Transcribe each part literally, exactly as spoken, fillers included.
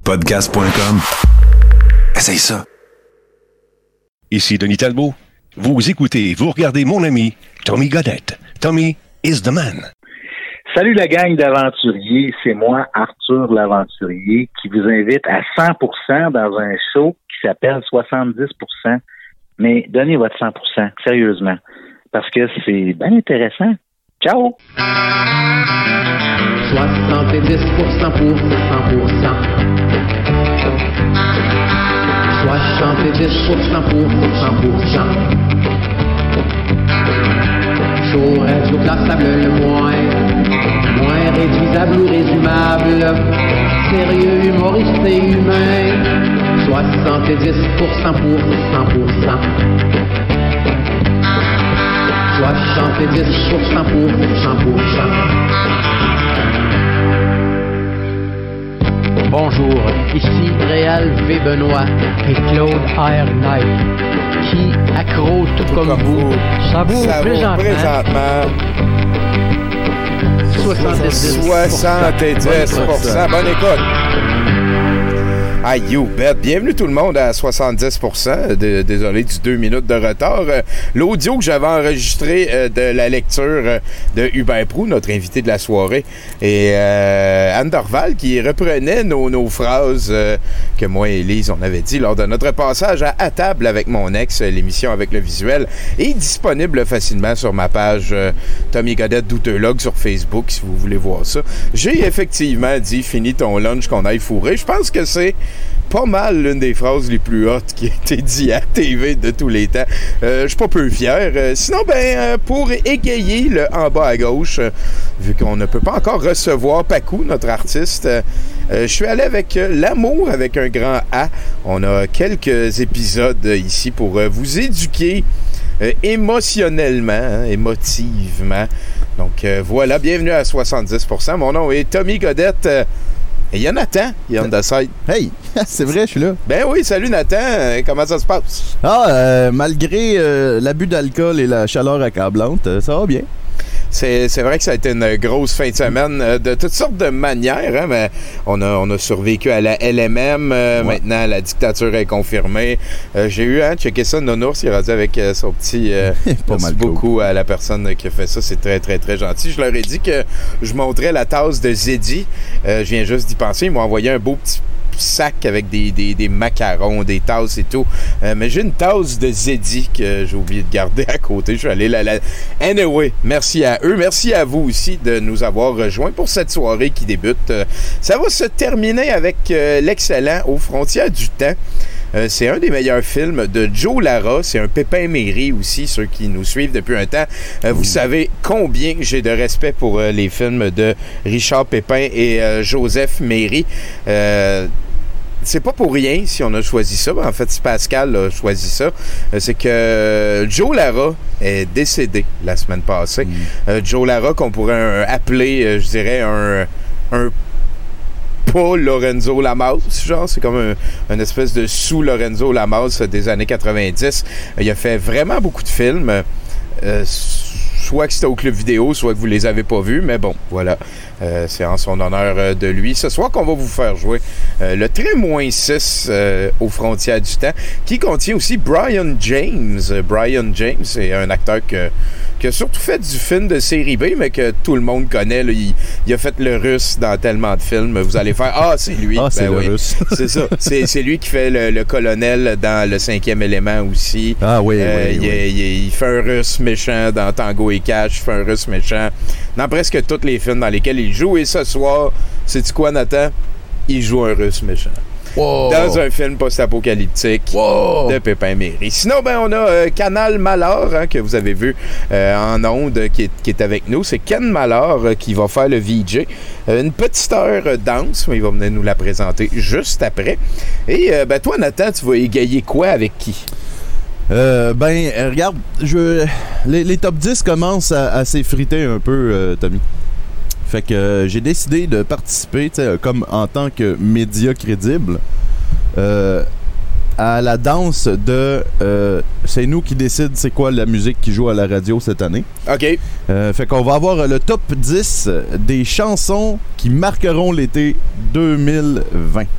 podcast point com. Essaye ça. Ici Denis Talbot. Vous écoutez, vous regardez mon ami Tommy Godette. Tommy is the man. Salut la gang d'aventuriers, c'est moi, Arthur l'aventurier, qui vous invite à cent pour cent dans un show qui s'appelle soixante-dix pour cent. Mais donnez votre cent pour cent, sérieusement, parce que c'est bien intéressant. Ciao! soixante-dix pour cent pour cent pour cent. soixante-dix pour cent pour cent pour cent. Show radio classable le moins, moins réduisable ou résumable. Sérieux, humoriste et humain. soixante-dix pour cent pour cent pour cent. soixante-dix pour cent pour cent pour cent. Bonjour, ici Réal V. Benoît et Claude R. Knight, qui, accro tout comme, comme vous, savoure présentement, présentement soixante-dix pour cent. Bonne écoute. Ah, you bet. Bienvenue tout le monde à soixante-dix pour cent. De, désolé du deux minutes de retard. Euh, l'audio que j'avais enregistré euh, de la lecture euh, de Hubert Proulx, notre invité de la soirée, et euh, Anne Dorval qui reprenait nos, nos phrases euh, que moi et Lise on avait dit lors de notre passage à À table avec mon ex, l'émission avec le visuel, est disponible facilement sur ma page euh, Tommy Godette Douteulogue sur Facebook si vous voulez voir ça. J'ai effectivement dit finis ton lunch qu'on aille fourrer. Je pense que c'est pas mal l'une des phrases les plus hautes qui a été dit à T V de tous les temps. Euh, je suis pas peu fier. Euh, sinon, ben, euh, pour égayer le en bas à gauche, euh, vu qu'on ne peut pas encore recevoir Pacou, notre artiste, euh, euh, je suis allé avec euh, l'amour avec un grand A. On a quelques épisodes euh, ici pour euh, vous éduquer euh, émotionnellement, hein, émotivement. Donc euh, voilà, bienvenue à soixante-dix pour cent. Mon nom est Tommy Godette. Euh, Et il y a Nathan, il y a on the side. Hey, c'est vrai, je suis là. Ben oui, salut Nathan, comment ça se passe? Ah, euh, malgré euh, l'abus d'alcool et la chaleur accablante, euh, ça va bien. C'est, c'est vrai que ça a été une grosse fin de semaine euh, de toutes sortes de manières, hein, mais on a, on a survécu à la L M M, euh, ouais. Maintenant la dictature est confirmée. Euh, j'ai eu, hein, checker ça, Nounours, il est rendu avec euh, son petit... Euh, Pas merci mal beaucoup cool. À la personne qui a fait ça, c'est très, très, très gentil. Je leur ai dit que je montrais la tasse de Zeddy. Euh, je viens juste d'y penser, ils m'ont envoyé un beau petit sac avec des, des, des macarons, des tasses et tout. Euh, mais j'ai une tasse de Zeddy que j'ai oublié de garder à côté. Je suis allé la... la... Anyway, merci à eux. Merci à vous aussi de nous avoir rejoints pour cette soirée qui débute. Euh, ça va se terminer avec euh, l'excellent Aux frontières du temps. Euh, c'est un des meilleurs films de Joe Lara. C'est un Pépin Méry aussi, ceux qui nous suivent depuis un temps. Euh, vous savez combien j'ai de respect pour euh, les films de Richard Pépin et euh, Joseph Méry. Euh, C'est pas pour rien si on a choisi ça. En fait, si Pascal a choisi ça, c'est que Joe Lara est décédé la semaine passée. Mm. Euh, Joe Lara, qu'on pourrait un, appeler, je dirais, un... un pas Lorenzo Lamas, genre, c'est comme un, un espèce de sous-Lorenzo Lamas des années quatre-vingt-dix. Il a fait vraiment beaucoup de films. Euh, soit que c'était au club vidéo, soit que vous les avez pas vus, mais bon, voilà. Euh, c'est en son honneur euh, de lui. Ce soir qu'on va vous faire jouer euh, le très moins six euh, Aux frontières du temps, qui contient aussi Brian James. Euh, Brian James, c'est un acteur que, qui a surtout fait du film de série B, mais que tout le monde connaît. Là. Il, il a fait le russe dans tellement de films. Vous allez faire « Ah, c'est lui! » Ah, c'est ben le oui, russe. C'est ça. C'est, c'est lui qui fait le, le colonel dans Le cinquième élément aussi. Ah oui, euh, oui, il, oui. Il, il fait un russe méchant dans Tango et Cash. Il fait un russe méchant dans presque tous les films dans lesquels il joue. Et ce soir, sais-tu quoi, Nathan? Il joue un russe méchant. Wow. Dans un film post-apocalyptique wow. de Pépin Méry. Sinon, ben, on a euh, Canal Malheur, hein, que vous avez vu euh, en ondes, qui est, qui est avec nous. C'est Ken Malheur euh, qui va faire le V J. Euh, une petite heure euh, danse, mais il va venir nous la présenter juste après. Et euh, ben, toi, Nathan, tu vas égayer quoi avec qui? Euh, ben, euh, regarde, je les, les top dix commencent à, à s'effriter un peu, euh, Tommy. Fait que euh, j'ai décidé de participer, tu sais, comme en tant que média crédible, euh, à la danse de euh, c'est nous qui décide c'est quoi la musique qui joue à la radio cette année. OK. Euh, fait qu'on va avoir le top dix des chansons qui marqueront l'été deux mille vingt.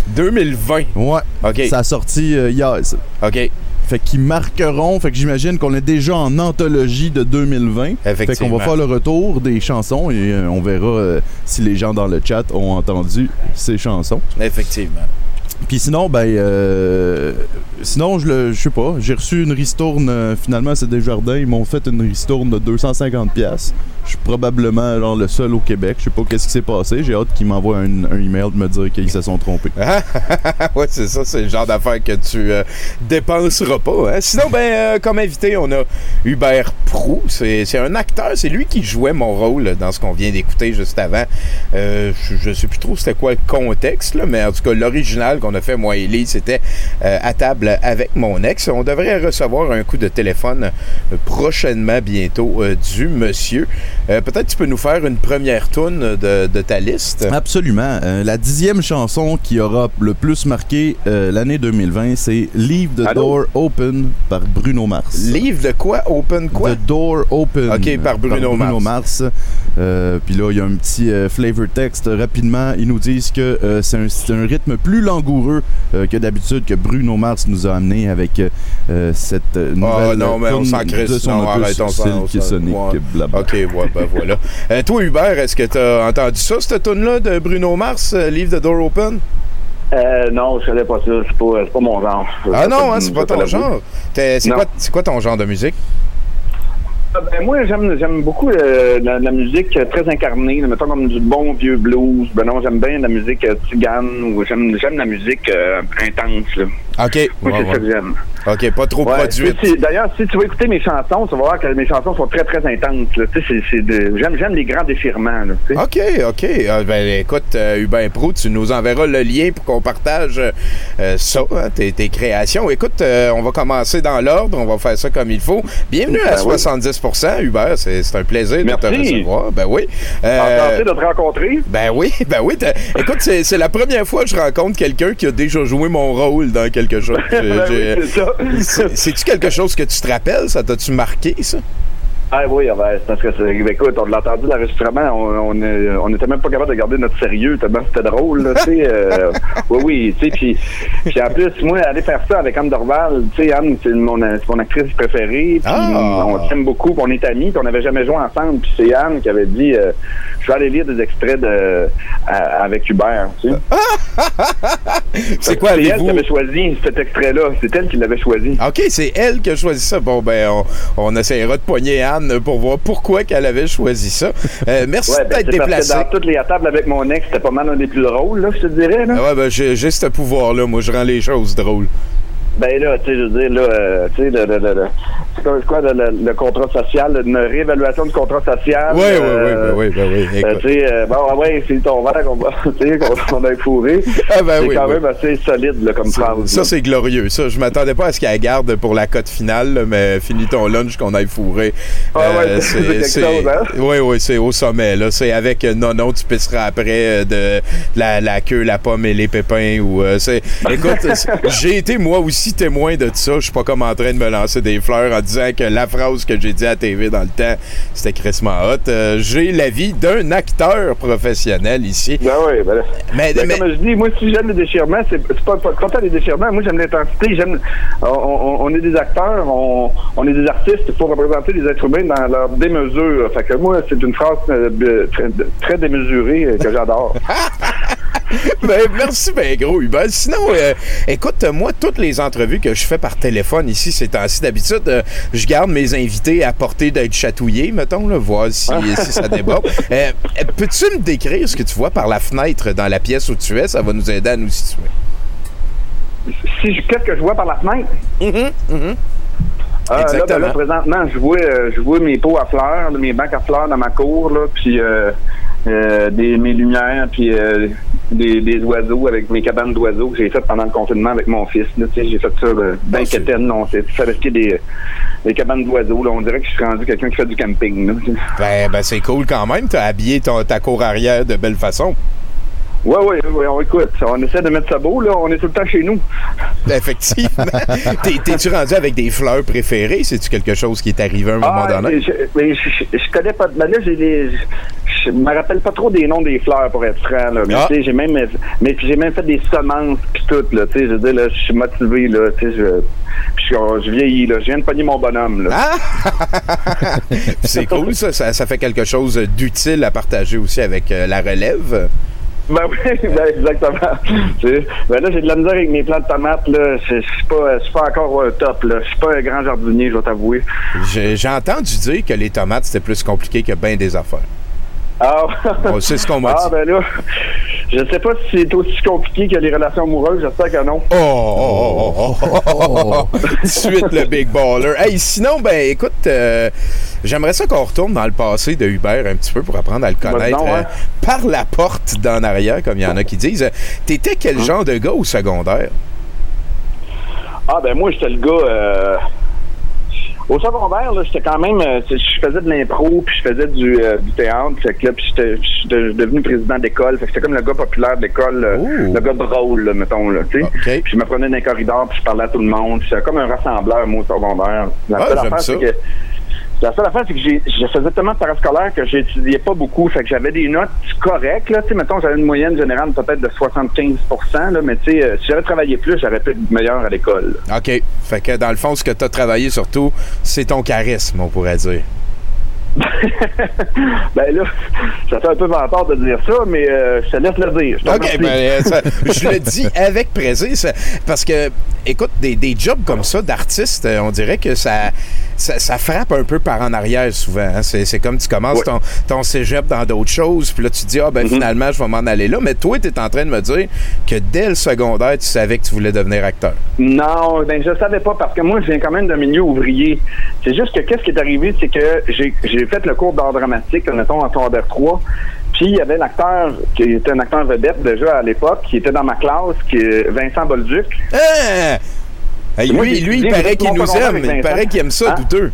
deux mille vingt? Ouais. OK. Ça a sorti euh, hier, ça. OK. Fait qu'ils marqueront, fait que j'imagine qu'on est déjà en anthologie de deux mille vingt. Effectivement. Fait qu'on va faire le retour des chansons et euh, on verra euh, si les gens dans le chat ont entendu ces chansons. Effectivement. Puis sinon, ben, euh, sinon, je le, je sais pas, j'ai reçu une ristourne, euh, finalement, c'est Desjardins, ils m'ont fait une ristourne de deux cent cinquante piastres. Je suis probablement alors, le seul au Québec, je sais pas qu'est-ce qui s'est passé, j'ai hâte qu'ils m'envoient un, un email de me dire qu'ils se sont trompés. Ouais, c'est ça, c'est le genre d'affaire que tu euh, dépenseras pas. Hein? Sinon, ben, euh, comme invité, on a Hubert Proulx, c'est, c'est un acteur, c'est lui qui jouait mon rôle dans ce qu'on vient d'écouter juste avant. Euh, je, je sais plus trop c'était quoi le contexte, là, mais en tout cas, l'original qu'on a fait, moi et Lise, c'était euh, à table avec mon ex. On devrait recevoir un coup de téléphone euh, prochainement, bientôt, euh, du monsieur. Euh, peut-être tu peux nous faire une première toune de, de ta liste. Absolument. Euh, la dixième chanson qui aura le plus marqué euh, l'année deux mille vingt, c'est Leave the Allô? Door Open par Bruno Mars. Leave de quoi? Open quoi? The Door Open. OK, par Bruno, par Bruno Mars. Mars. Euh, Puis là, il y a un petit euh, flavor text. Rapidement, ils nous disent que euh, c'est, un, c'est un rythme plus langoureux euh, que d'habitude que Bruno Mars nous a amené avec euh, cette nouvelle oh, non, mais on s'en crisse. de son non, opus arrête, on style s'en, qui est Sonic. Ouais. Blabla. OK, ouais, ben voilà. Euh, toi, Hubert, est-ce que tu as entendu ça, cette tune-là de Bruno Mars, euh, Leave the Door Open? Euh, non, je savais pas ça. C'est pas, c'est pas mon genre. Ah non, hein, c'est pas ton genre. T'es, c'est, quoi, c'est quoi ton genre de musique? Ben, moi, j'aime j'aime beaucoup euh, la, la musique très incarnée, là, mettons comme du bon vieux blues. Ben non, j'aime bien la musique euh, tzigane, ou j'aime j'aime la musique euh, intense. Là. OK. Moi, ouais, c'est ouais. ça que j'aime. OK, pas trop Ouais, produite. si, si, d'ailleurs, si tu vas écouter mes chansons, tu vas voir que mes chansons sont très, très intenses. Là. Tu sais, c'est, c'est de, j'aime, j'aime les grands déchirements. Là, tu sais. OK, OK. Euh, ben, écoute, euh, Hubert Proulx, tu nous enverras le lien pour qu'on partage euh, ça, hein, tes, tes créations. Écoute, euh, on va commencer dans l'ordre, on va faire ça comme il faut. Bienvenue à ben soixante-dix pour cent, oui. Hubert, c'est, c'est un plaisir Merci. de te recevoir. Ben oui. Euh, Enchanté de te rencontrer. Ben oui, ben oui. Écoute, c'est, c'est la première fois que je rencontre quelqu'un qui a déjà joué mon rôle dans quelque chose. J'ai, ben j'ai... oui, c'est ça. C'est, c'est-tu quelque chose que tu te rappelles? Ça t'a-tu marqué, ça? Ah oui, ben, c'est parce que c'est, écoute, on l'a entendu l'enregistrement, on, on, est, on était même pas capable de garder notre sérieux tellement c'était drôle, là, tu sais. Euh, oui, oui, tu sais, puis, puis en plus, moi, aller faire ça avec Anne Dorval, tu sais, Anne, c'est mon, c'est mon actrice préférée, puis ah. on s'aime beaucoup, puis on est amis, puis on n'avait jamais joué ensemble, puis c'est Anne qui avait dit, euh, je vais aller lire des extraits de, à, avec Hubert, tu sais. C'est quoi, c'est elle avez-vous... qui avait choisi cet extrait-là, c'est elle qui l'avait choisi. OK, c'est elle qui a choisi ça. Bon, ben, on, on essaiera de poigner Anne pour voir pourquoi qu'elle avait choisi ça. Euh, merci ouais, ben, d'être déplacé. Dans toutes les tables avec mon ex, c'était pas mal un des plus drôles, là, je te dirais. Là. Ouais, ben, j'ai, j'ai ce pouvoir-là. Moi, je rends les choses drôles. Ben là, tu sais, je veux dire, là, euh, tu sais, le, le, le, le, c'est quoi, le, le, le contrat social, une réévaluation du contrat social. Oui, euh, oui, oui, oui, oui, oui. Euh, tu sais, euh, bon, ouais, c'est ton verre qu'on va, tu sais, qu'on, qu'on a fourré. Ah ben c'est oui, quand oui. même assez solide, là, comme c'est, phrase. Ça, là. c'est glorieux. Ça, je m'attendais pas à ce qu'elle garde pour la cote finale, là, mais finis ton lunch qu'on aille fourrer. Ah ouais, c'est, c'est quelque c'est, chose, hein? Oui, oui, c'est au sommet, là. C'est avec euh, non, non, tu pisseras après euh, de la, la queue, la pomme et les pépins. Ou, euh, c'est... Écoute, c'est... j'ai été moi aussi témoin de ça. Je suis pas comme en train de me lancer des fleurs en disant que la phrase que j'ai dit à la T V dans le temps, c'était crissement hot. Euh, j'ai l'avis d'un acteur professionnel ici. Ben oui, ben, mais, ben mais... comme je dis, moi, si j'aime le déchirement, c'est, c'est pas, pas, pas tant les déchirements. Moi, j'aime l'intensité. J'aime, on, on, on est des acteurs, on, on est des artistes. Il faut représenter les êtres humains dans leur démesure. Fait que moi, c'est une phrase euh, très, très démesurée euh, que j'adore. Ben, merci ben gros Hubert. Sinon, euh, écoute, moi, toutes les entrevues que je fais par téléphone ici ces temps-ci, d'habitude, euh, je garde mes invités à portée d'être chatouillés, mettons, là, voir si, si ça déborde. Euh, peux-tu me décrire ce que tu vois par la fenêtre dans la pièce où tu es? Ça va nous aider à nous situer. Si je, qu'est-ce que je vois par la fenêtre? Mm-hmm, mm-hmm. Ah, Exactement. là, ben, là, présentement, je vois, euh, je vois mes pots à fleurs, là, mes bancs à fleurs dans ma cour, là, puis euh, euh, des, mes lumières, puis euh, des, des oiseaux avec mes cabanes d'oiseaux que j'ai faites pendant le confinement avec mon fils. Là, j'ai fait ça euh, ben oh, quétaine, on s'est fabriqué des, des cabanes d'oiseaux. Là, on dirait que je suis rendu quelqu'un qui fait du camping. Là. Ben, ben c'est cool quand même. Tu as habillé ton, ta cour arrière de belle façon. Oui, oui, oui, on écoute. On essaie de mettre ça beau, là. On est tout le temps chez nous. Effectivement. T'es, t'es-tu rendu avec des fleurs préférées? C'est-tu quelque chose qui est arrivé à un moment ah, donné? Je, je, je, je connais pas. Ben là, j'ai des. Je je me rappelle pas trop des noms des fleurs, pour être franc, là. Mais, ah. tu sais, j'ai même, mais puis j'ai même fait des semences, puis tout, là. Tu sais, je veux dire, là, je suis motivé, là. Tu sais, je, puis je, je vieillis, là. Je viens de pogner mon bonhomme, là. Ah! C'est cool, ça. ça. Ça fait quelque chose d'utile à partager aussi avec euh, la relève. Ben oui, ben exactement. Ben là, j'ai de la misère avec mes plants de tomates, là. Je suis pas, je suis pas encore euh, top, là. Je suis pas un grand jardinier, je vais t'avouer. J'ai, j'ai entendu dire que les tomates, c'était plus compliqué que bien des affaires. Ah, bon, c'est ce qu'on m'a ah, dit. Ben là, je sais pas si c'est aussi compliqué que les relations amoureuses, j'espère que non. Oh, oh, oh, oh, oh, oh. Tout de suite, le big baller. Hey, sinon, ben, écoute, euh, j'aimerais ça qu'on retourne dans le passé de Hubert un petit peu pour apprendre à le connaître. Non, hein? euh, par la porte d'en arrière, comme il y en a qui disent. T'étais quel hein? genre de gars au secondaire? Ah, ben, moi, j'étais le gars... Euh... Au secondaire, là, j'étais quand même... Euh, je faisais de l'impro, puis je faisais du, euh, du théâtre. Fait que là, puis j'étais, j'étais devenu président d'école. Fait que j'étais comme le gars populaire de l'école, euh, le gars drôle, là, mettons, là, tu sais. Okay. Puis je me prenais dans les corridors, puis je parlais à tout le monde. J'étais comme un rassembleur, moi, au secondaire. La ah, seule j'aime affaire, ça. c'est que... La seule affaire, c'est que j'ai, je faisais tellement de parascolaire que j'étudiais pas beaucoup. Fait que j'avais des notes correctes, là. Tu sais, mettons, j'avais une moyenne générale peut-être de soixante-quinze pour cent, là. Mais tu sais, euh, si j'avais travaillé plus, j'aurais pu être meilleur à l'école. Là. OK. Fait que dans le fond, ce que tu as travaillé surtout, c'est ton charisme, on pourrait dire. Ben là, ça fait un peu menteur de dire ça, mais euh, je te laisse le dire. Je OK, ben, ça, je le dis avec plaisir. Ça, parce que, écoute, des, des jobs comme ça, d'artiste, on dirait que ça, ça, ça frappe un peu par en arrière souvent. Hein. C'est, c'est comme tu commences ouais. ton, ton cégep dans d'autres choses, puis là, tu te dis, ah, ben mm-hmm. finalement, je vais m'en aller là. Mais toi, tu es en train de me dire que dès le secondaire, tu savais que tu voulais devenir acteur. Non, ben, je savais pas, parce que moi, je viens quand même d'un milieu ouvrier. C'est juste que qu'est-ce qui est arrivé, c'est que j'ai, j'ai fait le cours d'art dramatique, mettons, en secondaire trois. Puis, il y avait l'acteur, qui était un acteur vedette déjà à l'époque, qui était dans ma classe, qui est Vincent Bolduc. Ah! Hey, lui, moi, lui il paraît qu'il nous aime. Il paraît qu'il aime ça, hein? Douteux.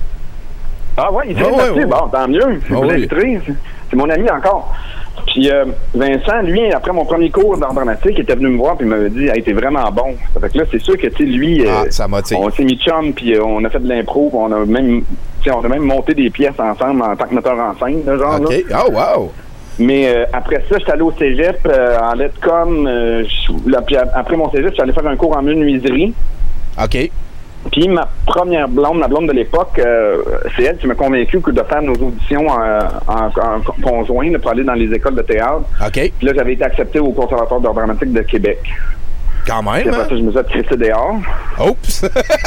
Ah ouais, il dit, oh, ouais, ouais. Bon, tant mieux. Oh, vous oui. c'est, c'est mon ami encore. Puis euh, Vincent, lui, après mon premier cours d'art dramatique, il était venu me voir puis il m'avait dit, hey, t'es vraiment bon. Fait que là, c'est sûr que, tu sais, lui, ah, euh, ça motive. On s'est mis chum puis euh, on a fait de l'impro, puis on a même, on a même monté des pièces ensemble en tant que metteur en scène, là, genre. OK. Là. Oh, wow. Mais euh, après ça, j'étais allé au cégep euh, en lettres com. Euh, puis après mon cégep, j'étais allé faire un cours en menuiserie. OK. Puis ma première blonde, ma blonde de l'époque, euh, c'est elle qui m'a convaincu que de faire nos auditions en, en, en conjoint là, pour aller dans les écoles de théâtre. OK. Puis là, j'avais été accepté au Conservatoire d'art dramatique de Québec. Quand même, puis après hein? ça, je me suis crissé dehors. Oups!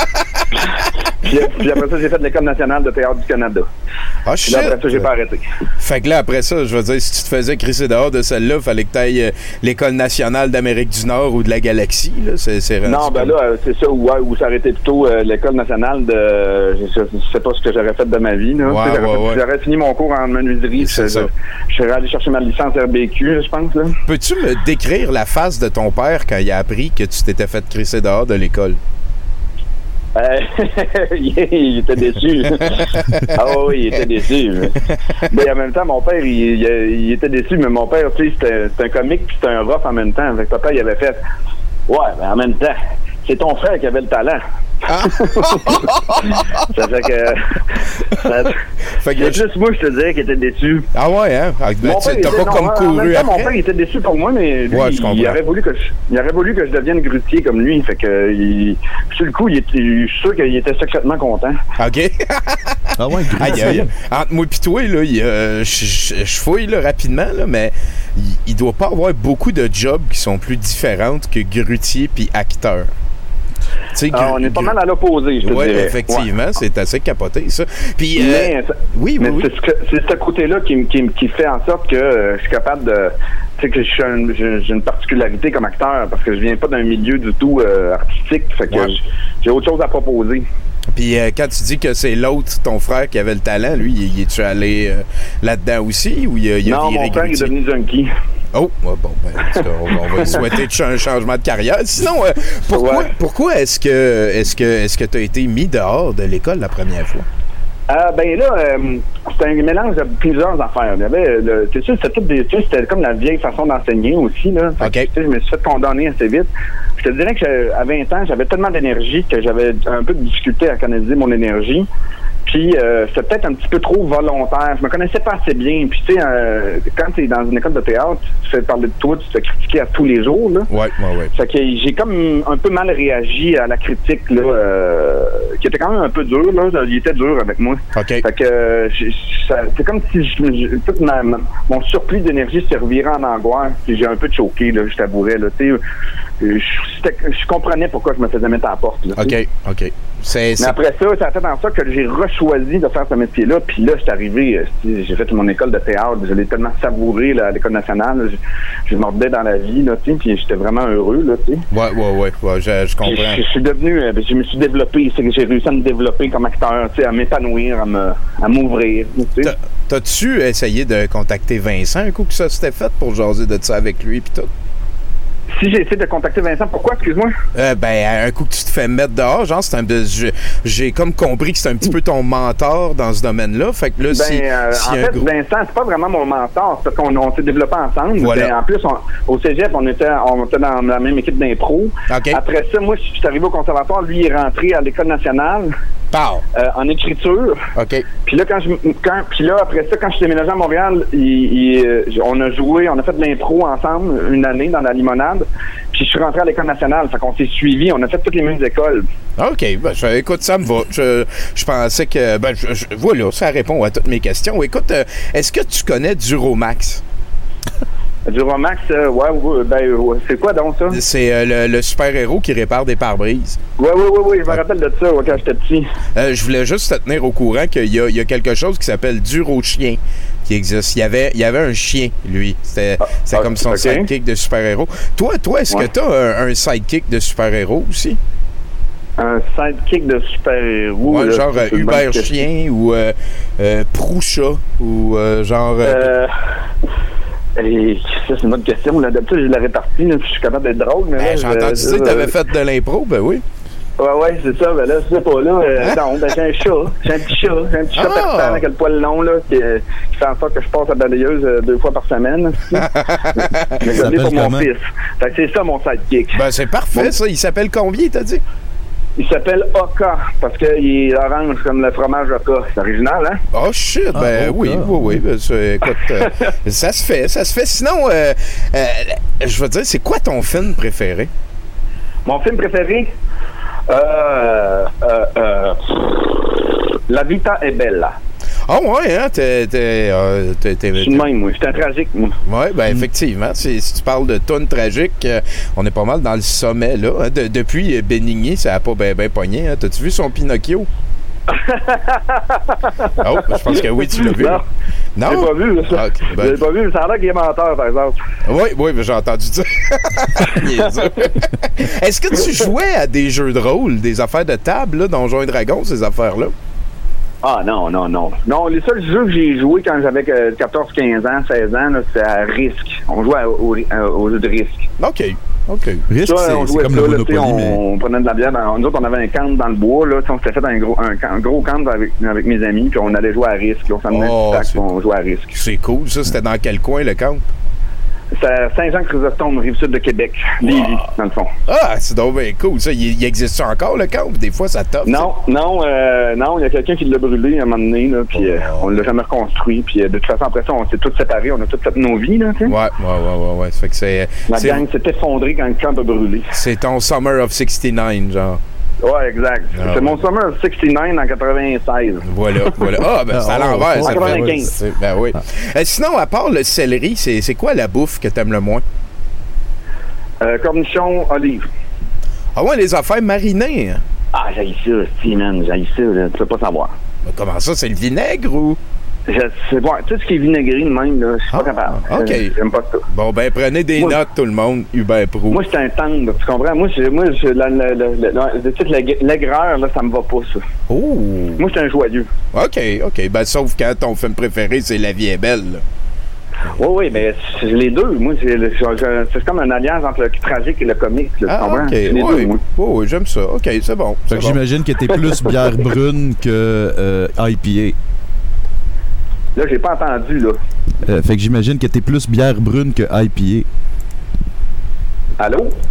puis, puis après ça, j'ai fait l'École nationale de théâtre du Canada. Ah, oh, shit! Puis là, après ça, j'ai pas arrêté. Fait que là, après ça, je veux dire, si tu te faisais crisser dehors de celle-là, il fallait que tu ailles euh, l'École nationale d'Amérique du Nord ou de la Galaxie, là. C'est, c'est non, ben là, c'est ça, où, où ça aurait été plutôt euh, l'École nationale de... Je, je sais pas ce que j'aurais fait de ma vie, là. Ouais, j'aurais, ouais, ouais. j'aurais fini mon cours en menuiserie. C'est ça. Je, je serais allé chercher ma licence R B Q, je pense, là. Peux-tu me décrire la face de ton père quand il a appris que tu t'étais fait crisser dehors de l'école? Euh, il était déçu. Ah oui, il était déçu. Mais en même temps, mon père, il, il, il était déçu, mais mon père, tu sais, c'était, c'était un comique puis c'était un rough en même temps. Fait que papa, il avait fait, ouais, mais en même temps, c'est ton frère qui avait le talent. Ah. Ça fait que... Ça, fait que c'est juste moi, je te dirais, qui était déçu. Ah ouais, hein? Ah, ben, mon tu, père, t'as pas non, comme couru temps, après? Mon père, il était déçu pour moi, mais lui, ouais, il, aurait voulu que je, il aurait voulu que je devienne grutier comme lui. Fait que, il, sur le coup, il était, je suis sûr qu'il était secrètement content. OK. Ah ouais, aïe, aïe. Entre moi et toi, là, euh, je fouille là, rapidement, là, mais il, il doit pas avoir beaucoup de jobs qui sont plus différentes que grutier puis acteur. Ah, on est pas mal à l'opposé, je te ouais, dirais. Effectivement, ouais. C'est assez capoté, ça. Puis, mais, euh, ça, oui, mais oui, c'est, oui. Ce, c'est ce côté-là qui, qui, qui fait en sorte que euh, je suis capable de... Tu sais, que je suis un, j'ai, j'ai une particularité comme acteur, parce que je viens pas d'un milieu du tout euh, artistique, fait que ouais. j'ai autre chose à proposer. Puis euh, quand tu dis que c'est l'autre, ton frère, qui avait le talent, lui, il est-tu allé euh, là-dedans aussi, ou il a, il a non, viré mon frère grutier? est devenu junkie. Oh, ouais, bon, ben, on, on va lui souhaiter un changement de carrière. Sinon, euh, pourquoi, ouais. pourquoi est-ce que est-ce que est-ce que tu as été mis dehors de l'école la première fois? Euh, ben là, euh, c'était un mélange de plusieurs affaires. Il y avait, le, tu sais, c'était toutes des, tu sais, c'était comme la vieille façon d'enseigner aussi, là. Fait okay. que, tu sais, je me suis fait condamner assez vite. Je te dirais que à vingt ans, j'avais tellement d'énergie que j'avais un peu de difficulté à canaliser mon énergie. Puis euh, c'était peut-être un petit peu trop volontaire. Je me connaissais pas assez bien. Puis tu sais, euh, quand tu es dans une école de théâtre, tu fais parler de toi, tu te critiquais à tous les jours. Là. Ouais, ouais, ouais. Fait que j'ai comme un peu mal réagi à la critique, là, euh, qui était quand même un peu dure. Là. Il était dur avec moi. OK. Fait que euh, ça, c'est comme si je, je, tout ma, ma, mon surplus d'énergie se revirait en angoisse. Puis j'ai un peu choqué, là, je t'avouerais. Là, tu sais, je, je comprenais pourquoi je me faisais mettre à la porte. Là, OK, OK. C'est, c'est... Mais après ça, ça a fait en sorte que j'ai rechoisi de faire ce métier-là. Puis là, je suis arrivé, j'ai fait mon école de théâtre. Je l'ai tellement savouré là, à l'École nationale. Là, je, je mordais dans la vie, là, puis j'étais vraiment heureux. Là, t'sais. Ouais, ouais, ouais, ouais, je, je comprends. Je, je suis devenu, je me suis développé. C'est que j'ai réussi à me développer comme acteur, à m'épanouir, à, me, à m'ouvrir. T'sais. T'as-tu essayé de contacter Vincent un coup que ça s'était fait pour jaser de ça avec lui puis tout? Si j'ai essayé de contacter Vincent, pourquoi, excuse-moi? Euh, ben, un coup que tu te fais mettre dehors, genre, c'est un j'ai, j'ai comme compris que c'est un petit peu ton mentor dans ce domaine-là. Fait que là, ben, si, euh, si en fait, gros... Vincent, c'est pas vraiment mon mentor, c'est parce qu'on on s'est développé ensemble. Voilà. Ben, en plus, on, au cégep, on était, on était dans la même équipe d'impro. Okay. Après ça, moi, je suis arrivé au conservatoire, lui, il est rentré à l'École nationale. Euh, en écriture. OK. Puis là, quand je, quand, puis là, après ça, quand je suis déménagé à Montréal, il, il, on a joué, on a fait de l'impro ensemble une année dans la limonade. Puis je suis rentré à l'École nationale. Fait qu'on s'est suivis. On a fait toutes les mêmes écoles. OK. Ben, je, écoute, ça me va. Je, je pensais que... Ben, je, je, voilà, ça répond à toutes mes questions. Écoute, euh, est-ce que tu connais Duromax? Duromax, euh, ouais, ouais, ben, ouais, c'est quoi donc ça? C'est euh, le, le super-héros qui répare des pare-brises. Oui, oui, oui, oui, je me rappelle de ça ouais, quand j'étais petit. Euh, je voulais juste te tenir au courant qu'il y a, il y a quelque chose qui s'appelle Duro-Chien qui existe. Il y avait, il y avait un chien, lui. C'était, ah, c'était ah, comme son okay. sidekick de super-héros. Toi, toi est-ce ouais. que tu as un, un sidekick de super-héros aussi? Un sidekick de super-héros? Ouais, là, genre euh, Hubert Chien ou euh, euh, Proucha ou euh, genre... Euh... Et ça, c'est une bonne question. Là, d'habitude, je l'ai répartie, là, puis je suis capable d'être drôle. Mais ben, j'ai entendu dire euh, que tu avais fait de l'impro, ben oui. Ouais, ouais, c'est ça. Ben là, je sais pas, là. Euh, hein? Non, ben j'ai un chat. J'ai un petit chat. J'ai un petit chat ah! persan avec le poil long, là, qui, euh, qui fait en sorte que je passe à la balayeuse euh, deux fois par semaine. Mais je l'ai pour mon comment? fils. Fait que c'est ça, mon sidekick. Ben, c'est parfait, bon. Ça. Il s'appelle combien, t'as dit? Il s'appelle Oka, parce qu'il est orange comme le fromage Oka. C'est original, hein? Oh shit, ah, ben oui, oui, oui, oui. Ben, écoute, euh, ça se fait, ça se fait. Sinon, euh, euh, je veux dire, c'est quoi ton film préféré? Mon film préféré? Euh, euh, euh, La Vita è Bella. Ah oh, ouais, hein? T'es, t'es, euh, t'es, t'es, je suis de même, moi. J'étais un tragique, moi. Oui, bien, mm. effectivement. Si, si tu parles de tonnes tragiques, euh, on est pas mal dans le sommet, là. Hein? De, depuis Benigni, ça n'a pas bien ben pogné. Hein? T'as-tu vu son Pinocchio? Oh, je pense que oui, tu l'as vu. Non. Non? Je l'ai pas vu. Ça. Okay, ben... Je l'ai pas vu, mais ça a l'air qu'il est menteur, par exemple. Oui, oui, mais j'ai entendu dire. Est-ce que tu jouais à des jeux de rôle, des affaires de table, là, Donjons et Dragons, ces affaires-là? Ah non, non, non. Non, les seuls jeux que j'ai joués quand j'avais quatorze, quinze ans, seize ans, là, c'était à Risque. On jouait aux au, jeux de Risque. OK. OK. Risque, ça, c'est, on c'est comme ça, le Monopoly, on, mais... on prenait de la bière. Dans, nous autres, on avait un camp dans le bois. Là, on s'était fait un gros, un, un gros camp avec, avec mes amis, puis on allait jouer à Risque. Là, on s'amenait oh, un petit sac, on jouait à Risque. C'est cool, ça. C'était dans quel coin, le camp? C'est à Saint-Jean-Chrysostome, Rive-Sud de Québec. Lévis, wow. dans le fond. Ah, c'est donc bien cool, ça. Il, il existe encore, le camp? Des fois, ça top. Non, ça. non, euh, non. Il y a quelqu'un qui l'a brûlé à un moment donné, là, puis oh. euh, on l'a jamais reconstruit. Puis euh, de toute façon, après ça, on s'est tous séparés. On a tous fait nos vies, là, tu sais. Ouais, ouais, ouais, ouais, ouais. Ça fait que c'est... La c'est... gang s'est effondrée quand le camp a brûlé. C'est ton Summer of soixante-neuf, genre. Ouais, exact. Ah, c'est ouais. mon Summer of soixante-neuf en quatre-vingt-seize. Voilà, voilà. Ah, ben c'est à l'envers. En quatre-vingt-quinze. Ben oui. Euh, sinon, à part le céleri, c'est, c'est quoi la bouffe que t'aimes le moins? Euh, cornichons, olives. Ah ouais, les affaires marinées. Hein? Ah, j'haïs ça, si, man. J'haïs ça, là. Tu peux pas savoir. Mais comment ça, c'est le vinaigre ou? Je sais pas. Tout ce qui est vinaigré de même, là, je suis ah, pas capable. OK. Euh, j'aime pas ça. Bon, ben, prenez des moi, notes, tout le monde, Hubert Proulx. Moi, c'est un tendre, tu comprends? Moi, c'est, moi, c'est la, la, la, la, la, la, l'aigreur, là, ça me va pas, ça. Oh! Moi, c'est un joyeux. OK, OK. Ben, sauf quand ton film préféré, c'est La vie est belle, là. Oui, oui, mais c'est les deux. Moi, c'est, c'est, c'est comme un alliance entre le tragique et le comique. Là, ah, tu comprends? OK. C'est les oui, deux, moi. oui, oui, j'aime ça. OK, c'est bon. C'est fait que bon. j'imagine que t'es plus bière brune que euh, I P A. Là, j'ai pas entendu, là. Euh, fait que j'imagine que t'es plus bière brune que I P A. Allô?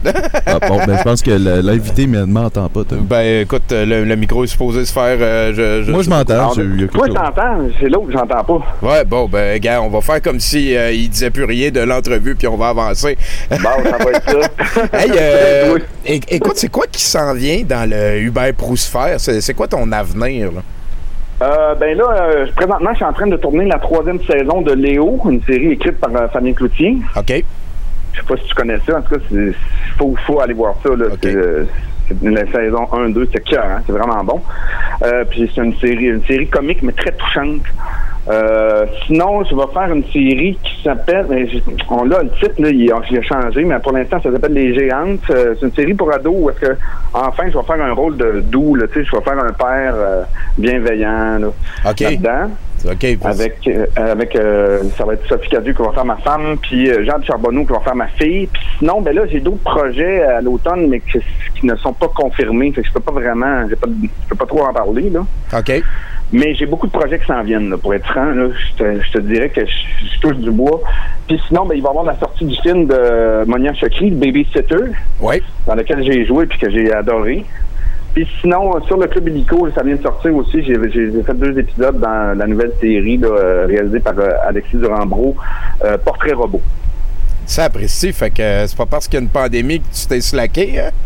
Ah, bon, ben, je pense que le- l'invité ne m'entend pas. Tom. Ben, écoute, le, le micro est supposé se faire... euh, je, je, Moi, je m'entends. je- il y a quelque Toi, chose. t'entends, c'est l'autre que j'entends pas. Ouais, bon, ben, gars, on va faire comme si euh, il disait plus rien de l'entrevue, puis on va avancer. Bon, ça va être ça. Hey, euh, Oui. é- écoute, c'est quoi qui s'en vient dans le Hubert Proust-Faire? C'est, c'est quoi ton avenir, là? Euh, ben là, euh, présentement, je suis en train de tourner la troisième saison de Léo, une série écrite par euh, Fabien Cloutier. OK. Je sais pas si tu connais ça. En tout cas, il faut, faut aller voir ça. Là. OK. C'est, euh, c'est la saison un deux, c'est cœur, hein? C'est vraiment bon. Euh, puis c'est une série, une série comique, mais très touchante. Euh, sinon, je vais faire une série qui s'appelle... mais je- On l'a, le titre, là, il, a, il a changé, mais pour l'instant, ça s'appelle Les Géantes. Euh, c'est une série pour ados où est-ce que, enfin, je vais faire un rôle de doux, là, tu sais, je vais faire un père euh, bienveillant, là, OK. là-dedans. OK. Avec, euh, avec euh, ça va être Sophie Cadieux qui va faire ma femme, puis euh, Jean Charbonneau qui va faire ma fille. Puis sinon, ben là, j'ai d'autres projets à l'automne, mais que- qui ne sont pas confirmés. Fait que je peux pas vraiment, j'ai pas, je peux pas trop en parler, là. OK. Mais j'ai beaucoup de projets qui s'en viennent, là, pour être franc. Là, je, te, je te dirais que je, je touche du bois. Puis sinon, ben, il va y avoir la sortie du film de Monia Chokri, le Babysitter, Oui. dans lequel j'ai joué puis que j'ai adoré. Puis sinon, sur le Club Illico, ça vient de sortir aussi. J'ai, j'ai, j'ai fait deux épisodes dans la nouvelle série là, euh, réalisée par euh, Alexis Durand-Bro, euh, Portrait Robot. Ça apprécie, fait que euh, c'est pas parce qu'il y a une pandémie que tu t'es slacké, hein?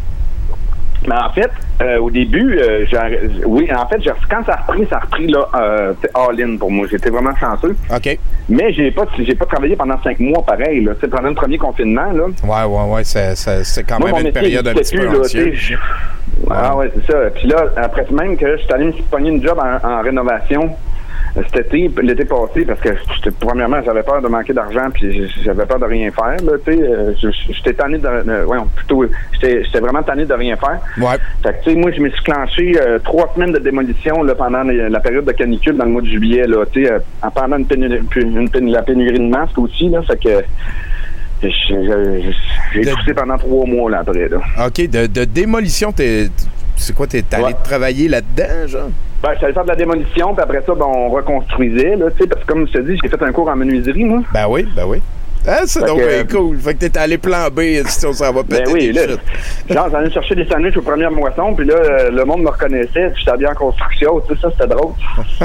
Mais en fait, euh, au début, euh, j'ai, oui, en fait, j'ai, quand ça a repris, ça a repris là, euh, c'est all-in pour moi. J'étais vraiment chanceux. OK. Mais j'ai pas, j'ai pas travaillé pendant cinq mois pareil. Là. C'est pendant le premier confinement. Là. Ouais, ouais, ouais, c'est, c'est, c'est quand Moi, même mon une métier période un n'existait petit peu plus, là, tu sais. anxieuse. Ah ouais, c'est ça. Puis là, après même que je suis allé me pogner une job en, en rénovation euh, cet été, l'été passé, parce que j'étais- premièrement, j'avais peur de manquer d'argent, puis j'avais peur de rien faire. Là, tu sais, euh, je- j'étais tanné de, euh, ouais, plutôt, j'étais, j'étais vraiment tanné de rien faire. Ouais. Fait que, tu sais, moi, je me suis clenché euh, trois semaines de démolition là, pendant les- la période de canicule dans le mois de juillet, là, tu sais, euh, en pendant une pénurie, une pénurie- la pénurie de masques aussi, là, fait que je- je- j'ai De- poussé pendant trois mois, là, après, là. OK, de, de démolition, t'es, c'est quoi, t'es allé Ouais. travailler là-dedans, genre? Ben, je allé faire de la démolition, puis après ça, ben, on reconstruisait, là, tu sais, parce que comme je te dis, j'ai fait un cours en menuiserie, moi. Ben oui, ben oui. Ah, c'est Fait donc que- bien cool. Fait que t'es allé plan B si on s'en va péter Ben oui, des là, shit. genre, j'allais chercher des sandwichs aux premières moissons, puis là, euh, le monde me reconnaissait, puis j'étais bien en construction, tu sais, ça, c'était drôle.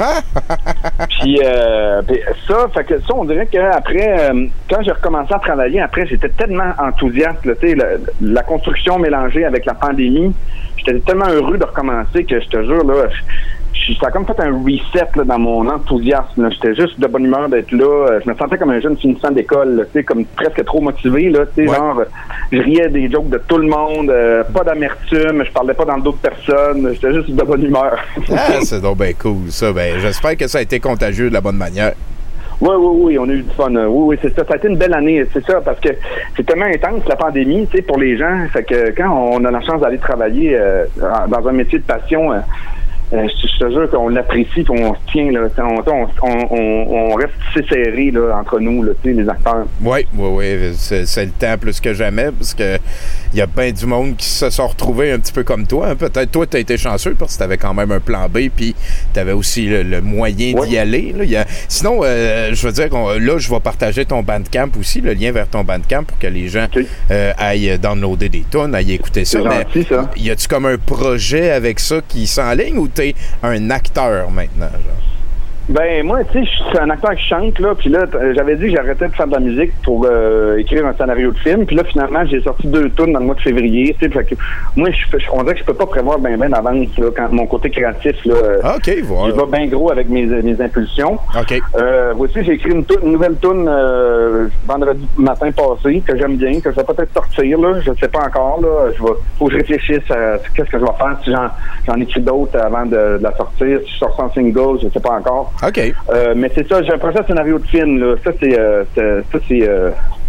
Puis, euh, puis ça, fait que ça, on dirait qu'après, euh, quand j'ai recommencé à travailler, après, j'étais tellement enthousiaste, là, tu sais, la, la construction mélangée avec la pandémie, j'étais tellement heureux de recommencer que je te jure, là, je- ça a comme fait un reset là, dans mon enthousiasme. là. J'étais juste de bonne humeur d'être là. Je me sentais comme un jeune finissant d'école, là, tu sais, comme presque trop motivé. Là, tu sais, Ouais. genre, je riais des jokes de tout le monde, euh, pas d'amertume, je parlais pas dans d'autres personnes. J'étais juste de bonne humeur. Ah, c'est donc bien cool, ça. Ben, j'espère que ça a été contagieux de la bonne manière. Oui, oui, oui, on a eu du fun. Oui, oui, c'est ça. Ça a été une belle année, c'est ça, parce que c'est tellement intense, la pandémie, tu sais, pour les gens. Fait que quand on a la chance d'aller travailler euh, dans un métier de passion, euh, euh, je je te jure qu'on l'apprécie, qu'on se tient, là. On, on, on, on reste assez serré, là, entre nous, là, tu sais, les acteurs. Oui, oui, oui. C'est, c'est le temps plus que jamais, parce que il y a bien du monde qui se sont retrouvés un petit peu comme toi. hein. Peut-être toi, tu as été chanceux parce que tu avais quand même un plan B, puis tu avais aussi le, le moyen Ouais. d'y aller. Là. Il y a... Sinon, euh, je veux dire, qu'on- là, je vais partager ton Bandcamp aussi, le lien vers ton Bandcamp pour que les gens Ok. euh, aillent downloader des tunes, aillent écouter ça. C'est Mais gentil, ça. y a-tu comme un projet avec ça qui s'enligne ou t'es un acteur maintenant? Genre? Ben, moi, tu sais, je suis un acteur qui chante, là, puis là, t- j'avais dit que j'arrêtais de faire de la musique pour euh, écrire un scénario de film, puis là, finalement, j'ai sorti deux tunes dans le mois de février, tu sais, fait que moi, je, je- on dirait que je peux pas prévoir ben ben d'avance, là, quand mon côté créatif, là, euh, OK, je voilà. vais bien gros avec mes, mes impulsions. OK. Euh, voici, j'ai écrit une, toune- une nouvelle tune euh, vendredi matin passé, que j'aime bien, que je vais peut-être sortir, là, je ne sais pas encore, là, je vais, faut que je réfléchisse à qu'est-ce que je vais faire, si j'en, j'en écris d'autres avant de, de la sortir, si je sors ça en single, je sais pas encore. OK. Euh, mais c'est ça, j'ai un projet de scénario de film, là. Ça, c'est. Euh, c'est- ça, c'est. Euh,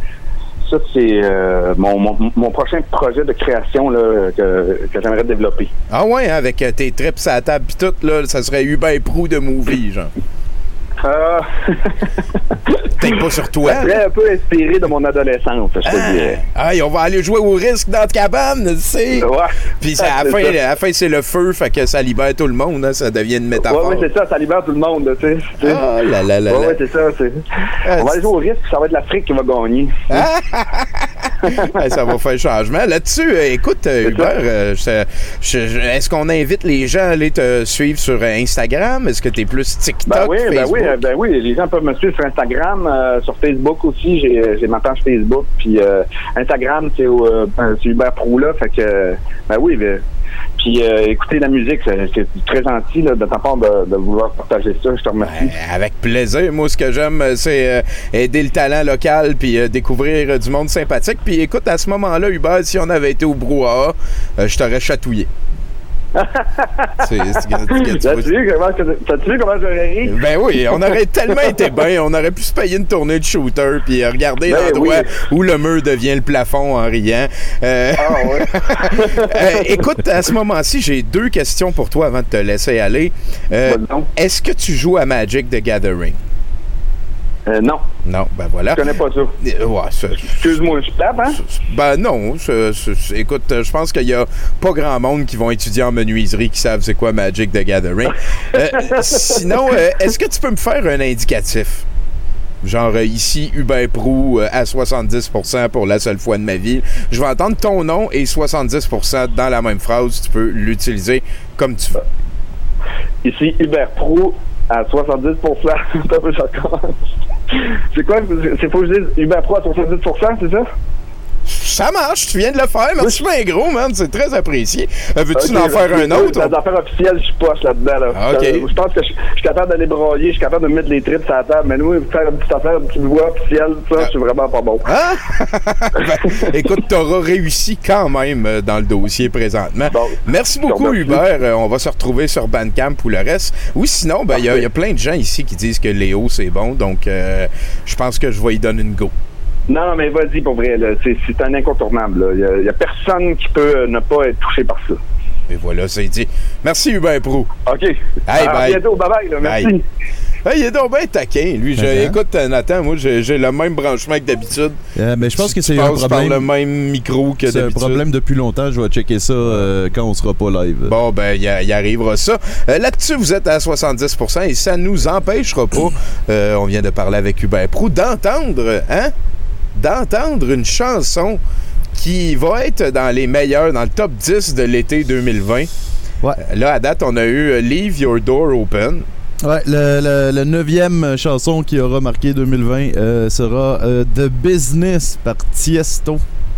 ça, c'est euh, mon, mon, mon prochain projet de création là, que, que j'aimerais développer. Ah ouais, hein, avec euh, tes trips à la table pis tout, là, ça serait Hubert Proust de movie, genre. Euh, Peut-être pas sur toi. ça serait un peu inspiré de mon adolescence, je te Ah, dirais. hey, on va aller jouer au risque dans la cabane, tu sais. Ouais. Puis c'est- à la C'est fin, ça. à la fin, c'est le feu, fait que ça libère tout le monde, hein, ça devient une Ouais, métaphore. ouais, c'est ça, ça libère tout le monde, là, tu sais. tu sais. Ah là là là Ouais, là. ouais, c'est ça. C'est... Ah, On va c'est- aller jouer au risque, ça va être l'Afrique qui va gagner. Hey, ça va faire changement. Là-dessus, euh, écoute, euh, Hubert, euh, je- je- je- est-ce qu'on invite les gens à aller te suivre sur euh, Instagram? Est-ce que tu es plus TikTok, Ben oui, ben Facebook? oui, euh, ben oui, les gens peuvent me suivre sur Instagram, euh, sur Facebook aussi, j'ai, j'ai ma page Facebook, puis euh, Instagram, c'est, euh, c'est Hubert Proula, fait que, euh, ben oui, ben, puis euh, écouter la musique, c'est, c'est très gentil là, de ta part de, de vouloir partager ça, je te remercie. Ben, avec plaisir. Moi, ce que j'aime, euh, c'est euh, aider le talent local puis euh, découvrir euh, du monde sympathique. Puis écoute, à ce moment-là, Hubert, si on avait été au brouhaha, euh, je t'aurais chatouillé. C'est- c'est- c'est- c'est- T'as-tu vu comment, t'as-tu vu comment j'aurais ri? Ben oui, on aurait tellement été bien, on aurait pu se payer une tournée de shooter puis euh, regarder Ben l'endroit oui. où le mur devient le plafond en riant. Euh, Ah ouais. euh, écoute, à ce moment-ci, j'ai deux questions pour toi avant de te laisser aller. Euh, Vas-y donc. Est-ce que tu joues à Magic the Gathering? Euh, non, Non, ben voilà. je connais pas ça. Euh, ouais, ça- Excuse-moi, je tape, hein? Ben non, c'est- c'est- c'est- écoute, je pense qu'il y a pas grand monde qui vont étudier en menuiserie qui savent c'est quoi Magic the Gathering. Euh, sinon, euh, est-ce que tu peux me faire un indicatif? Genre euh, ici, Hubert Proulx euh, à soixante-dix pour cent pour la seule fois de ma vie. Je vais entendre ton nom et soixante-dix pour cent dans la même phrase. Tu peux l'utiliser comme tu veux. Ici, Hubert Proulx à soixante-dix pour cent. C'est un peu choquant. C'est quoi? C'est faut que je dise Hubert Proulx à soixante-dix pour cent, c'est ça? Ça marche, tu viens de le faire. Merci bien gros, man. C'est très apprécié. Euh, Veux-tu Ok, en faire un autre? Dans les affaires officielles, je suis poche là-dedans. Là. Ok. Je, je pense que je, je suis capable d'aller broyer, je suis capable de mettre les tripes sur la table, mais nous, faire une petite affaire, une petite voix officielle, ça, Ah. je suis vraiment pas bon. Hein? Ben, écoute, t'auras réussi quand même euh, dans le dossier présentement. Bon, Merci je te beaucoup, remercie. Hubert. Euh, on va se retrouver sur Bandcamp ou le reste. Ou sinon, ben, il y, a- y a plein de gens ici qui disent que Léo, c'est bon. Donc, euh, je pense que je vais y donner une go. Non, mais vas-y, pour vrai, là, c'est, c'est un incontournable. Il n'y a, a personne qui peut euh, ne pas être touché par ça. Et voilà, c'est dit. Merci, Hubert Proulx. OK. À bye. bientôt. Bye-bye. Là, merci. Bye. Hey, il est donc bien taquin, lui. Je- Mais, hein? Écoute, euh, Nathan, moi, j'ai j'ai le même branchement que d'habitude. Euh, mais je pense Tu- que tu c'est un passes par problème. le même micro que C'est un d'habitude. problème depuis longtemps. Je vais checker ça euh, quand on sera pas live. Bon, ben, il y, y arrivera ça. Euh, Là-dessus, vous êtes à soixante-dix pour cent et ça nous empêchera pas, euh, on vient de parler avec Hubert Proulx, d'entendre, hein? D'entendre une chanson qui va être dans les meilleurs, dans le top dix de l'été deux mille vingt. Ouais. Euh, Là, à date, on a eu euh, Leave Your Door Open. Ouais, le, le, le neuvième chanson qui aura marqué deux mille vingt euh, sera euh, The Business par Tiesto.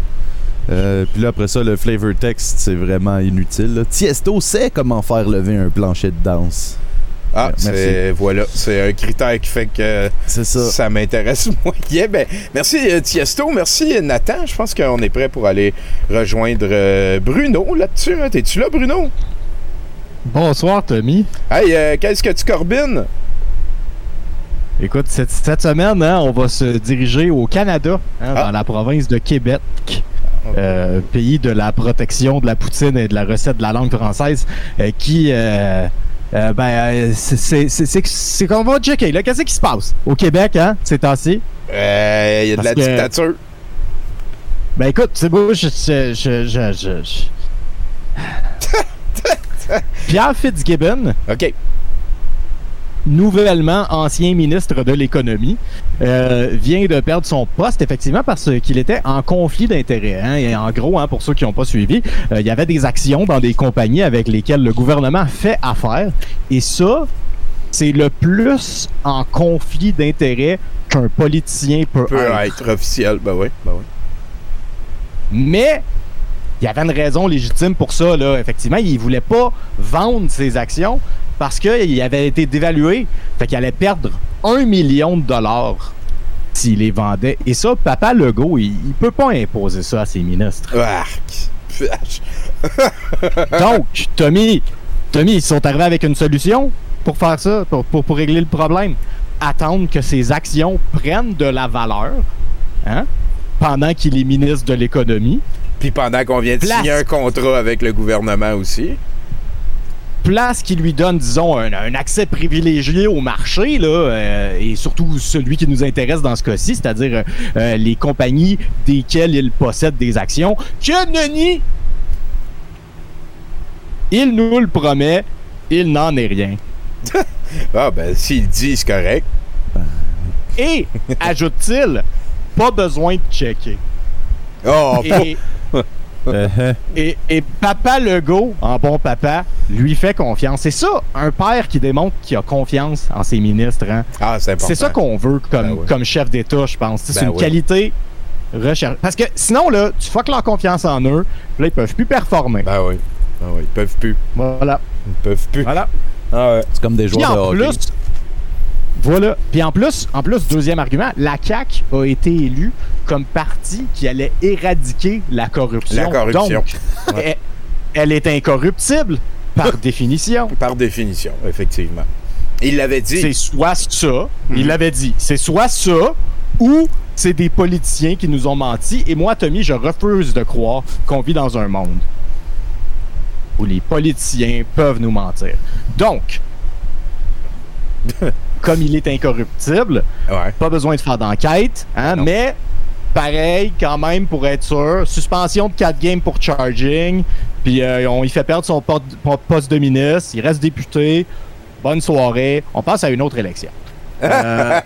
Euh, Puis là, après ça, le flavor text, c'est vraiment inutile. là. Tiesto sait comment faire lever un plancher de danse. Ah, Ouais, c'est, voilà, c'est un critère qui fait que C'est ça. ça m'intéresse moyen. Ben, merci euh, Tiesto, merci Nathan. Je pense qu'on est prêt pour aller rejoindre euh, Bruno là-dessus. Hein. T'es-tu là, Bruno? Bonsoir, Tommy. Hey, euh, qu'est-ce que tu corbines? Écoute, cette, cette semaine, hein, on va se diriger au Canada, hein, Ah. dans la province de Québec, euh, pays de la protection de la poutine et de la recette de la langue française, euh, qui... euh, euh, ben, euh, c'est- c'est c'est- c'est- c'est qu'on va checker, là. Qu'est-ce qui se passe au Québec, hein, ces temps-ci? Euh, Il y a de Parce la que- dictature. Ben, écoute, c'est beau, je... je, je, je, je- je- Pierre Fitzgibbon, OK. nouvellement ancien ministre de l'économie, euh, vient de perdre son poste, effectivement, parce qu'il était en conflit d'intérêts. Hein. Et en gros, hein, pour ceux qui n'ont pas suivi, euh, il y avait des actions dans des compagnies avec lesquelles le gouvernement fait affaire. Et ça, c'est le plus en conflit d'intérêts qu'un politicien peut, Peut être. être officiel. Ben oui, ben oui. Mais il y avait une raison légitime pour ça. Là. Effectivement, il voulait pas vendre ses actions parce qu'il avait été dévalué. Fait qu'il allait perdre un million de dollars s'il les vendait. Et ça, Papa Legault, il, il peut pas imposer ça à ses ministres. Arc. Donc, Tommy, Tommy, ils sont arrivés avec une solution pour faire ça, pour, pour, pour régler le problème. Attendre que ses actions prennent de la valeur, hein, pendant qu'il est ministre de l'économie. Puis pendant qu'on vient de Place. signer un contrat avec le gouvernement aussi. Place qui lui donne, disons, un, un accès privilégié au marché, là, euh, et surtout celui qui nous intéresse dans ce cas-ci, c'est-à-dire euh, les compagnies desquelles il possède des actions, que nenni, il nous le promet, il n'en est rien. Ah, ben, s'il dit, c'est correct. Et, ajoute-t-il, pas besoin de checker. Oh, Et, et, et Papa Legault, en bon papa, lui fait confiance. C'est ça, un père qui démontre qu'il a confiance en ses ministres. Hein? Ah, c'est important. C'est ça qu'on veut comme, Ben oui. comme chef d'État, je pense. C'est Ben une oui. qualité recherchée. Parce que sinon, là, tu fuck leur confiance en eux, puis là, ils peuvent plus performer. Ben oui. Ben oui, ils peuvent plus. Voilà. Ils peuvent plus. Voilà. Ah ouais. C'est comme des Puis joueurs de en hockey. plus, voilà. Puis en plus, en plus, deuxième argument, la C A Q a été élue comme parti qui allait éradiquer la corruption. La corruption. Donc, elle, elle est incorruptible par définition. Par définition, effectivement. Il l'avait dit. C'est soit ça, il l'avait dit, c'est soit ça, ou c'est des politiciens qui nous ont menti. Et moi, Tommy, je refuse de croire qu'on vit dans un monde où les politiciens peuvent nous mentir. Donc, comme il est incorruptible, Ouais. pas besoin de faire d'enquête, hein, Non. mais pareil, quand même, pour être sûr, suspension de quatre games pour charging, puis euh, on y fait perdre son pot- po- poste de ministre, il reste député, bonne soirée, on passe à une autre élection. Euh,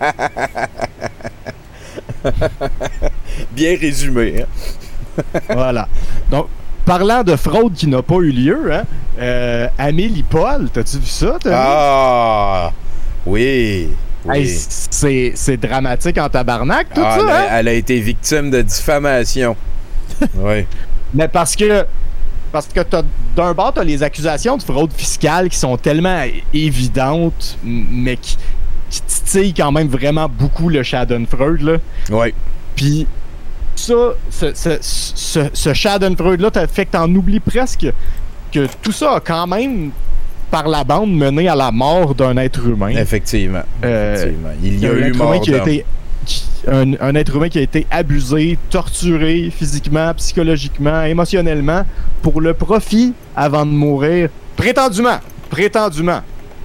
Bien résumé. Hein? voilà. Donc, parlant de fraude qui n'a pas eu lieu, hein, euh, Amélie Paul, t'as-tu vu ça, Tommy? Ah! Oui. Oui. Hey, c'est, c'est dramatique en tabarnak, tout Ah, ça, elle, a, hein? elle a été victime de diffamation. Oui. Mais parce que parce que t'as, d'un bord, t'as les accusations de fraude fiscale qui sont tellement évidentes, m- mais qui, qui titillent quand même vraiment beaucoup le Schadenfreude, là. Oui. Puis ça, ce, ce, ce, ce Schadenfreude-là, t'as fait que t'en oublies presque que tout ça a quand même, par la bande, mené à la mort d'un être humain. Effectivement. Euh, Effectivement. Il y a un eu être mort humain qui a d'homme. été qui- un, un être humain qui a été abusé, torturé physiquement, psychologiquement, émotionnellement pour le profit avant de mourir. Prétendument. Prétendument.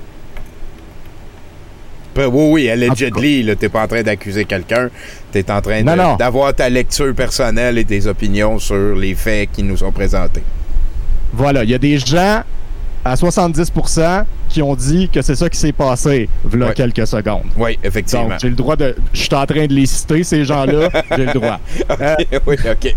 Ben, oui, oui, En tout allegedly, là, t'es pas en train d'accuser quelqu'un. T'es en train de- Non, non. d'avoir ta lecture personnelle et tes opinions sur les faits qui nous sont présentés. Voilà, il y a des gens à soixante-dix pour cent qui ont dit que c'est ça qui s'est passé v'là Ouais. quelques secondes. Oui, effectivement. Donc, j'ai le droit de... Je suis en train de les citer, ces gens-là. J'ai le droit. Euh, oui, OK.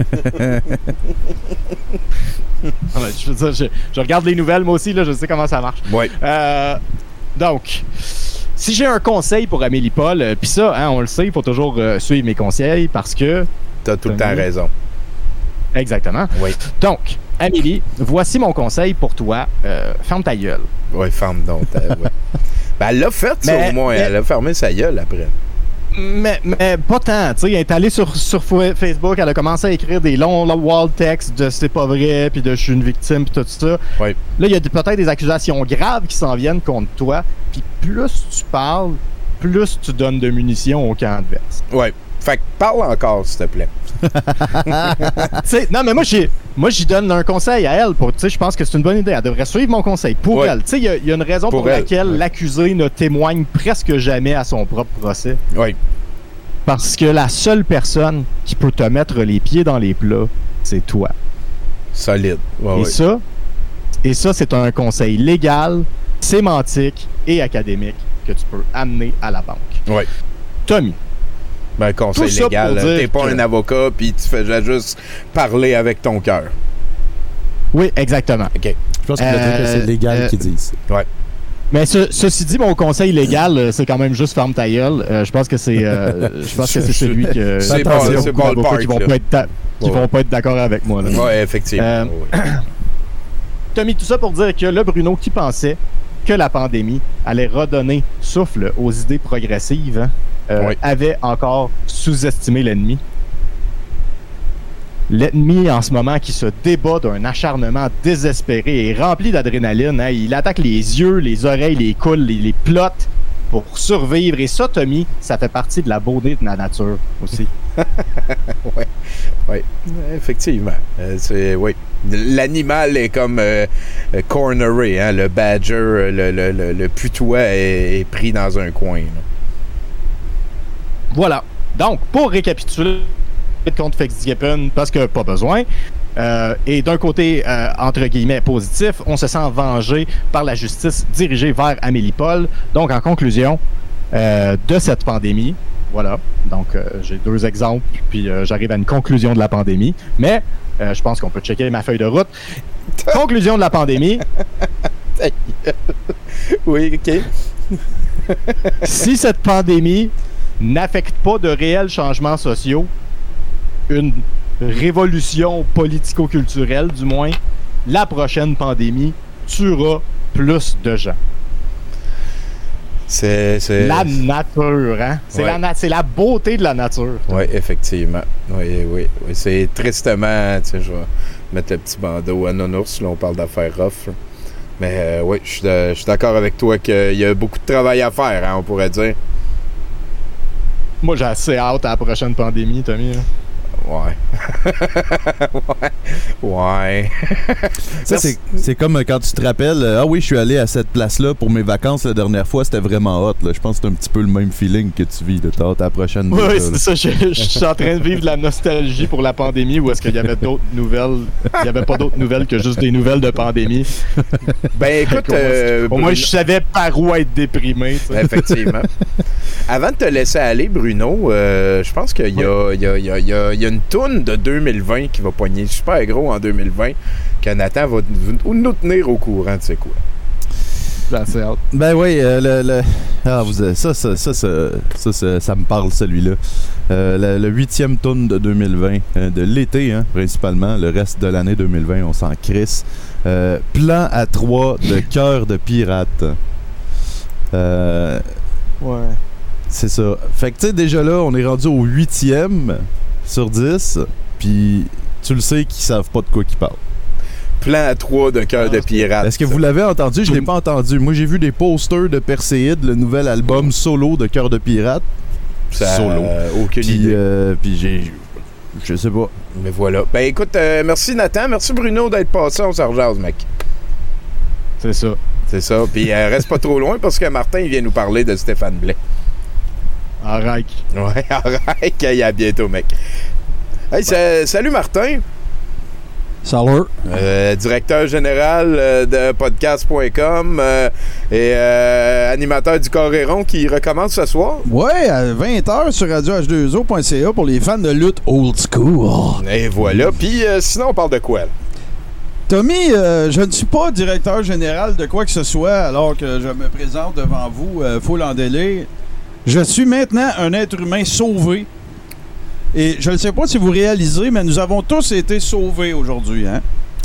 Ah ouais, je, veux dire, je, je regarde les nouvelles, moi aussi, là, je sais comment ça marche. Oui. Euh, donc, si j'ai un conseil pour Amélie Paul, euh, puis ça, hein, on le sait, il faut toujours euh, suivre mes conseils parce que... T'as tout le temps Tommy. raison. Exactement. Oui. Donc, Amélie, voici mon conseil pour toi. Euh, ferme ta gueule. Oui, femme donc. euh, ouais. Ben, elle l'a fait, ça, Mais- au moins. mais- Elle a fermé sa gueule après. Mais, mais pas tant, tu sais, elle est allée sur, sur Fo- Facebook, elle a commencé à écrire des longs longs wall texts de c'est pas vrai, puis de je suis une victime, puis tout ça. Oui. Là, il y a des- peut-être des accusations graves qui s'en viennent contre toi, puis plus tu parles, plus tu donnes de munitions au camp adverse. Oui. Fait que parle encore, s'il te plaît. Tu sais, non, mais moi, j'ai, moi, j'y donne un conseil à elle. Pour, tu sais, je pense que c'est une bonne idée. Elle devrait suivre mon conseil pour Ouais. elle. Tu sais, il y, a- il y a une raison pour, Pour elle, laquelle ouais. l'accusé ne témoigne presque jamais à son propre procès. Oui. Parce que la seule personne qui peut te mettre les pieds dans les plats, c'est toi. Solide. Ouais, et ouais. ça, et ça, c'est un conseil légal, sémantique et académique que tu peux amener à la banque. Oui. Tommy, Ben, conseil Tout ça légal. pour là. dire T'es pas que- un avocat, puis tu fais juste parler avec ton cœur. oui, exactement. OK. Je pense qu'il veut dire que c'est Euh, légal euh, qu'ils disent. Mais ce- ceci dit, mon conseil légal, euh, c'est quand même juste ferme ta gueule. Euh, je pense que c'est, euh, je pense que c'est celui que C'est Attention, pas- il y a c'est beaucoup pas le d'avocats parc, qui vont là. pas être, ta- qui Ouais. vont pas être d'accord avec moi. Là. Oui, effectivement. Euh, Ouais. Tommy, tout ça pour dire que le Bruno qui pensait que la pandémie allait redonner souffle aux idées progressives, hein, euh, Oui. avait encore sous-estimé l'ennemi. L'ennemi en ce moment qui se débat d'un acharnement désespéré et rempli d'adrénaline. Hein, il attaque les yeux, les oreilles, les couilles, les, les plottes pour survivre. Et ça, Tommy, ça fait partie de la beauté de la nature aussi. Oui, effectivement. Euh, c'est, oui. L'animal est comme euh, euh, corneré, hein? Le badger, euh, le, le, le, le putois est, est pris dans un coin. là. Voilà. Donc, pour récapituler contre Fitzgibbon, parce que pas besoin, euh, et d'un côté, euh, entre guillemets, positif, on se sent vengé par la justice dirigée vers Amélie Paul. Donc, en conclusion euh, de cette pandémie, Voilà. Donc, euh, j'ai deux exemples, puis euh, j'arrive à une conclusion de la pandémie. Mais euh, je pense qu'on peut checker ma feuille de route. Conclusion de la pandémie. Oui, OK. Si cette pandémie n'affecte pas de réels changements sociaux, une révolution politico-culturelle, du moins, la prochaine pandémie tuera plus de gens. C'est, c'est... La nature, hein? C'est, Ouais. la, na- c'est la beauté de la nature. Oui, effectivement. Oui, oui, oui. C'est tristement, tu sais, je vais mettre le petit bandeau à Nounours, là, on parle d'affaires rough. Là. Mais euh, oui, je suis de- je suis d'accord avec toi qu'il y a beaucoup de travail à faire, hein, on pourrait dire. Moi, j'ai assez hâte à la prochaine pandémie, Tommy. Là. Ouais. ouais. Ouais. Ça, c'est, c'est comme euh, quand tu te rappelles, euh, ah oui, je suis allé à cette place-là pour mes vacances la dernière fois, c'était vraiment hot. Là. Je pense que c'est un petit peu le même feeling que tu vis. T'as hâte à la prochaine. Oui, déjà, c'est là. ça. Je, je suis en train de vivre de la nostalgie pour la pandémie ou est-ce qu'il y avait d'autres nouvelles? Il n'y avait pas d'autres nouvelles que juste des nouvelles de pandémie. Ben écoute, euh, Au moins, Bruno- je savais par où être déprimé. tu sais. Effectivement. Avant de te laisser aller, Bruno, euh, je pense qu'il y a, il y, a, il y, a, il y, a, il y a une toune de deux mille vingt qui va pogner super gros en deux mille vingt que Nathan va nous nous tenir au courant de c'est quoi. J'ai assez hâte. Ben oui, euh, le, le- ah, vous, euh, ça, ça, ça, ça, ça, ça, ça me parle, celui-là. Euh, le, le huitième tourne de deux mille vingt, euh, de l'été, hein, principalement. Le reste de l'année deux mille vingt, on s'en crisse. Euh, plan à trois de Cœur de pirate. Euh, Ouais. c'est ça. Fait que, tu sais, déjà là, on est rendu au huitième sur dix, puis tu le sais qu'ils savent pas de quoi qu'ils parlent. Plan à trois de Cœur de pirate. Est-ce que vous l'avez entendu? Je l'ai pas entendu. Moi, j'ai vu des posters de Perséide, le nouvel album solo de Cœur de pirate. Ça, Solo. euh, aucune Puis, idée. euh, puis j'ai... Je sais pas. Mais voilà. Ben écoute, euh, merci Nathan, merci Bruno d'être passé, on s'en rejase, mec. C'est ça. C'est ça. Puis euh, reste pas trop loin parce que Martin il vient nous parler de Stéphane Blais. Arrête. Ouais, arrête. Hey, à bientôt, mec. Hey, sa- salut Martin. Salut. Euh, directeur général euh, de podcast point com euh, et euh, animateur du Coréron qui recommence ce soir. Ouais, à vingt heures sur radio h deux o point c a pour les fans de lutte old school. Et voilà. Puis euh, sinon, on parle de quoi, là? Tommy, euh, je ne suis pas directeur général de quoi que ce soit alors que je me présente devant vous, euh, full en délai. Je suis maintenant un être humain sauvé. Et je ne sais pas si vous réalisez, mais nous avons tous été sauvés aujourd'hui. Hein?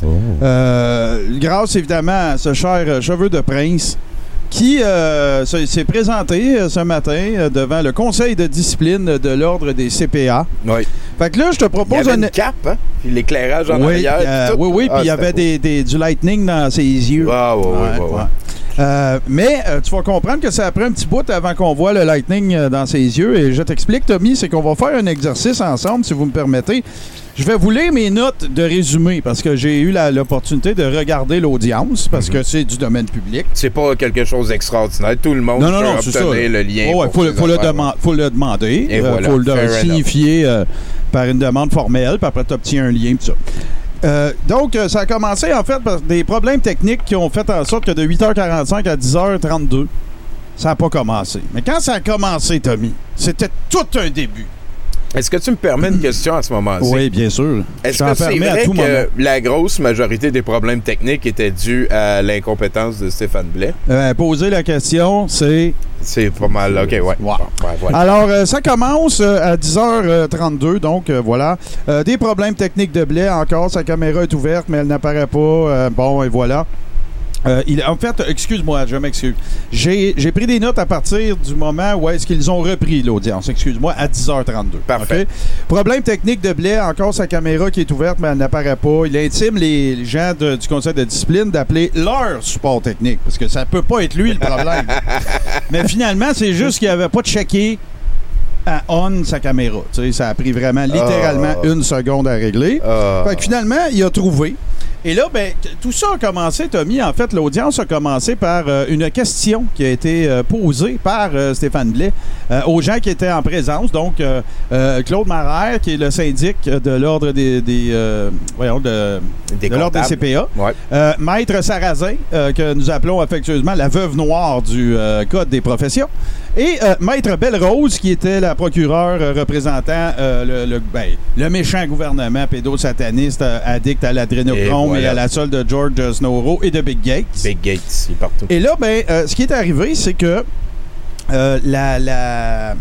Euh, grâce évidemment à ce cher euh, cheveu de prince qui euh, s'est s'est présenté euh, ce matin euh, devant le conseil de discipline de l'ordre des C P A. Oui. Fait que là, je te Il y propose avait un... une cape, hein? Puis l'éclairage en Oui, arrière. euh, puis tout. oui, oui, puis Ah, il y c'était avait beau. des, des- du lightning dans ses yeux. Ah, ouais, ouais, ouais, ouais. ouais. Euh, mais euh, tu vas comprendre que ça prend un petit bout avant qu'on voit le lightning euh, dans ses yeux. Et je t'explique, Tommy, c'est qu'on va faire un exercice ensemble, si vous me permettez. Je vais vous lire mes notes de résumé parce que j'ai eu la- l'opportunité de regarder l'audience parce Mhm. que c'est du domaine public. C'est pas quelque chose d'extraordinaire. Tout le monde Non, non, peut non, c'est ça. obtenir le lien. Il pour faut, ces faut, le affaires-là. deman- faut le demander. Et Euh, voilà. faut le Fair signifier euh, par une demande formelle, puis après tu obtiens un lien, tout ça. Euh, donc, euh, ça a commencé en fait par des problèmes techniques qui ont fait en sorte que de huit heures quarante-cinq à dix heures trente-deux, ça n'a pas commencé. Mais quand ça a commencé, Tommy, c'était tout un début. Est-ce que tu me permets une question à ce moment-ci? Oui, bien sûr. Est-ce Je t'en que c'est permets à vrai tout que moment. la grosse majorité des problèmes techniques étaient dus à l'incompétence de Stéphane Blais? Euh, poser la question, c'est... C'est pas mal. OK, ouais. Ouais. Bon, ouais, voilà. Alors, euh, ça commence euh, à dix heures trente-deux, donc euh, voilà. Euh, des problèmes techniques de Blais encore. Sa caméra est ouverte, mais elle n'apparaît pas. Euh, bon, et voilà. Euh, il, en fait, excuse-moi, je m'excuse. J'ai, j'ai pris des notes à partir du moment où est-ce qu'ils ont repris l'audience. Excuse-moi, à dix heures trente-deux. Parfait. OK? Problème technique de Blais, encore sa caméra qui est ouverte, mais elle n'apparaît pas. Il intime les gens de- du conseil de discipline d'appeler leur support technique, parce que ça peut pas être lui le problème. Mais finalement, c'est juste qu'il n'avait pas checké à on sa caméra. Tu sais, ça a pris vraiment littéralement Ah. une seconde à régler. Ah. Fait que finalement, il a trouvé. Et là, ben, t- tout ça a commencé, Tommy. En fait, l'audience a commencé par euh, une question qui a été euh, posée par euh, Stéphane Blais euh, aux gens qui étaient en présence. Donc, euh, euh, Claude Marère, qui est le syndic de l'ordre des, des, euh, voyons, de, Des de l'ordre des comptables. C P A. Ouais. Euh, Maître Sarrazin, euh, que nous appelons affectueusement la veuve noire du euh, Code des professions. Et euh, Maître Belle-Rose, qui était la procureure euh, représentant euh, le, le, ben, le méchant gouvernement pédosataniste euh, addict à l'adrénochrome et, voilà. et à la solde de George Snowrow et de Big Gates. Big Gates, il est partout. Et là, ben, euh, ce qui est arrivé, c'est que euh, la... la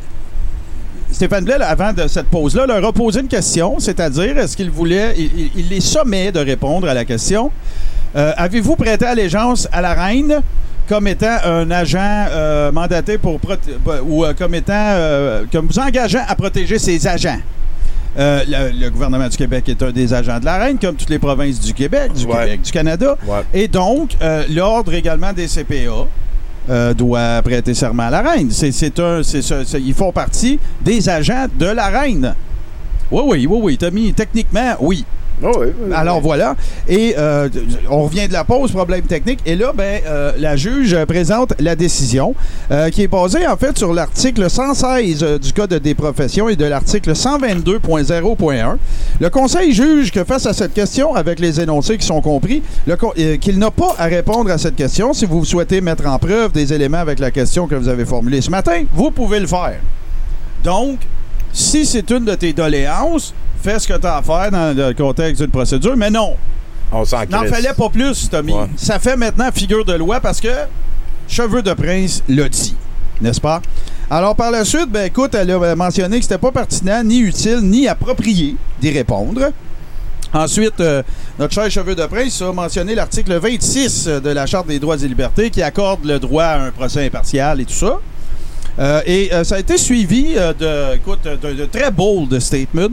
Stéphane Blais, avant de cette pause-là, leur a posé une question, c'est-à-dire, est-ce qu'il voulait, il, il les sommait de répondre à la question, euh, avez-vous prêté allégeance à la reine comme étant un agent euh, mandaté pour, proté- ou euh, comme étant, euh, comme vous engageant à protéger ses agents? Euh, le, le gouvernement du Québec est un des agents de la reine, comme toutes les provinces du Québec, du ouais. Québec, du Canada. Ouais. Et donc, euh, l'ordre également des C P A Euh, doit prêter serment à la reine. C'est, c'est un, c'est, c'est, c'est, ils font partie des agents de la reine. Oui, oui, oui, oui. Tommy, techniquement, oui. Oh oui, oui, Alors oui. voilà. Et euh, on revient de la pause, problème technique. Et là, ben, euh, la juge présente la décision euh, qui est basée en fait sur l'article cent seize euh, du Code des professions et de l'article cent vingt-deux point zéro point un. Le Conseil juge que face à cette question, avec les énoncés qui sont compris, le, euh, qu'il n'a pas à répondre à cette question. Si vous souhaitez mettre en preuve des éléments avec la question que vous avez formulée ce matin, vous pouvez le faire. Donc, si c'est une de tes doléances, fais ce que tu as à faire dans le contexte d'une procédure, mais non. On s'en N'en fallait pas plus, Tommy. Ouais. Ça fait maintenant figure de loi parce que Cheveux de Prince l'a dit, n'est-ce pas? Alors, par la suite, ben écoute, elle a mentionné que c'était pas pertinent, ni utile, ni approprié d'y répondre. Ensuite, euh, notre cher Cheveux de Prince a mentionné l'article vingt-six de la Charte des droits et libertés qui accorde le droit à un procès impartial et tout ça. Euh, et euh, ça a été suivi euh, de, écoute, de, de très bold statement.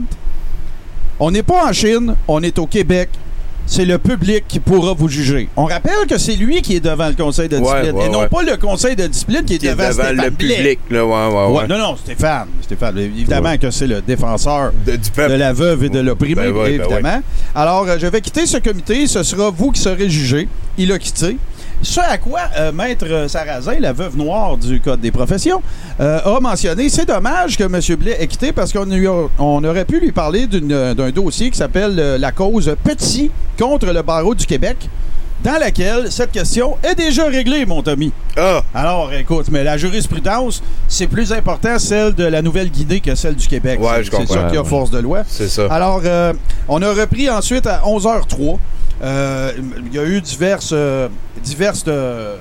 On n'est pas en Chine, on est au Québec. C'est le public qui pourra vous juger. On rappelle que c'est lui qui est devant le conseil de discipline ouais, ouais, et non ouais. pas le conseil de discipline qui est qui devant, est devant Stéphane le Blais. public. Là, ouais, ouais, ouais. Ouais, non, non, Stéphane. Stéphane. Évidemment ouais. que c'est le défenseur de, du peuple. de la veuve et de l'opprimé, ben ouais, évidemment. Ben ouais. Alors, euh, je vais quitter ce comité. Ce sera vous qui serez jugé. Il a quitté. Ce à quoi euh, Maître Sarrazin, la veuve noire du Code des professions, euh, a mentionné, c'est dommage que M. Blais ait quitté parce qu'on a, on aurait pu lui parler d'une, d'un dossier qui s'appelle euh, la cause Petit contre le barreau du Québec, dans laquelle cette question est déjà réglée, mon Tommy. Ah! Alors, écoute, mais la jurisprudence, c'est plus important celle de la Nouvelle-Guinée que celle du Québec. Ouais, c'est, je comprends. c'est ça qui a ouais. force de loi. C'est ça. Alors, euh, on a repris ensuite à onze heures trois. Euh, il y a eu diverses, euh, diverses euh,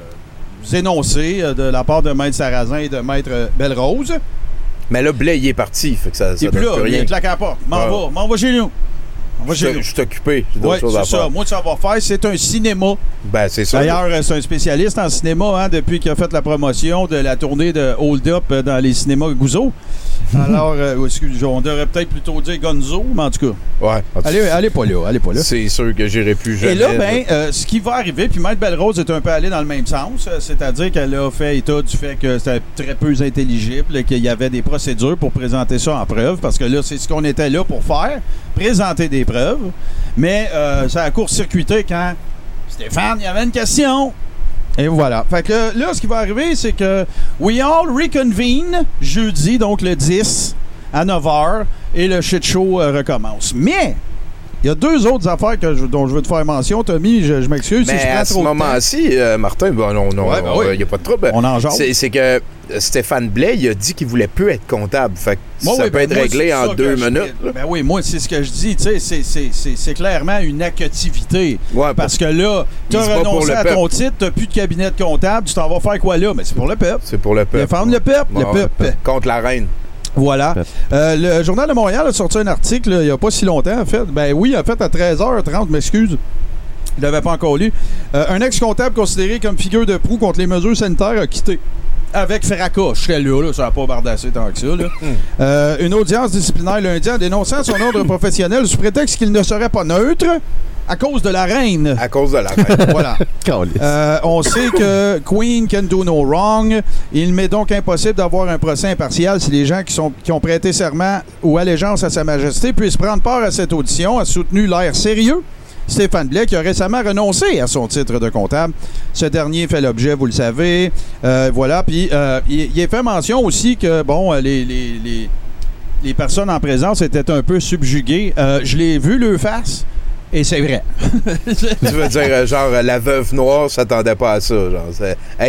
énoncés euh, de la part de Maître Sarrazin et de Maître Belle-Rose. Mais là, Blais, il est parti. Fait que ça, ça il est plus là, plus rien. il claque à la porte. M'en ouais. va, m'en va chez nous. Je, je suis occupé. J'ai d'autres ouais, choses à c'est faire. ça. Moi, ça va faire, c'est un cinéma. Ben, c'est ça. D'ailleurs, c'est un spécialiste en cinéma hein, depuis qu'il a fait la promotion de la tournée de Hold Up dans les cinémas Gouzeau. Alors, euh, excusez, on devrait peut-être plutôt dire Gonzo, mais en tout cas. Ouais. Allez, allez pas là, allez pas là. C'est sûr que j'irai plus jamais. Et là, ben, euh, ce qui va arriver, puis Maître Belle-Rose est un peu allé dans le même sens, euh, c'est-à-dire qu'elle a fait état du fait que c'était très peu intelligible et qu'il y avait des procédures pour présenter ça en preuve, parce que là, c'est ce qu'on était là pour faire, présenter des preuves. Mais euh, ça a court-circuité quand Stéphane, il y avait une question. Et voilà. Fait que là, ce qui va arriver, c'est que we all reconvene jeudi, donc le dix, à neuf heures, et le shit show euh, recommence. Mais il y a deux autres affaires que je, dont je veux te faire mention, Tommy. Je, je m'excuse mais si je prends à ce trop de temps. moment-ci, euh, Martin, ben, non, non, Ouais, ben il oui. n'y a pas de trouble. On en jase. C'est, c'est que Stéphane Blais, il a dit qu'il voulait plus être comptable. Fait que moi, ça oui, peut ben, être moi, réglé en deux je, minutes. Ben oui, moi, c'est ce que je dis. Tu sais, c'est, c'est, c'est, c'est clairement une activité. Ouais, parce que là, tu as renoncé à ton titre, tu n'as plus de cabinet de comptable, tu t'en vas faire quoi là? Mais c'est pour le peuple. C'est pour le peuple. Défendre le peuple, Ouais, le peuple. ouais. Contre la reine. Voilà. Euh, le Journal de Montréal a sorti un article là, il n'y a pas si longtemps, en fait. Ben oui, en fait, à treize heures trente, m'excuse. Je ne l'avais pas encore lu. Euh, un ex-comptable considéré comme figure de proue contre les mesures sanitaires a quitté. Avec fracas. Je serais là, là, ça n'a pas bardassé tant que ça. Là. euh, une audience disciplinaire lundi en dénonçant son ordre professionnel sous prétexte qu'il ne serait pas neutre à cause de la reine. À cause de la reine. Voilà. euh, on sait que Queen can do no wrong. Il m'est donc impossible d'avoir un procès impartial si les gens qui, sont, qui ont prêté serment ou allégeance à Sa Majesté puissent prendre part à cette audition, a soutenu l'air sérieux Stéphane Blais, qui a récemment renoncé à son titre de comptable. Ce dernier fait l'objet, vous le savez. Euh, voilà. Puis, euh, il, il est fait mention aussi que, bon, les, les, les, les personnes en présence étaient un peu subjuguées. Euh, je l'ai vu le face. Et c'est vrai. Tu veux dire, genre, la veuve noire s'attendait pas à ça. Genre, c'est être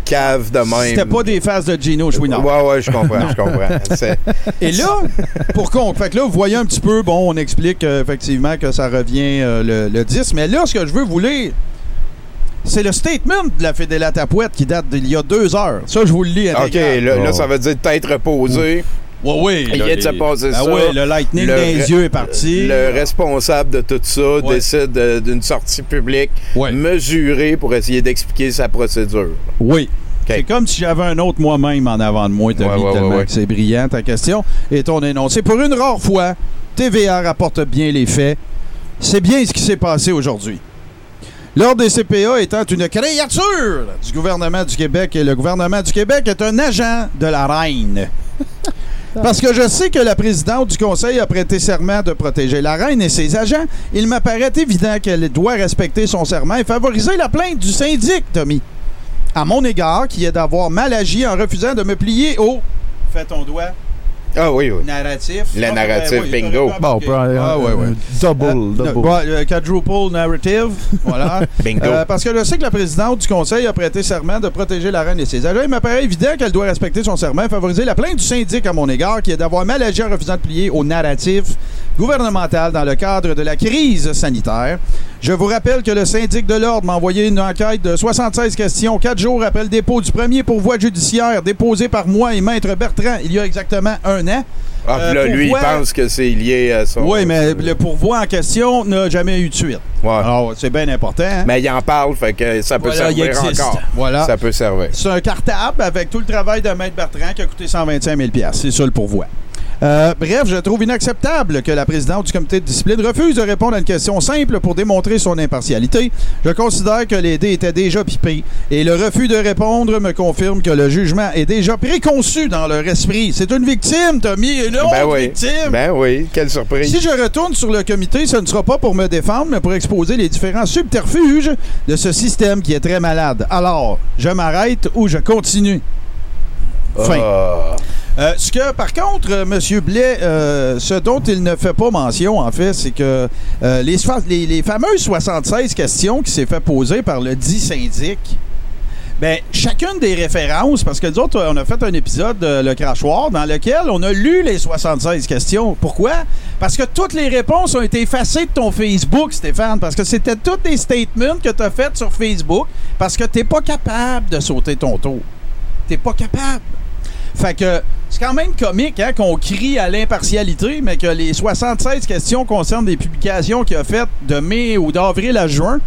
cave de même. C'était pas des faces de Gino Chouinard. Ouais, ouais, je comprends, je comprends. C'est... Et là, pour qu'on... Fait que là, vous voyez un petit peu, bon, on explique euh, effectivement que ça revient euh, le, le dix, mais là, ce que je veux vous lire, c'est le statement de la Fédélate à Pouette qui date d'il y a deux heures. Ça, je vous le lis. OK, là, là, ça veut dire tête reposée. Oui, oui. Il vient de se passer ah ça. Oui, le lightning le, dans les yeux est parti. Le responsable de tout ça ouais. décide de, d'une sortie publique ouais. mesurée pour essayer d'expliquer sa procédure. Oui. Okay. C'est comme si j'avais un autre moi-même en avant de moi, Tommy, ouais, ouais, tellement ouais, ouais. que c'est brillant ta question et ton énoncé. Pour une rare fois, T V R rapporte bien les faits. C'est bien ce qui s'est passé aujourd'hui. L'Ordre des C P A étant une créature du gouvernement du Québec, et le gouvernement du Québec est un agent de la reine. Parce que je sais que la présidente du Conseil a prêté serment de protéger la reine et ses agents, il m'apparaît évident qu'elle doit respecter son serment et favoriser la plainte du syndic, Tommy, à mon égard, qui est d'avoir mal agi en refusant de me plier au... Fais ton doigt. Ah oui, oui. Narratif. Le ah, ben, oui, bingo. Bon, ah, ouais, ouais. Double, euh, double. Euh, quadruple narrative. Voilà. Bingo. Euh, parce que je sais que la présidente du Conseil a prêté serment de protéger la reine et ses agents. Il m'apparaît évident qu'elle doit respecter son serment et favoriser la plainte du syndic à mon égard, qui est d'avoir mal agi en refusant de plier au narratif gouvernemental dans le cadre de la crise sanitaire. Je vous rappelle que le syndic de l'Ordre m'a envoyé une enquête de soixante-seize questions, quatre jours après le dépôt du premier pourvoi judiciaire déposé par moi et Maître Bertrand il y a exactement un an. Ah, euh, là, lui, pourvoi... il pense que c'est lié à son... Oui, mais le pourvoi en question n'a jamais eu de suite. Ouais. Alors, c'est bien important. Hein? Mais il en parle, fait que ça peut voilà, servir encore. Voilà. Ça peut servir. C'est un cartable avec tout le travail de Maître Bertrand qui a coûté cent vingt-cinq mille dollars. C'est ça le pourvoi. Euh, bref, je trouve inacceptable que la présidente du comité de discipline refuse de répondre à une question simple pour démontrer son impartialité. Je considère que les dés étaient déjà pipés et le refus de répondre me confirme que le jugement est déjà préconçu dans leur esprit. C'est une victime, Tommy, une autre ben oui. victime. Ben oui, quelle surprise. Si je retourne sur le comité, ce ne sera pas pour me défendre, mais pour exposer les différents subterfuges de ce système qui est très malade. Alors, je m'arrête ou je continue? Fin. Oh. Euh, ce que, par contre, euh, M. Blais, euh, ce dont il ne fait pas mention, en fait, c'est que euh, les, les, les fameuses soixante-seize questions qui s'est fait poser par le dit syndic, bien, chacune des références, parce que nous autres, on a fait un épisode de Le Crachoir dans lequel on a lu les soixante-seize questions. Pourquoi? Parce que toutes les réponses ont été effacées de ton Facebook, Stéphane, parce que c'était tous des statements que tu as faits sur Facebook, parce que t'es pas capable de sauter ton tour. T'es pas capable. Fait que c'est quand même comique hein, qu'on crie à l'impartialité, mais que les soixante-seize questions concernent des publications qu'il a faites de mai ou d'avril à juin,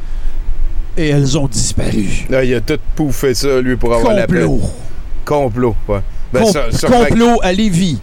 et elles ont disparu. Là, il a tout pouffé ça, lui, pour avoir la peine. Complot. Complot, ouais. Ben, Com- ça, ça complot fait... à Lévis.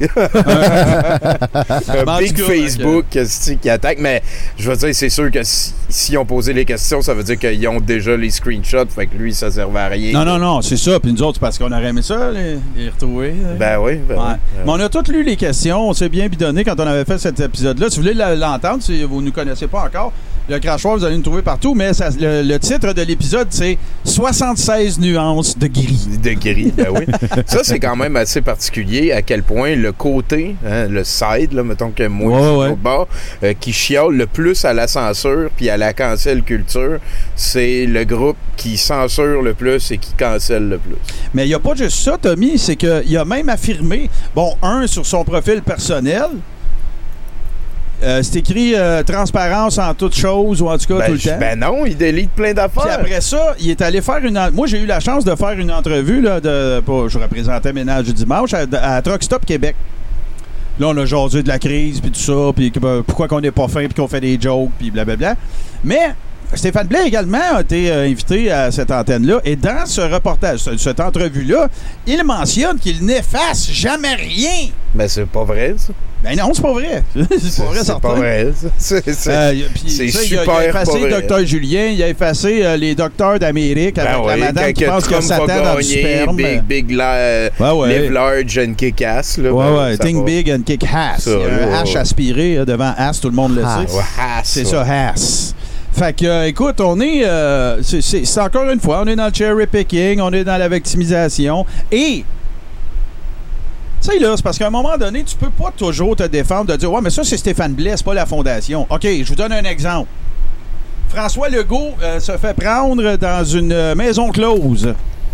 un big Facebook okay. qui attaque, mais je veux dire, c'est sûr que si, si ont posé les questions, ça veut dire qu'ils ont déjà les screenshots, fait que lui, ça servait à rien. Non, non, non, c'est ça. Puis nous autres, c'est parce qu'on aurait aimé ça, les, les retrouver. Ben oui, ben ouais. oui. Mais on a tous lu les questions, on s'est bien bidonné quand on avait fait cet épisode-là. Si vous voulez l'entendre, si vous ne nous connaissez pas encore, Le Crachoir, vous allez nous trouver partout, mais ça, le, le titre de l'épisode, c'est soixante-seize nuances de gris. De gris, ben oui. Ça, c'est quand même assez particulier à quel point le côté, hein, le side, là, mettons que moi, ouais, ouais. au bas, euh, qui chiale le plus à la censure puis à la cancel culture, c'est le groupe qui censure le plus et qui cancelle le plus. Mais il n'y a pas juste ça, Tommy, c'est qu'il a même affirmé, bon, un, sur son profil personnel, Euh, c'est écrit euh, transparence en toutes choses ou en tout cas ben, tout le temps. Ben non, il délite plein d'affaires. Puis après ça, il est allé faire une... En... Moi, j'ai eu la chance de faire une entrevue, là, de... je représentais Ménage du Dimanche, à, à Truck Stop Québec. Là, on a jasé de la crise, puis tout ça, puis ben, pourquoi qu'on n'est pas fin, puis qu'on fait des jokes, puis blablabla. Mais Stéphane Blais également a été euh, invité à cette antenne-là, et dans ce reportage, cette entrevue-là, il mentionne qu'il n'efface jamais rien. Ben c'est pas vrai, ça. Ben non, c'est pas vrai. c'est pas vrai, c'est pas vrai. C'est, c'est, euh, c'est ça, super il a, il a effacé le docteur Julien, il a effacé euh, les docteurs d'Amérique ben avec oui, la madame qui pense que Satan dans du sperme. Big, big, la, ouais, ouais. live large and kick ass. Là, ouais, ben, ouais, think va. Big and kick ass. Ça, il y a un ouais, H ouais. aspiré euh, devant ass, tout le monde le ah, sait. Ouais, ass, c'est ouais. ça, ass. Fait que, euh, écoute, on est, euh, c'est, c'est, c'est encore une fois, on est dans le cherry picking, on est dans la victimisation et... Tu sais, là, c'est parce qu'à un moment donné, tu peux pas toujours te défendre de dire « Ouais, mais ça, c'est Stéphane Blais, c'est pas la Fondation. » OK, je vous donne un exemple. François Legault euh, se fait prendre dans une maison close.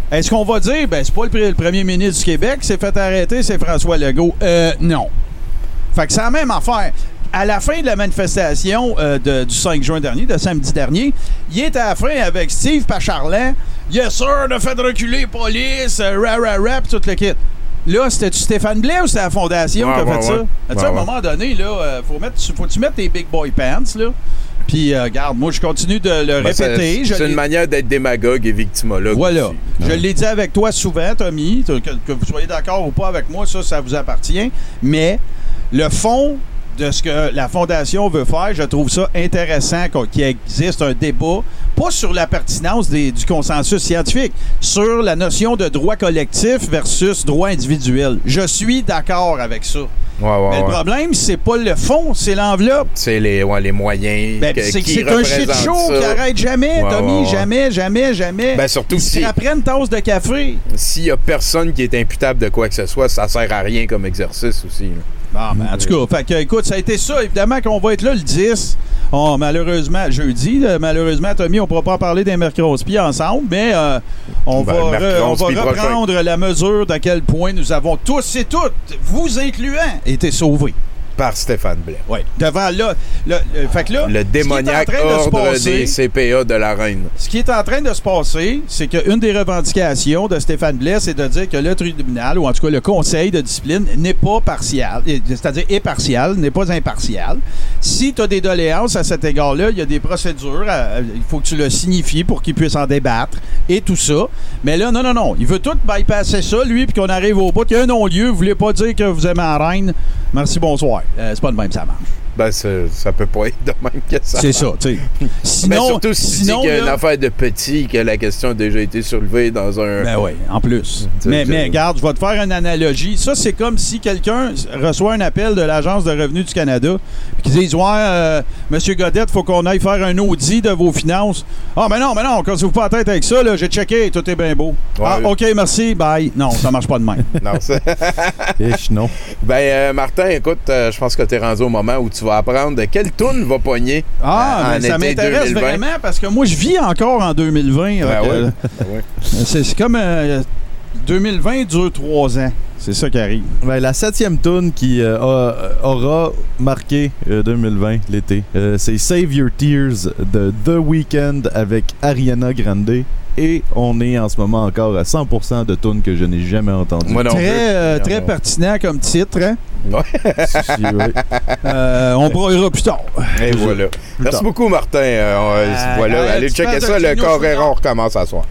Est-ce qu'on va dire, ben, c'est pas le, le premier ministre du Québec qui s'est fait arrêter, c'est François Legault? Euh, non. Fait que c'est la même affaire. À la fin de la manifestation euh, de, du cinq juin dernier, de samedi dernier, il est à la fin avec Steve Pacharland. Yes, sir, on a fait reculer la police, euh, ra, ra, ra, pis tout le kit. Là, c'était-tu Stéphane Blais ou c'était la Fondation ouais, qui a ouais, fait ouais. ça? Ouais, tu sais, à un ouais. moment donné, là, euh, faut mettre, faut tu mettre tes big boy pants, là. Puis, euh, regarde, moi, je continue de le Ben, répéter. C'est, Je c'est une l'ai- manière d'être démagogue et victimologue. Voilà. aussi. Je l'ai dit avec toi souvent, Tommy, que, que vous soyez d'accord ou pas avec moi, ça, ça vous appartient. Mais le fond de ce que la Fondation veut faire, je trouve ça intéressant qu'on- qu'il existe un débat, pas sur la pertinence des- du consensus scientifique, sur la notion de droit collectif versus droit individuel. Je suis d'accord avec ça. Ouais, ouais, Mais ouais. le problème, c'est pas le fond, c'est l'enveloppe. C'est les, ouais, les moyens. Ben, que- c'est qui c'est un shit représentent show ça. qui arrête jamais, Ouais, Tommy, ouais, ouais. jamais, jamais, jamais. Ben, surtout Ils se si- prennent une tasse de café. S'il y a personne qui est imputable de quoi que ce soit, ça sert à rien comme exercice aussi. là. Bon, ben, en tout cas, fait que, écoute, ça a été ça. Évidemment qu'on va être là le dix. Oh, malheureusement, jeudi, là, malheureusement, Tommy, on ne pourra pas parler des Mercrospi ensemble, mais euh, on, Ben, va re- on va Mercrospi reprendre la mesure d'à quel point nous avons tous et toutes, vous incluant, été sauvés. Par Stéphane Blais. Oui. Devant là, le, le- fait que là, Le démoniaque ce qui est en train de se ordre passer- des C P A de la reine. Ce qui est en train de se passer, c'est qu'une des revendications de Stéphane Blais, c'est de dire que le tribunal, ou en tout cas le conseil de discipline, n'est pas partial, c'est-à-dire est partial, n'est pas impartial. Si tu as des doléances à cet égard-là, il y a des procédures, à- il faut que tu le signifies pour qu'il puisse en débattre et tout ça. Mais là, non, non, non, il veut tout bypasser ça, lui, puis qu'on arrive au bout. Il y a un non-lieu, vous voulez pas dire que vous aimez la reine. Merci, bonsoir. Euh, c'est pas de même, ça marche. Ben, ça, ça peut pas être de même que ça. C'est ça, tu sais. Mais Sinon, surtout si sinon, tu dis qu'il y a une là- affaire de petit, que la question a déjà été soulevée dans un... Ben oui, en plus. Tu sais, Mais, je- mais regarde, je vais te faire une analogie. Ça, c'est comme si quelqu'un reçoit un appel de l'Agence de revenus du Canada qui dit ouais, euh, Monsieur Godette, faut qu'on aille faire un audit de vos finances. Ah, mais non, mais non, cassez-vous pas la tête avec ça, là. J'ai checké, tout est bien beau. Ouais. Ah, OK, merci, bye. Non, ça marche pas de même. Non, c'est... Ich, non. Ben, euh, Martin, écoute, euh, je pense que t'es rendu au moment où tu vas apprendre quelle toune va pogner Ah, euh, en mais ça été m'intéresse deux mille vingt. vraiment parce que moi, je vis encore en deux mille vingt. Ben avec, oui. euh, Ben oui. c'est, c'est comme euh, deux mille vingt dure trois ans. C'est ça qui arrive. Ben, la septième tune qui euh, a- aura marqué euh, deux mille vingt, l'été, euh, c'est Save Your Tears de The Weeknd avec Ariana Grande. Et on est en ce moment encore à cent pour cent de tunes que je n'ai jamais entendues. Moi non Très, plus. euh, Non, très non. pertinent comme titre. Hein? Si, si, ouais. Euh, on broyera plus tard. Et voilà. Merci tard. beaucoup, Martin. Euh, on- Euh, voilà, euh, allez tu checker parles ça. de Le Gino Coréron recommence à soir.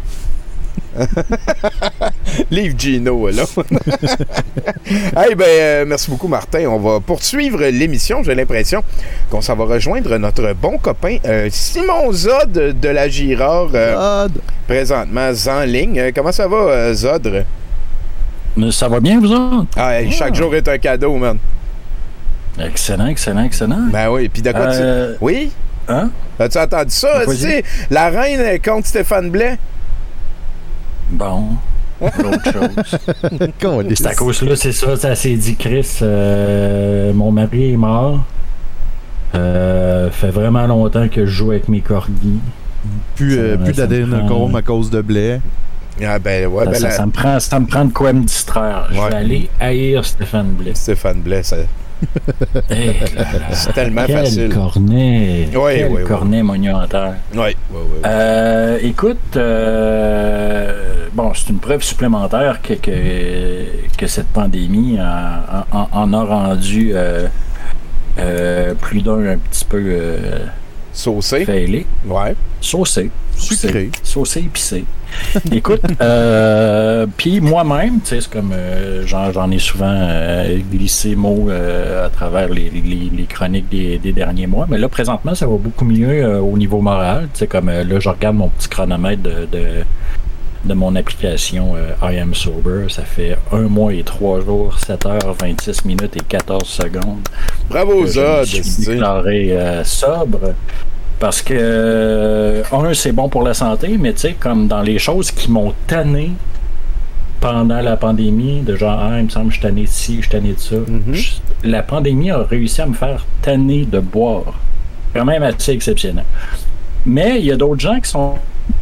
Livre Gino, là. Hey, ben, euh, merci beaucoup, Martin. On va poursuivre l'émission. J'ai l'impression qu'on s'en va rejoindre notre bon copain euh, Simon Zod de la Girard, euh, Zod. présentement en ligne. Euh, comment ça va, euh, Zodre? Mais ça va bien, vous autres? Ah, hey, chaque jour est un cadeau, man. Excellent, excellent, excellent. Ben oui, puis de quoi Euh, tu... Oui? Hein? As-tu entendu ça? Tu Vas-y. sais, la reine euh, contre Stéphane Blais? Bon. L'autre chose. C'est à cause là, c'est ça, ça s'est dit, Chris. euh, mon mari est mort. Euh, fait vraiment longtemps que je joue avec mes corgis. Plus, euh, Ça- plus ça me d'adénochrome prend- à cause de blé. Ah ben ouais, Ça, ben ça, la- ça me prend, ça me prend de quoi me distraire. Je Ouais. vais aller haïr Stéphane Blais. Stéphane Blais, ça... Eh là là. c'est tellement Quel facile. cornet. Ouais, Quel ouais, ouais. cornet monumental. Oui, oui, oui. Euh, écoute, euh, bon, c'est une preuve supplémentaire que, que, que cette pandémie en, en- en a rendu euh, euh, plus d'un un petit peu euh, Saucé. failé. Ouais. Saucé. Sucré. Saucé épicé. Écoute, euh, puis moi-même, tu sais, c'est comme euh, j'en, j'en ai souvent euh, glissé mot euh, à travers les, les, les chroniques des, des derniers mois, mais là, présentement, ça va beaucoup mieux euh, au niveau moral. Tu sais, comme euh, là, je regarde mon petit chronomètre de, de, de mon application euh, I Am Sober. Ça fait un mois et trois jours, sept heures, vingt-six minutes et quatorze secondes. Bravo, que je Zod. me suis c'est- déclaré euh, sobre. Parce que, euh, un, c'est bon pour la santé, mais tu sais, comme dans les choses qui m'ont tanné pendant la pandémie, de genre, ah, il me semble que je suis tanné de ci, je suis tanné de ça. Mhm. Je- la pandémie a réussi à me faire tanner de boire. Quand même assez exceptionnel. Mais il y a d'autres gens qui sont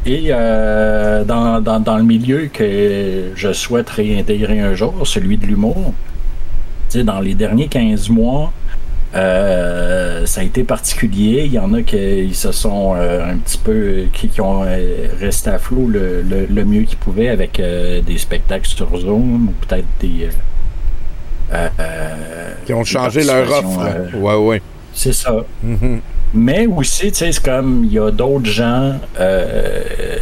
et euh, dans, dans, dans le milieu que je souhaite réintégrer un jour, celui de l'humour, tu sais, dans les derniers quinze mois, euh, ça a été particulier. Il y en a qui se sont euh, un petit peu, qui, qui ont euh, resté à flot le, le, le mieux qu'ils pouvaient avec euh, des spectacles sur Zoom ou peut-être des... Euh, euh, qui ont changé leur offre. Euh, ouais, ouais. C'est ça. Mm-hmm. Mais aussi, tu sais, c'est comme, il y a d'autres gens euh,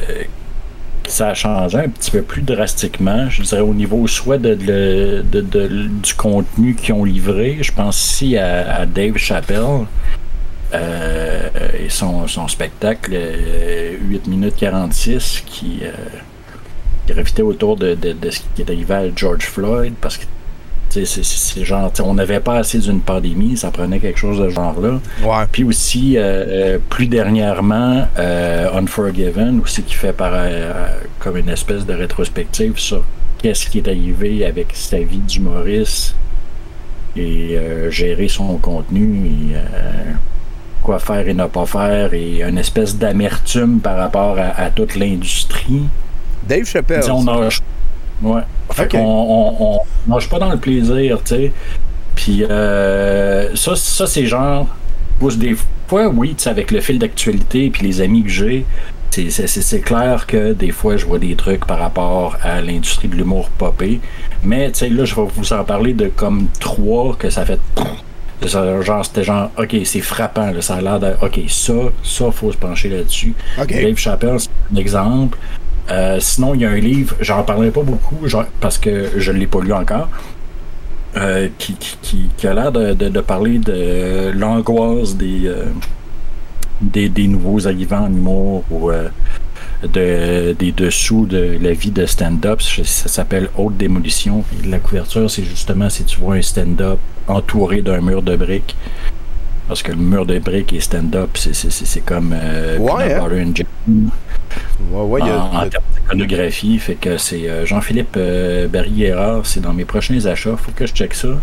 qui ça a changé un petit peu plus drastiquement, je dirais, au niveau soit de, de, de, de du contenu qu'ils ont livré. Je pense ici à, à Dave Chappelle euh, et son, son spectacle euh, huit minutes quarante-six qui, euh, qui gravitait autour de, de, de ce qui est arrivé à George Floyd, parce que C'est, c'est, c'est genre, on n'avait pas assez d'une pandémie, ça prenait quelque chose de ce genre-là. Ouais. Puis aussi, euh, plus dernièrement, euh, Unforgiven, aussi qui fait par, euh, comme une espèce de rétrospective sur qu'est-ce qui est arrivé avec sa vie d'humoriste et euh, gérer son contenu et euh, quoi faire et ne pas faire, et une espèce d'amertume par rapport à, à toute l'industrie. Dave Chappelle. Disons, on a, ouais. Fait okay. qu'on on, on mange pas dans le plaisir, tu sais. Puis euh, ça, ça c'est genre... Des fois, oui, tu sais, avec le fil d'actualité puis les amis que j'ai, c'est, c'est, c'est clair que des fois, je vois des trucs par rapport à l'industrie de l'humour popé. Mais, tu sais, là, je vais vous en parler de comme trois que ça fait... Genre, c'était genre, OK, c'est frappant, là, ça a l'air de... OK, ça, ça, faut se pencher là-dessus. Okay. Dave Chappelle, c'est un exemple. Euh, sinon, il y a un livre, j'en parlerai pas beaucoup genre, parce que je ne l'ai pas lu encore, euh, qui, qui, qui a l'air de, de, de parler de l'angoisse des, euh, des, des nouveaux arrivants en humour ou euh, de, des dessous de la vie de stand-up. Ça s'appelle Haute Démolition. Et la couverture, c'est justement si tu vois un stand-up entouré d'un mur de briques. Parce que le mur de briques et stand-up, c'est, c'est, c'est, c'est comme euh, ouais, hein? Ouais, ouais, en, a, en termes d'iconographie. Fait que c'est euh, Jean-Philippe euh, Barry-Guerrard, c'est dans mes prochains achats. Faut que je check ça.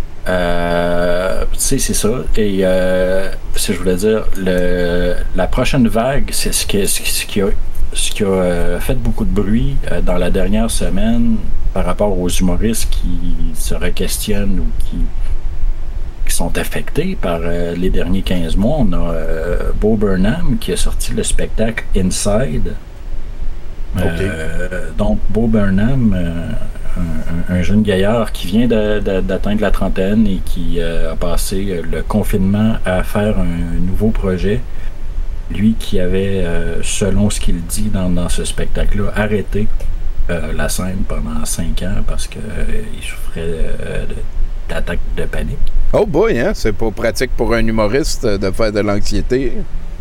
Euh, tu sais, c'est ça. Et euh, si je voulais dire, le, la prochaine vague, c'est ce qui, ce, ce qui a, ce qui a euh, fait beaucoup de bruit euh, dans la dernière semaine par rapport aux humoristes qui se requestionnent ou qui qui sont affectés par euh, les derniers quinze mois. On a euh, Bo Burnham qui a sorti le spectacle Inside. Euh, okay. Donc, Bo Burnham, euh, un, un jeune gaillard qui vient de, de, d'atteindre la trentaine et qui euh, a passé le confinement à faire un nouveau projet. Lui qui avait, euh, selon ce qu'il dit dans, dans ce spectacle-là, arrêté euh, la scène pendant cinq ans parce qu'il euh, souffrait euh, de d'attaque de panique. Oh boy, hein? C'est pas pratique pour un humoriste de faire de l'anxiété.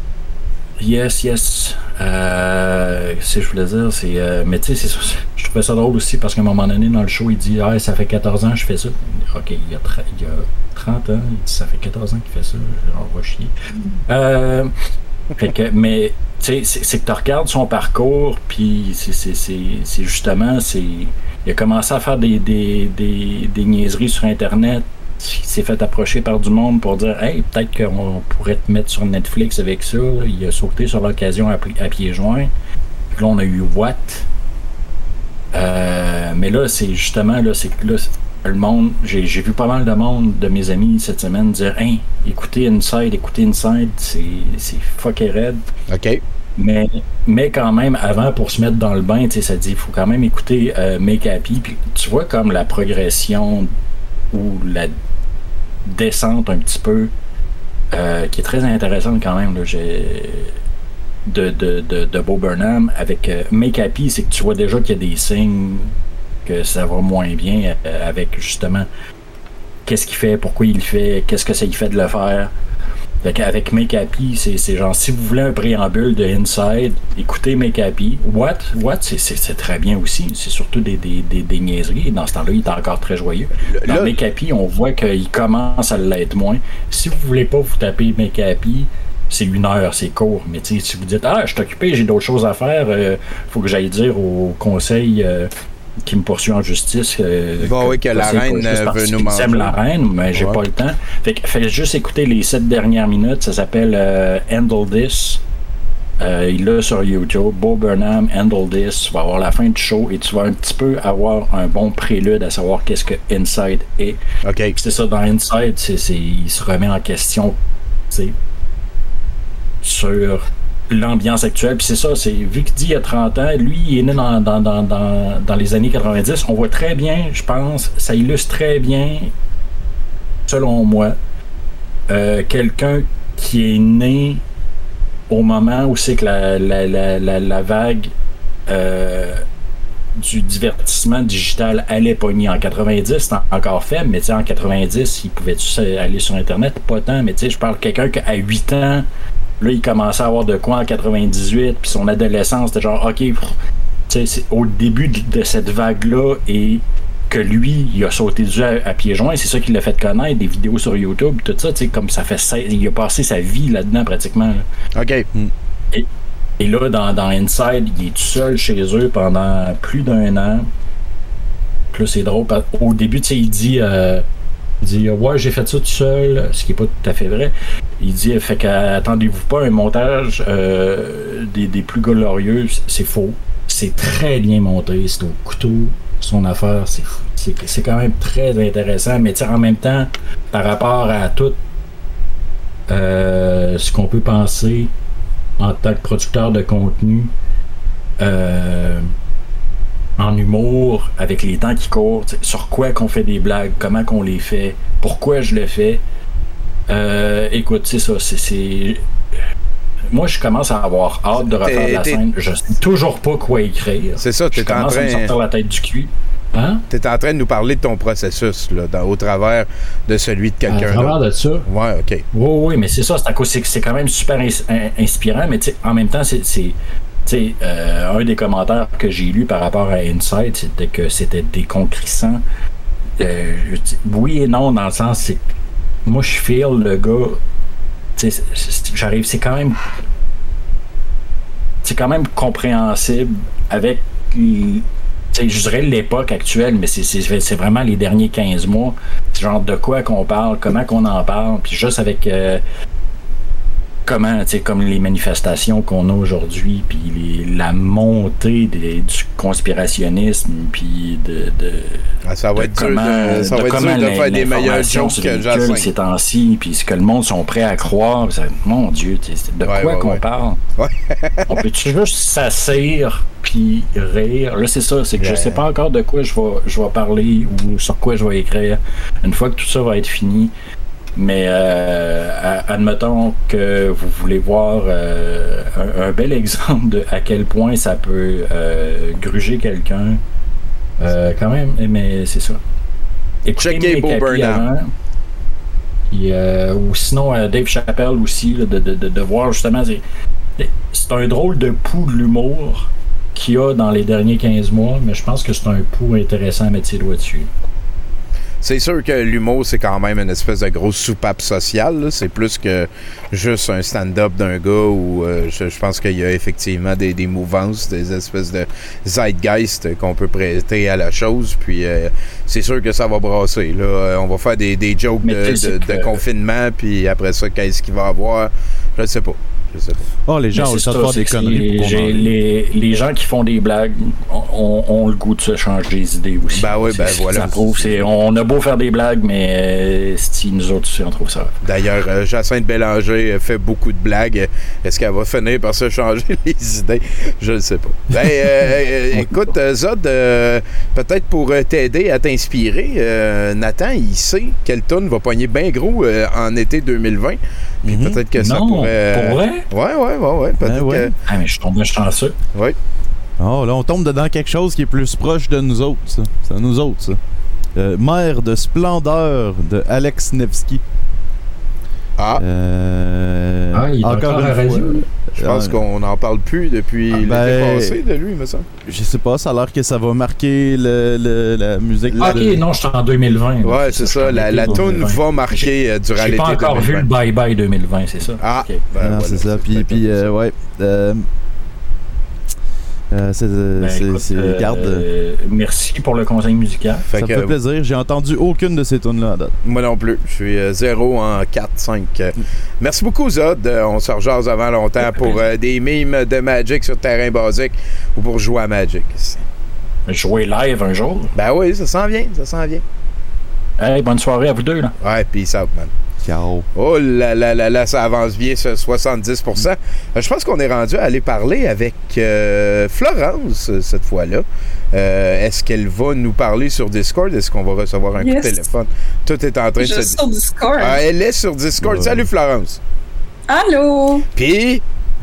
Yes, yes. Euh, si je voulais dire, c'est... Euh, mais tu sais, c'est, je trouvais ça drôle aussi parce qu'à un moment donné, dans le show, il dit « Ah, ça fait quatorze ans que je fais ça. » OK, il y a, tra- il y a trente ans, il dit « Ça fait quatorze ans qu'il fait ça. » On va chier. Euh, fait que, mais, tu sais, c'est, c'est que tu regardes son parcours, puis c'est, c'est, c'est, c'est justement, c'est... Il a commencé à faire des, des, des, des niaiseries sur Internet. Il s'est fait approcher par du monde pour dire « Hey, peut-être qu'on pourrait te mettre sur Netflix avec ça. » Il a sauté sur l'occasion à, à pieds joints. Puis là, on a eu « What? Euh, » Mais là, c'est justement, là, c'est que là, le monde... J'ai, j'ai vu pas mal de monde de mes amis cette semaine dire « Hey, écoutez Inside, écoutez Inside, c'est, c'est fucké raide. » OK. Mais, mais quand même, avant, pour se mettre dans le bain, ça dit, il faut quand même écouter euh, Make Happy. Puis tu vois comme la progression ou la descente un petit peu, euh, qui est très intéressante quand même, là, j'ai, de, de, de, de Bo Burnham. Avec euh, Make Happy, c'est que tu vois déjà qu'il y a des signes que ça va moins bien euh, avec justement qu'est-ce qu'il fait, pourquoi il le fait, qu'est-ce que ça lui fait de le faire. Avec, avec Make Happy, c'est, c'est genre, si vous voulez un préambule de Inside, écoutez Make Happy. What? What? C'est, c'est, c'est très bien aussi. C'est surtout des, des, des, des niaiseries. Et dans ce temps-là, il est encore très joyeux. Dans là, Make Happy, on voit qu'il commence à l'être moins. Si vous voulez pas vous taper Make Happy, c'est une heure, c'est court. Mais si vous dites, ah, je suis occupé, j'ai d'autres choses à faire, euh, faut que j'aille dire au conseil... Euh, qui me poursuit en justice. Euh, bon, que, oui, que la reine veut nous manger. J'aime la reine, mais j'ai ouais. pas le temps. Fait que fait juste écouter les sept dernières minutes. Ça s'appelle euh, Handle This. Euh, il l'a sur YouTube. Bo Burnham, Handle This. Tu vas avoir la fin du show et tu vas un petit peu avoir un bon prélude à savoir qu'est-ce que Inside est. OK. C'est ça, dans Inside, c'est, c'est, il se remet en question, tu sais, sur l'ambiance actuelle. Puis c'est ça, c'est, vu qu'il dit il y a trente ans, lui, il est né dans, dans, dans, dans, dans les années quatre-vingt-dix. On voit très bien, je pense, ça illustre très bien, selon moi, euh, quelqu'un qui est né au moment où c'est que la, la, la, la, la vague euh, du divertissement digital allait pogner. En quatre-vingt-dix, c'était encore faible, mais en quatre-vingt-dix, il pouvait-tu aller sur Internet? Pas tant, mais tu sais, je parle de quelqu'un qui, à huit ans, là, il commençait à avoir de quoi en quatre-vingt-dix-huit, puis son adolescence, c'était genre, OK, tu sais, c'est au début de, de cette vague-là, et que lui, il a sauté dessus à, à pieds joints, c'est ça qui l'a fait connaître, des vidéos sur YouTube, tout ça, tu sais, comme ça fait seize, il a passé sa vie là-dedans, pratiquement. Là. OK. Et, et là, dans, dans Inside, il est tout seul chez eux pendant plus d'un an. Puis là, c'est drôle, au début, tu sais, il dit... Euh, Il dit, ouais, j'ai fait ça tout seul, ce qui n'est pas tout à fait vrai. Il dit, fait qu'attendez-vous pas un montage euh, des, des plus glorieux, c'est faux. C'est très bien monté, c'est au couteau, son affaire, c'est, c'est, c'est quand même très intéressant, mais en même temps, par rapport à tout euh, ce qu'on peut penser en tant que producteur de contenu, euh, en humour, avec les temps qui courent, sur quoi qu'on fait des blagues, comment qu'on les fait, pourquoi je le fais. Euh, écoute, c'est ça, c'est, c'est... Moi, je commence à avoir hâte de refaire t'es, la t'es... scène. Je sais toujours pas quoi écrire. C'est ça, t'es je en commence train... à me sortir la tête du cul. Hein? T'es en train de nous parler de ton processus, là, dans, au travers de celui de quelqu'un d'autre. Au travers de ça. Ouais, OK. Oui, oui, mais c'est ça, c'est, à cause, c'est, c'est quand même super ins- inspirant, mais en même temps, c'est... c'est T'sais, euh, un des commentaires que j'ai lu par rapport à Inside, c'était que c'était déconcrissant. Euh, oui et non, dans le sens, c'est moi je feel le gars, c'est, c'est, j'arrive, c'est quand même, c'est quand même compréhensible avec, je dirais l'époque actuelle, mais c'est, c'est, c'est vraiment les derniers quinze mois, c'est genre de quoi qu'on parle, comment qu'on en parle, puis juste avec euh, comment, tu sais, comme les manifestations qu'on a aujourd'hui, puis les, la montée des, du conspirationnisme, puis de, de, ah, ça va de être comment, dur de, ça de, va être dur de faire des meilleurs jokes que Jacinthe ces temps-ci, puis ce que le monde sont prêts à croire, ça, mon Dieu, de ouais, quoi ouais, qu'on ouais. parle? Ouais. On peut-tu juste s'asseoir puis rire? Là, c'est ça, c'est que yeah. je sais pas encore de quoi je vais, je vais parler ou sur quoi je vais écrire. Une fois que tout ça va être fini, mais euh, admettons que vous voulez voir euh, un, un bel exemple de à quel point ça peut euh, gruger quelqu'un. Euh, quand même, mais c'est ça. Checkez Bo Burnham. Euh, ou sinon euh, Dave Chappelle aussi, là, de, de, de, de voir justement. C'est, c'est un drôle de pouls de l'humour qu'il y a dans les derniers quinze mois, mais je pense que c'est un pouls intéressant à mettre ses doigts dessus. C'est sûr que l'humour, c'est quand même une espèce de grosse soupape sociale. Là. C'est plus que juste un stand-up d'un gars où euh, je, je pense qu'il y a effectivement des, des mouvances, des espèces de zeitgeist qu'on peut prêter à la chose. Puis euh, c'est sûr que ça va brasser. Là. On va faire des, des jokes de, de, de, de confinement, puis après ça, qu'est-ce qu'il va y avoir? Je ne sais pas. Je sais pas. Oh, les gens ont le temps de faire des conneries. Les, les, les gens qui font des blagues ont, ont le goût de se changer des idées aussi. Ben oui, ben c'est, voilà. Ça prouve, c'est, on a beau faire des blagues, mais euh, si nous autres aussi, on trouve ça. D'ailleurs, euh, Jacinthe Bélanger fait beaucoup de blagues. Est-ce qu'elle va finir par se changer les idées? Je ne sais pas. Ben, euh, écoute, Zod, euh, peut-être pour t'aider à t'inspirer, euh, Nathan, il sait quelle toune va pogner bien gros euh, en été deux mille vingt. Puis mm-hmm. peut-être que ça non, pourrait... pour vrai? Ouais, ouais, ouais, ouais. Peut-être ben ouais. que... Ah, mais je suis tombé chanceux. Oui. Oh, là, on tombe dedans quelque chose qui est plus proche de nous autres, ça. C'est à nous autres, ça. Euh, Mère de splendeur de Alex Nevsky. Ah. Euh, ah, il est encore, encore à la radio. Je pense euh, qu'on n'en parle plus depuis ah, ben, l'été passé de lui, me semble. Je sais pas, ça a l'air que ça va marquer le, le, la musique. Ah, ok, de... non, je suis en deux mille vingt. Ouais, c'est, c'est ça. La, la toune va marquer euh, durant j'ai l'été deux mille vingt. J'ai pas encore vu le Bye Bye deux mille vingt, c'est ça? Ah, okay. ben, non, voilà, c'est ça. Puis, puis euh, ouais. Euh, Euh, c'est, Ben, c'est, écoute, c'est- euh, garde, euh, merci pour le conseil musical. Fait ça que, me fait plaisir. J'ai entendu aucune de ces tunes-là à date. moi non plus. Je suis euh, zéro en quatre cinq. Euh, merci beaucoup, Zod. Euh, on se rejase avant longtemps pour euh, des mimes de Magic sur terrain basique ou pour jouer à Magic. Jouer live un jour. Ben oui, ça s'en vient, ça s'en vient. Hey, bonne soirée à vous deux, là. Ouais, peace out, man. Ciao. Oh là là là là, ça avance bien, ce soixante-dix pour cent. Euh, je pense qu'on est rendu à aller parler avec euh, Florence, euh, cette fois-là. Euh, est-ce qu'elle va nous parler sur Discord? Est-ce qu'on va recevoir un Yes. coup de téléphone? Tout est en train Je de suis se... sur Discord. Ah, elle est sur Discord. Ouais. Salut, Florence. Allô? Puis,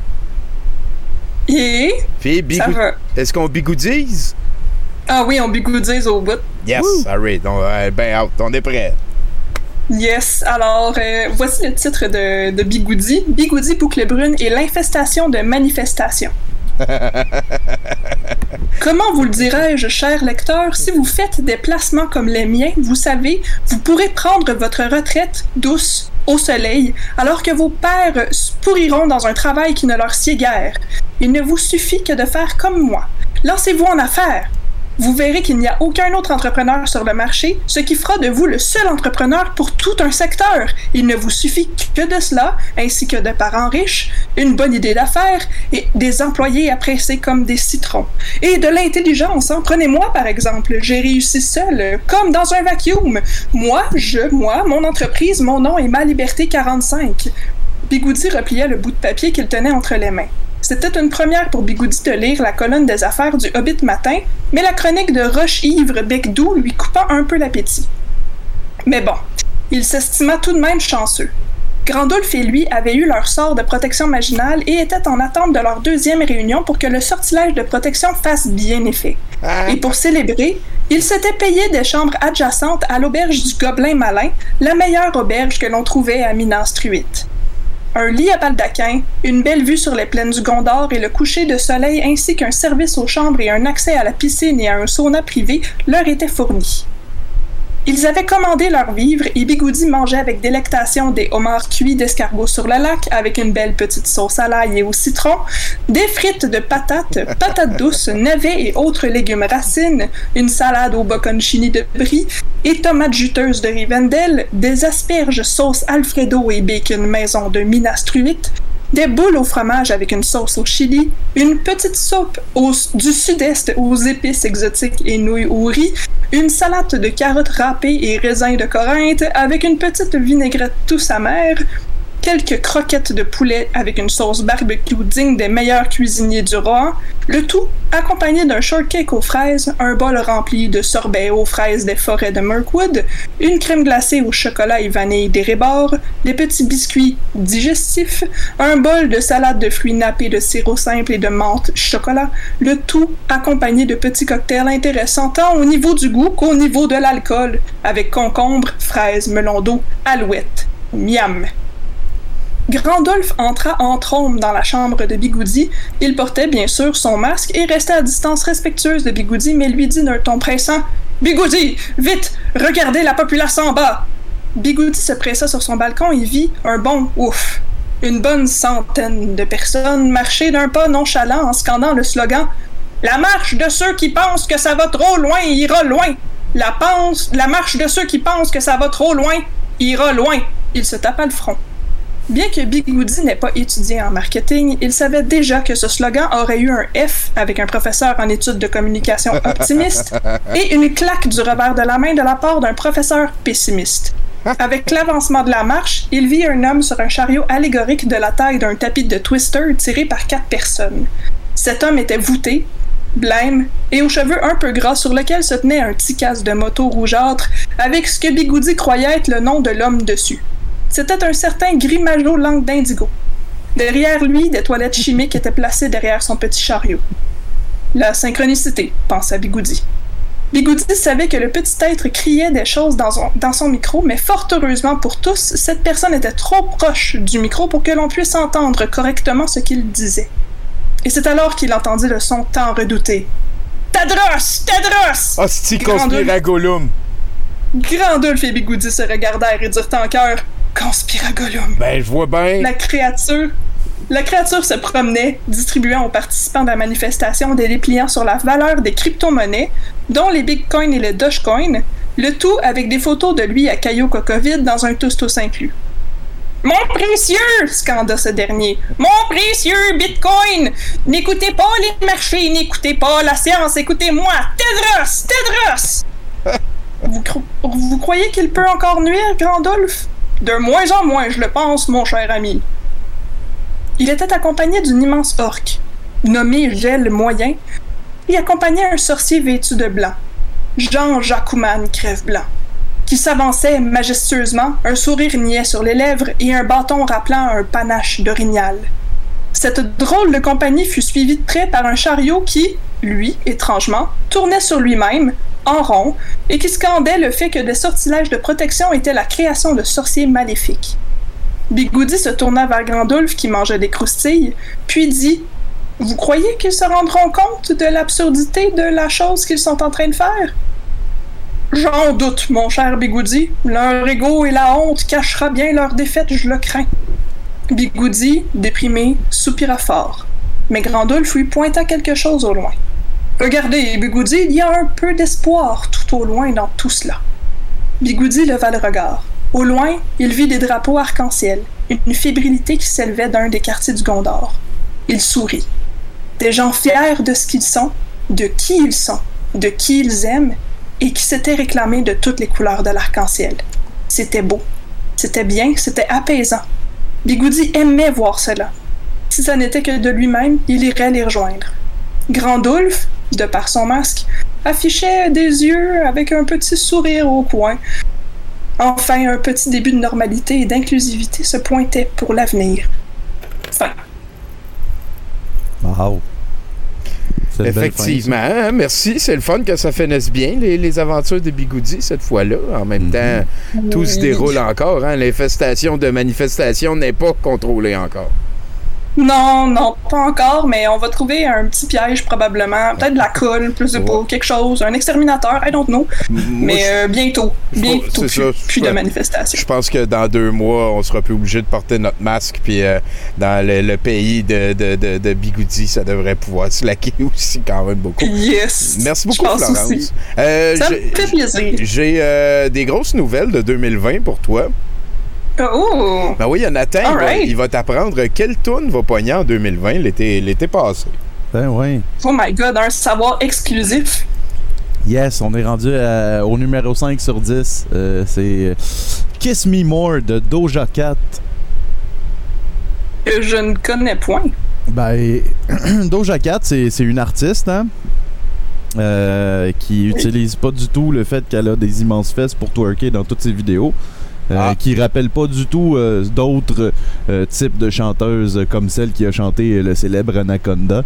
Et? puis Ça bigou... va? est-ce qu'on bigoudise? Ah oui, on bigoudise au bout. Yes, alright. On, euh, ben out, on est prêt. Yes, alors euh, voici le titre de, de Bigoudi. Bigoudi Boucle Brune et l'infestation de manifestations. Comment vous le dirais-je, cher lecteur, si vous faites des placements comme les miens, vous savez, vous pourrez prendre votre retraite douce au soleil, alors que vos pères pourriront dans un travail qui ne leur sied guère. Il ne vous suffit que de faire comme moi. Lancez-vous en affaires. Vous verrez qu'il n'y a aucun autre entrepreneur sur le marché, ce qui fera de vous le seul entrepreneur pour tout un secteur. Il ne vous suffit que de cela, ainsi que de parents riches, une bonne idée d'affaires et des employés appréciés comme des citrons. Et de l'intelligence, hein. Prenez-moi par exemple, j'ai réussi seul, comme dans un vacuum. Moi, je, moi, mon entreprise, mon nom est Ma Liberté quarante-cinq. Bigoudi replia le bout de papier qu'il tenait entre les mains. C'était une première pour Bigoudi de lire la colonne des affaires du Hobbit matin, mais la chronique de Roche-Ivre Bec-Doux lui coupa un peu l'appétit. Mais bon, il s'estima tout de même chanceux. Grandulf et lui avaient eu leur sort de protection maginale et étaient en attente de leur deuxième réunion pour que le sortilège de protection fasse bien effet. Et pour célébrer, ils s'étaient payés des chambres adjacentes à l'auberge du Gobelin Malin, la meilleure auberge que l'on trouvait à Minas Truith. Un lit à baldaquin, une belle vue sur les plaines du Gondor et le coucher de soleil ainsi qu'un service aux chambres et un accès à la piscine et à un sauna privé leur étaient fournis. Ils avaient commandé leurs vivres et Bigoudi mangeait avec délectation des homards cuits d'escargot sur le lac avec une belle petite sauce à l'ail et au citron, des frites de patates, patates douces, navets et autres légumes racines, une salade au bocconcini de brie et tomates juteuses de Rivendell, des asperges sauce Alfredo et bacon maison de Minas Truith, des boules au fromage avec une sauce au chili, une petite soupe au, du sud-est aux épices exotiques et nouilles au riz, une salade de carottes râpées et raisins de Corinthe avec une petite vinaigrette douce amère, quelques croquettes de poulet avec une sauce barbecue digne des meilleurs cuisiniers du roi, le tout accompagné d'un shortcake aux fraises, un bol rempli de sorbet aux fraises des forêts de Mirkwood, une crème glacée au chocolat et vanille des Rébords, des petits biscuits digestifs, un bol de salade de fruits nappés de sirop simple et de menthe chocolat, le tout accompagné de petits cocktails intéressants tant au niveau du goût qu'au niveau de l'alcool, avec concombre, fraises, melon d'eau, alouette, miam. Grandulf entra en trombe dans la chambre de Bigoudi. Il portait bien sûr son masque et restait à distance respectueuse de Bigoudi, mais lui dit d'un ton pressant « Bigoudi, vite, regardez la populace en bas !» Bigoudi se pressa sur son balcon et vit un bon ouf. Une bonne centaine de personnes marchaient d'un pas nonchalant en scandant le slogan « La marche de ceux qui pensent que ça va trop loin ira loin! La, pense, la marche de ceux qui pensent que ça va trop loin ira loin! » Il se tapa le front. Bien que Bigoudi n'ait pas étudié en marketing, il savait déjà que ce slogan aurait eu un F avec un professeur en études de communication optimiste et une claque du revers de la main de la part d'un professeur pessimiste. Avec l'avancement de la marche, il vit un homme sur un chariot allégorique de la taille d'un tapis de Twister tiré par quatre personnes. Cet homme était voûté, blême et aux cheveux un peu gras sur lequel se tenait un petit casque de moto rougeâtre avec ce que Bigoudi croyait être le nom de l'homme dessus. C'était un certain Grimajo langue d'indigo. Derrière lui, des toilettes chimiques étaient placées derrière son petit chariot. La synchronicité, pensa Bigoudi. Bigoudi savait que le petit être criait des choses dans son, dans son micro, mais fort heureusement pour tous, cette personne était trop proche du micro pour que l'on puisse entendre correctement ce qu'il disait. Et c'est alors qu'il entendit le son tant redouté. « Tadros! Tadros! » Hostie conspiragolum! Grandulf et Bigoudi se regardèrent et dirent en chœur « Conspiragolum! » Ben, je vois bien. La créature La créature se promenait, distribuant aux participants de la manifestation des dépliants sur la valeur des crypto-monnaies, dont les Bitcoin et le Dogecoin, le tout avec des photos de lui à Caillou Cocovide dans un tous-tous inclus. « Mon précieux! » scanda ce dernier. « Mon précieux Bitcoin! N'écoutez pas les marchés, n'écoutez pas la science, écoutez-moi! Tedros! Tedros! » vous, cro- vous croyez qu'il peut encore nuire, Grandolphe? De moins en moins, je le pense, mon cher ami. Il était accompagné d'une immense orque, nommée Gel Moyen, et accompagnait un sorcier vêtu de blanc, Jean Jacouman Crève-Blanc, qui s'avançait majestueusement, un sourire niais sur les lèvres et un bâton rappelant un panache d'orignal. Cette drôle de compagnie fut suivie de près par un chariot qui, lui, étrangement, tournait sur lui-même, en rond, et qui scandait le fait que des sortilèges de protection étaient la création de sorciers maléfiques. Bigoudi se tourna vers Grandolphe qui mangeait des croustilles, puis dit « Vous croyez qu'ils se rendront compte de l'absurdité de la chose qu'ils sont en train de faire? » « J'en doute, mon cher Bigoudi. Leur ego et la honte cachera bien leur défaite, je le crains. » Bigoudi, déprimé, soupira fort. Mais Grandolphe lui pointa quelque chose au loin. « Regardez, Bigoudi, il y a un peu d'espoir tout au loin dans tout cela. » Bigoudi leva le regard. Au loin, il vit des drapeaux arc-en-ciel, une fébrilité qui s'élevait d'un des quartiers du Gondor. Il sourit. Des gens fiers de ce qu'ils sont, de qui ils sont, de qui ils aiment, et qui s'étaient réclamés de toutes les couleurs de l'arc-en-ciel. C'était beau, c'était bien, c'était apaisant. Bigoudi aimait voir cela. Si ça n'était que de lui-même, il irait les rejoindre. Grandolphe, de par son masque, affichait des yeux avec un petit sourire au coin. Enfin, un petit début de normalité et d'inclusivité se pointait pour l'avenir. Fin. Wow. C'est Effectivement, hein, merci. C'est le fun que ça finisse bien, les, les aventures de Bigoudi, cette fois-là. En même mm-hmm. temps, tout se déroule encore. Hein. L'infestation de manifestation n'est pas contrôlée encore. Non, non, pas encore, mais on va trouver un petit piège probablement. Peut-être de la colle, plus de peau, quelque chose, un exterminateur, I don't know. Moi, mais euh, bientôt, bientôt, plus, ça, plus de manifestations. Je pense que dans deux mois, on sera plus obligé de porter notre masque, puis euh, dans le, le pays de, de, de, de Bigoudi, ça devrait pouvoir se laquer aussi quand même beaucoup. Yes! Merci beaucoup, Florence. Aussi. Euh, ça me fait plaisir. J'ai euh, des grosses nouvelles de deux mille vingt pour toi. Oh! Ben oui, Nathan, il, right. va, il va t'apprendre quelle toune va pogner en deux mille vingt, l'été, l'été passé. Ben oui. Oh my God, un savoir exclusif. Yes, on est rendu à, au numéro cinq sur dix. Euh, c'est Kiss Me More de Doja Cat. Que je ne connais point. Ben, Doja Cat, c'est, c'est une artiste, hein? Euh, qui utilise pas du tout le fait qu'elle a des immenses fesses pour twerker dans toutes ses vidéos. Euh, ah. Qui rappelle pas du tout euh, d'autres euh, types de chanteuses comme celle qui a chanté le célèbre Anaconda.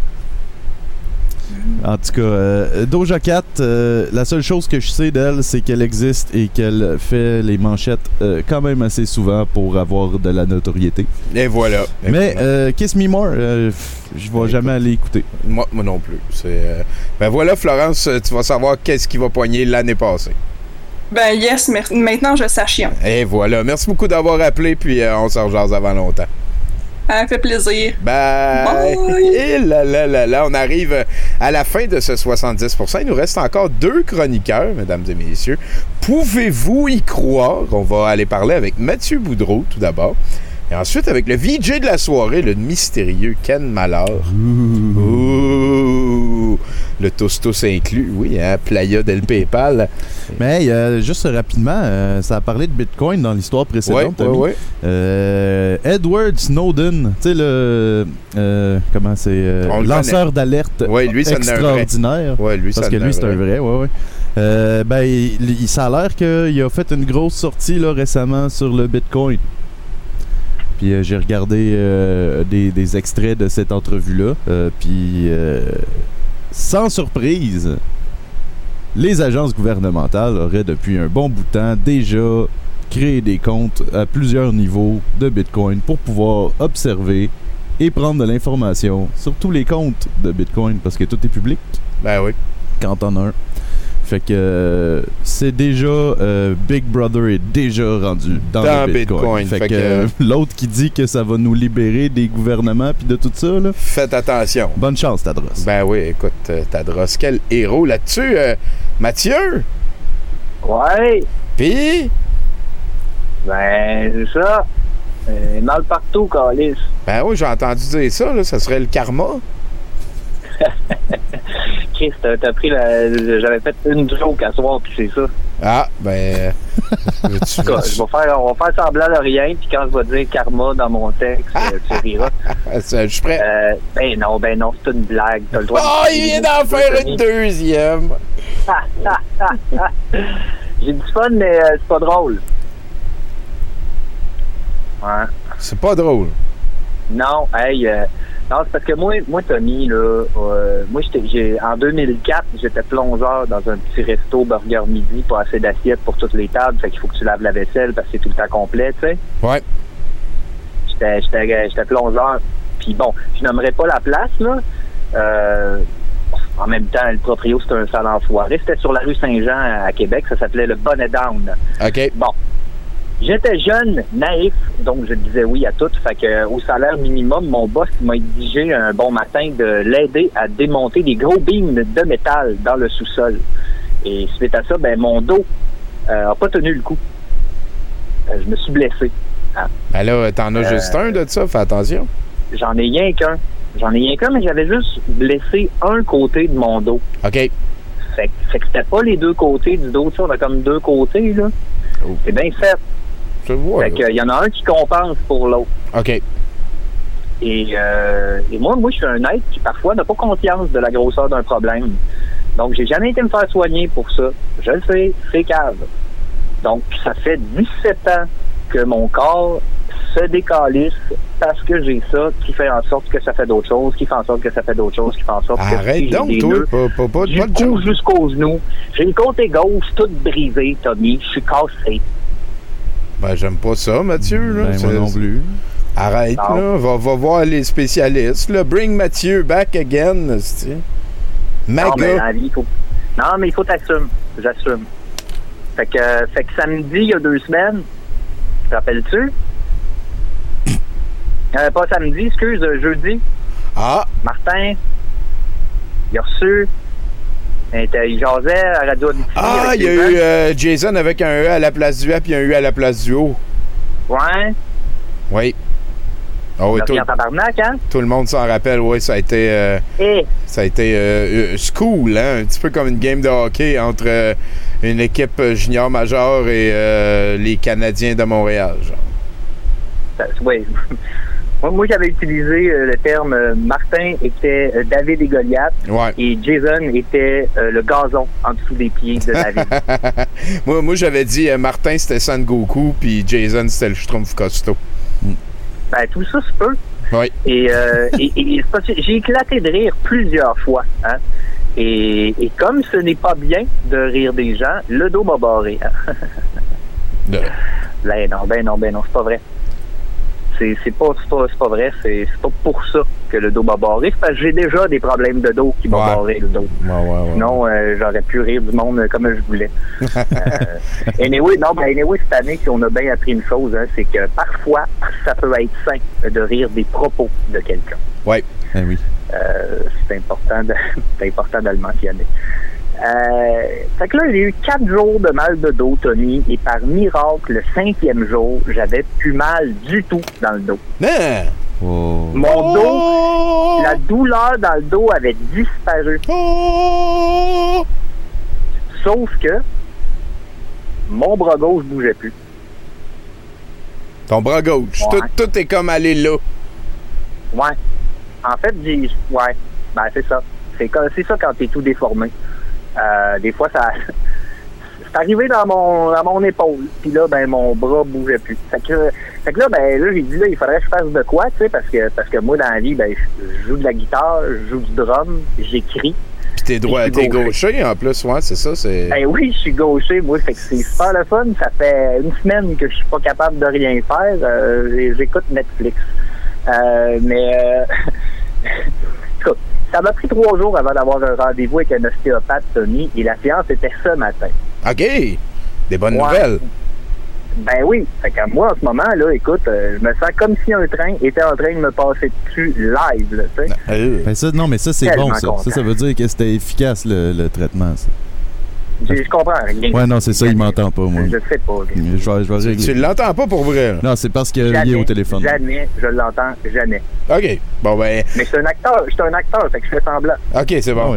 En tout cas, euh, Doja Cat, euh, la seule chose que je sais d'elle, c'est qu'elle existe et qu'elle fait les manchettes euh, quand même assez souvent pour avoir de la notoriété. Et voilà. Et Mais euh, Kiss Me More, euh, je vais jamais aller écouter. Moi, moi non plus. C'est, euh... Ben voilà, Florence, tu vas savoir qu'est-ce qui va poigner l'année passée. Ben yes, mer- maintenant je s'achionne. Et voilà. Merci beaucoup d'avoir appelé, puis euh, on s'en rejase avant longtemps. Ça fait plaisir. Bye! Bye. Et là, là, là, là, on arrive à la fin de ce soixante-dix pour cent. Il nous reste encore deux chroniqueurs, mesdames et messieurs. Pouvez-vous y croire? On va aller parler avec Mathieu Boudreau, tout d'abord. Et ensuite, avec le V J de la soirée, le mystérieux Ken Malheur. Ouh. Ouh. Le tostos inclus, oui, hein, Playa del Paypal. Mais euh, juste rapidement, euh, ça a parlé de Bitcoin dans l'histoire précédente. Oui, oui, oui. Euh, Edward Snowden, tu sais, le. Euh, comment c'est euh, lanceur connaît. d'alerte ouais, lui, extraordinaire. Ouais, lui, parce que lui, c'est un vrai, ouais, ouais. Euh, ben, il, il, ça a l'air qu'il a fait une grosse sortie là, récemment sur le Bitcoin. Puis euh, j'ai regardé euh, des, des extraits de cette entrevue-là. Euh, puis, euh, sans surprise, les agences gouvernementales auraient depuis un bon bout de temps déjà créé des comptes à plusieurs niveaux de Bitcoin pour pouvoir observer et prendre de l'information sur tous les comptes de Bitcoin parce que tout est public. Ben oui. Quand on a un. Fait que euh, c'est déjà euh, Big Brother est déjà rendu dans, Dans le Bitcoin. Bitcoin. Fait, Fait que, que- euh, l'autre qui dit que ça va nous libérer des gouvernements puis de tout ça là. Faites attention. Bonne chance, Tadros. Ben oui, écoute, euh, Tadros, quel héros là-dessus. Euh, Mathieu? Ouais, Pis? ben, c'est ça. Euh, mal partout, Calis. Ben oui, j'ai entendu dire ça, là, ça serait le karma. Chris, t'as, t'as pris la. J'avais fait une joke à soir, puis c'est ça. Ah, ben. veux-tu- En tout cas, veux-tu- je vais faire, on va faire semblant de rien, puis quand je vais dire karma dans mon texte, euh, tu riras. Je suis prêt. Euh, ben non, ben non, c'est une blague. T'as le droit Oh, de- il vient d'en faire une deuxième. J'ai du fun, mais euh, c'est pas drôle. Ouais. C'est pas drôle. Non, hey, euh, non, c'est parce que moi, moi Tommy, là, euh, moi, j'étais, j'ai, en deux mille quatre, j'étais plongeur dans un petit resto Burger Midi, pas assez d'assiettes pour toutes les tables, fait qu'il faut que tu laves la vaisselle parce que c'est tout le temps complet, tu sais. Ouais. J'étais, j'étais, j'étais plongeur. Puis bon, je nommerai pas la place, là. Euh, en même temps, le proprio, c'était un sale enfoiré. C'était sur la rue Saint-Jean à Québec, ça s'appelait le Bonnet Down. OK. Bon. J'étais jeune, naïf, donc je disais oui à tout. Fait que au salaire minimum, mon boss m'a exigé un bon matin de l'aider à démonter des gros beams de métal dans le sous-sol. Et suite à ça, ben mon dos euh, a pas tenu le coup. Euh, je me suis blessé. Ah. Ben là, t'en as Euh, juste un de ça, fais attention. J'en ai rien qu'un. J'en ai rien qu'un, mais j'avais juste blessé un côté de mon dos. OK. Fait, que- fait que c'était pas les deux côtés du dos. Tu sais, on a comme deux côtés, là. Oh. C'est bien fait. Je vois. Fait que, il y en a un qui compense pour l'autre. OK. Et, euh, et moi, moi, je suis un être qui parfois n'a pas conscience de la grosseur d'un problème. Donc, j'ai jamais été me faire soigner pour ça. Je le sais, c'est cave. Donc, ça fait dix-sept ans que mon corps se décalisse parce que j'ai ça, qui fait en sorte que ça fait d'autres choses, qui fait en sorte que ça fait d'autres choses, qui fait en sorte que Arrête si j'ai donc, des toi. nœuds Pas, pas, pas, du pas de cou joke. jusqu'aux genoux. J'ai le côté gauche toute brisée, Tommy. Je suis cassé. Ben, j'aime pas ça, Mathieu. Là. Ben, moi C'est- non plus. Arrête, Non. là. Va, va voir les spécialistes. Là. Bring Mathieu back again. c'est-tu. Non, mais dans Maga. la vie, il faut... Non, mais il faut t'assumer. J'assume. Fait que, fait que samedi, il y a deux semaines, te rappelles-tu? Euh, pas samedi, excuse, euh, jeudi. Ah, Martin, il a reçu. Il était- il jasait à Radio Abitibi ah avec il y a les eu gens. euh, Jason avec un E à la place du A puis un U à la place du O. Ouais. Oui. Oh, oui, Il a tout, pris en tabarnak, hein? tout le monde s'en rappelle. Oui, ça a été, euh, Et, ça a été euh, euh, school, hein? Un petit peu comme une game de hockey entre euh, une équipe euh, junior majeure et euh, les Canadiens de Montréal. Genre. ça- oui. Moi, moi j'avais utilisé euh, le terme euh, Martin était euh, David et Goliath Ouais. et Jason était euh, le gazon en dessous des pieds de David. moi, moi j'avais dit euh, Martin, c'était Son Goku, puis Jason, c'était le Schtroumpf costaud. Ben, tout ça se peut. Oui. Et, euh, et, et c'est parce que j'ai éclaté de rire plusieurs fois. Hein? Et, et comme ce n'est pas bien de rire des gens, le dos m'a barré. Hein? De- Ben non, ben non, ben non, c'est pas vrai. C'est, c'est, pas, c'est, pas, c'est pas vrai, c'est, c'est pas pour ça que le dos m'a barré. C'est parce que j'ai déjà des problèmes de dos qui m'ont Ouais. barré le dos. Ouais, ouais, ouais. Sinon, euh, j'aurais pu rire du monde comme je voulais. euh, anyway, non, ben anyway, cette année, on a bien appris une chose, hein, c'est que parfois, ça peut être sain de rire des propos de quelqu'un. Ouais. Ben oui. Euh, c'est important de, c'est important de le mentionner. Euh, fait que là, j'ai eu quatre jours de mal de dos, Tony, et par miracle, le cinquième jour, j'avais plus mal du tout dans le dos. Hein? Oh. Mon dos, Oh! la douleur dans le dos avait disparu. Oh! Sauf que mon bras gauche bougeait plus. Ton bras gauche. Ouais. Tout, tout est comme allé là. Ouais. En fait, j'ai. Ouais. Ben, c'est ça. C'est, comme- c'est ça quand t'es tout déformé. Euh, des fois, ça. C'est arrivé dans mon dans mon épaule. Puis là, ben, mon bras bougeait plus. Fait que, fait que là, ben, là, j'ai dit, là, il faudrait que je fasse de quoi, tu sais, parce que, parce que moi, dans la vie, ben, je je joue de la guitare, je joue du drum, j'écris. Puis t'es droit, Je suis t'es gaucher. gaucher en plus, ouais, c'est ça, c'est. Ben oui, je suis gaucher, moi, fait que c'est super le fun. Ça fait une semaine que je suis pas capable de rien faire. Euh, j'ai- j'écoute Netflix. Euh, mais, euh, écoute, ça m'a pris trois jours avant d'avoir un rendez-vous avec un ostéopathe, Tommy, et la séance était ce matin. OK. Des bonnes Ouais. nouvelles. Ben oui. Fait que moi, en ce moment, là, écoute, euh, je me sens comme si un train était en train de me passer dessus live, là, tu sais. Ben ça, non, mais ça, c'est Tellement bon, ça. content. Ça, ça veut dire que c'était efficace, le, le traitement, ça. Je, je comprends rien. Ouais, non, c'est ça, il m'entend pas, moi. Je sais pas. Je vais, je vais Tu, régler. tu l'entends pas pour vrai, là? Non, c'est parce qu'il est Jamais, lié au téléphone. Jamais, je l'entends, jamais. OK. Bon, ben... Mais je suis un acteur, je suis un acteur, fait que je fais semblant. OK, c'est bon.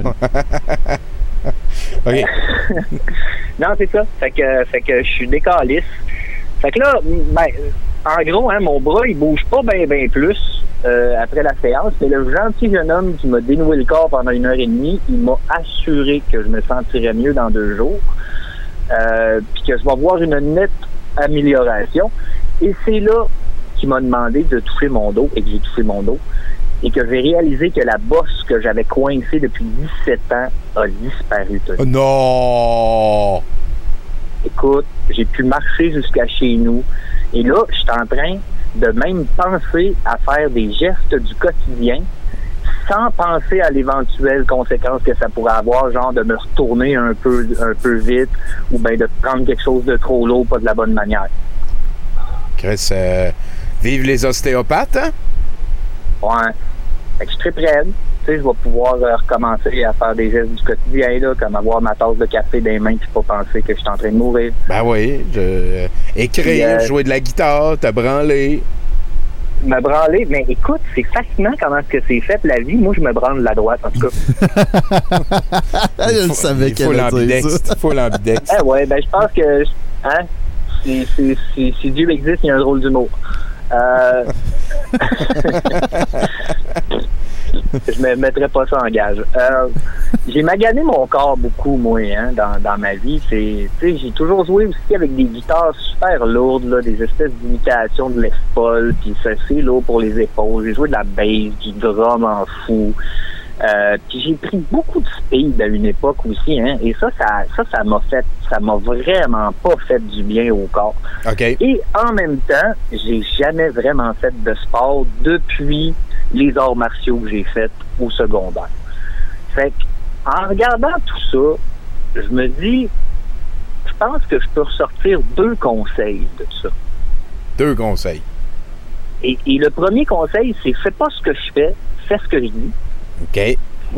OK. Non, c'est ça. Fait que, fait que je suis décalisse. Fait que là, ben, en gros, hein, mon bras, il bouge pas bien, bien plus euh, après la séance. Mais le gentil jeune homme qui m'a dénoué le corps pendant une heure et demie, il m'a assuré que je me sentirais mieux dans deux jours. Euh, puis que je vais voir une nette amélioration. Et c'est là qu'il m'a demandé de toucher mon dos, et que j'ai touché mon dos. Et que j'ai réalisé que la bosse que j'avais coincée depuis dix-sept ans a disparu. Oh, non! Écoute, j'ai pu marcher jusqu'à chez nous. Et là, je suis en train de même penser à faire des gestes du quotidien sans penser à l'éventuelle conséquence que ça pourrait avoir, genre de me retourner un peu un peu vite ou bien de prendre quelque chose de trop lourd, pas de la bonne manière. Chris, euh, vive les ostéopathes, hein? Ouais. Fait que je suis très prête. Tu sais, je vais pouvoir euh, recommencer à faire des gestes du quotidien, là, comme avoir ma tasse de café dans les mains puis pas penser que je suis en train de mourir. Ben oui. Je, euh, écrire, Puis, euh, jouer de la guitare, te branler. Me branler, mais écoute, c'est fascinant comment est-ce que c'est fait la vie. Moi, je me branle de la droite, en tout cas. Je le savais Il faut qu'elle allait dire l'ambidex. ça. Il faut l'ambidex. Eh ouais, ben je pense que hein, si, si, si, si Dieu existe, il y a un drôle d'humour. Euh... je me mettrais pas ça en gage. Euh, j'ai magané mon corps beaucoup, moi, hein, dans, dans ma vie. C'est, tu sais, j'ai toujours joué aussi avec des guitares super lourdes, là, des espèces d'imitations de Les Paul, puis ça, c'est lourd pour les épaules. J'ai joué de la bass, du drum en fou. Euh, puis j'ai pris beaucoup de speed à une époque aussi, hein, et ça, ça, ça, ça m'a fait, ça m'a vraiment pas fait du bien au corps. OK. Et en même temps, j'ai jamais vraiment fait de sport depuis les arts martiaux que j'ai faits au secondaire. Fait que, en regardant tout ça, je me dis, je pense que je peux ressortir deux conseils de ça. Deux conseils. Et, et le premier conseil, c'est fais pas ce que je fais, fais ce que je dis. OK. Et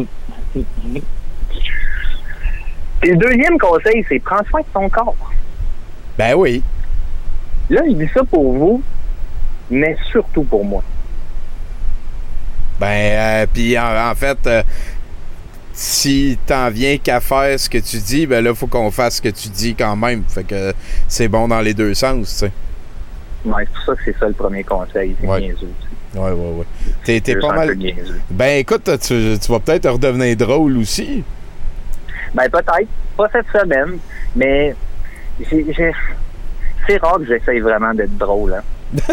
le deuxième conseil, c'est prends soin de ton corps. Ben oui. Là, je dis ça pour vous, mais surtout pour moi. Ben, euh, puis en, en fait, euh, si t'en viens qu'à faire ce que tu dis, ben là, faut qu'on fasse ce que tu dis quand même. Fait que c'est bon dans les deux sens, tu sais. Ouais, c'est pour ça que c'est ça le premier conseil. C'est Ouais. niaiseux. Ouais, ouais, ouais. T'es, t'es Je pas sens mal. un peu niaiseux. Ben écoute, tu, tu vas peut-être redevenir drôle aussi. Ben peut-être, pas cette semaine, mais j'ai, j'ai... c'est rare que j'essaye vraiment d'être drôle. Hein.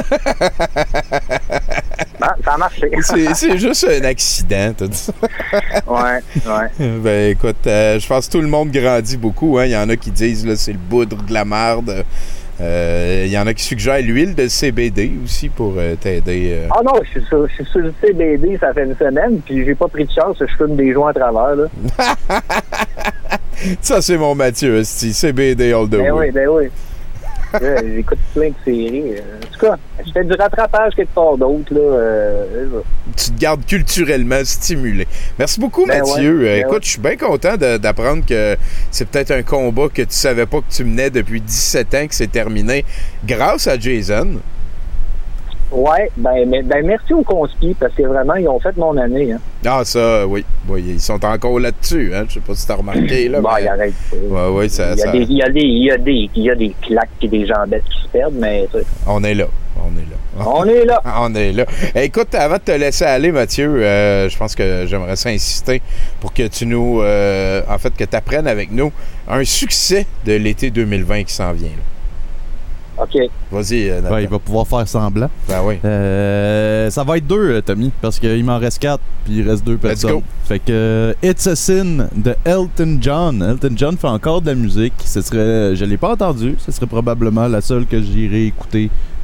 Ben, ça a marché. C'est, c'est juste un accident, t'as dit ça. Ouais, ouais. Ben écoute, euh, je pense que tout le monde grandit beaucoup. Hein. Il y en a qui disent là c'est le boudre de la marde. Euh, il y en a qui suggèrent l'huile de C B D aussi pour euh, t'aider. Euh... Ah non, je suis sur, je suis sur le C B D, ça fait une semaine, puis j'ai pas pris de chance, je fume des joints à travers, là. Ça, c'est mon Mathieu, esti, C B D all the way. Ben oui, ben oui. Euh, J'écoute plein de séries. En tout cas, je fais du rattrapage quelque part d'autre, là. Euh, tu te gardes culturellement stimulé. Merci beaucoup, ben Mathieu. Ouais, ben Écoute, ouais. je suis bien content de, d'apprendre que c'est peut-être un combat que tu savais pas que tu menais depuis dix-sept ans, que c'est terminé grâce à Jason. Ouais, ben, mais, ben merci aux conspis, parce que vraiment, ils ont fait mon année. Hein. Ah, ça, oui. oui. Ils sont encore là-dessus. Hein? Je sais pas si t'as remarqué. Là, Bon, mais... il arrête. Ouais, ouais, ça, il, y a ça... des, il, y a des, il, y a des, il y a des claques et des jambettes qui se perdent, mais... On est là. On est là. On est là. On est là. Écoute, avant de te laisser aller, Mathieu, euh, je pense que j'aimerais ça insister pour que tu nous... Euh, en fait, que tu apprennes avec nous un succès de l'été deux mille vingt qui s'en vient. Là. OK. Vas-y, euh, Nathan. Ouais, il va pouvoir faire semblant. Ben oui. Euh, ça va être deux, euh, Tommy, parce qu'il m'en reste quatre, puis il reste deux personnes. Let's go. Fait que euh, It's a Sin de Elton John. Elton John fait encore de la musique. Ce serait, je l'ai pas entendu. Ce serait probablement la seule que j'irai écouter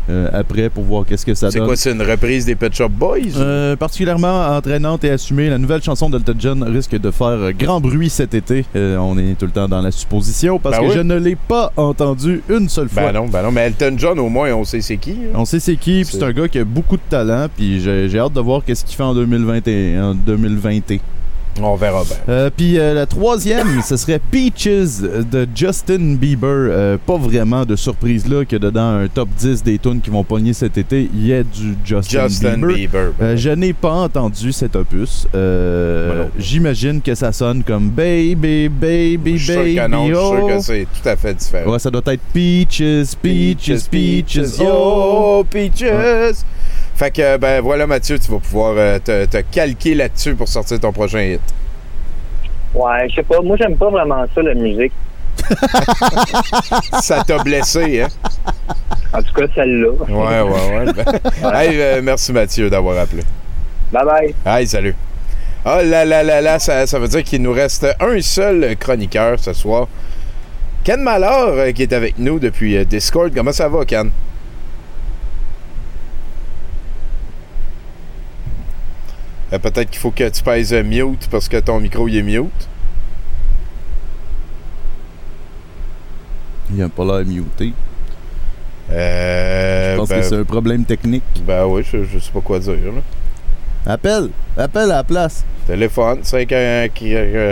euh, après pour voir qu'est-ce que ça C'est donne. quoi, c'est une reprise des Pet Shop Boys? Euh, particulièrement entraînante et assumée, la nouvelle chanson d'Elton John risque de faire grand bruit cet été. Euh, on est tout le temps dans la supposition parce Ben que oui. je ne l'ai pas entendu une seule fois. Ben non, ben non, mais Elton John, au moins, on sait c'est qui. Hein? On sait c'est qui, puis c'est un gars qui a beaucoup de talent, puis j'ai, j'ai hâte de voir qu'est-ce qu'il fait en deux mille vingt et un, en deux mille vingt. On verra bien. Euh, puis euh, la troisième, ce serait Peaches de Justin Bieber. Euh, pas vraiment de surprise là que dedans un top dix des tunes qui vont pogner cet été, il y a du Justin, Justin Bieber. Bieber. Euh, je n'ai pas entendu cet opus. Euh, Voilà. J'imagine que ça sonne comme Baby, Baby, Je suis sûr Baby, que non, je suis sûr oh. que c'est tout à fait différent. Ouais, ça doit être Peaches, Peaches, Peaches, oh, Peaches. Fait que, ben voilà, Mathieu, tu vas pouvoir euh, te, te calquer là-dessus pour sortir ton prochain hit. Ouais, je sais pas. Moi, j'aime pas vraiment ça, la musique. Ça t'a blessé, hein? En tout cas, celle-là. Ouais, ouais, ouais. Ben, hey, euh, merci, Mathieu, d'avoir appelé. Bye bye. Hey, salut. Oh là là là là, ça, ça veut dire qu'il nous reste un seul chroniqueur ce soir. Ken Mallard, euh, qui est avec nous depuis euh, Discord. Comment ça va, Ken? Euh, peut-être qu'il faut que tu pèses euh, mute parce que ton micro il est mute. Il a pas l'air muté. Euh, Je pense ben, que c'est un problème technique. Ben oui, je, je sais pas quoi dire. Là. Appelle! Appelle à la place! Téléphone, cinq un qui.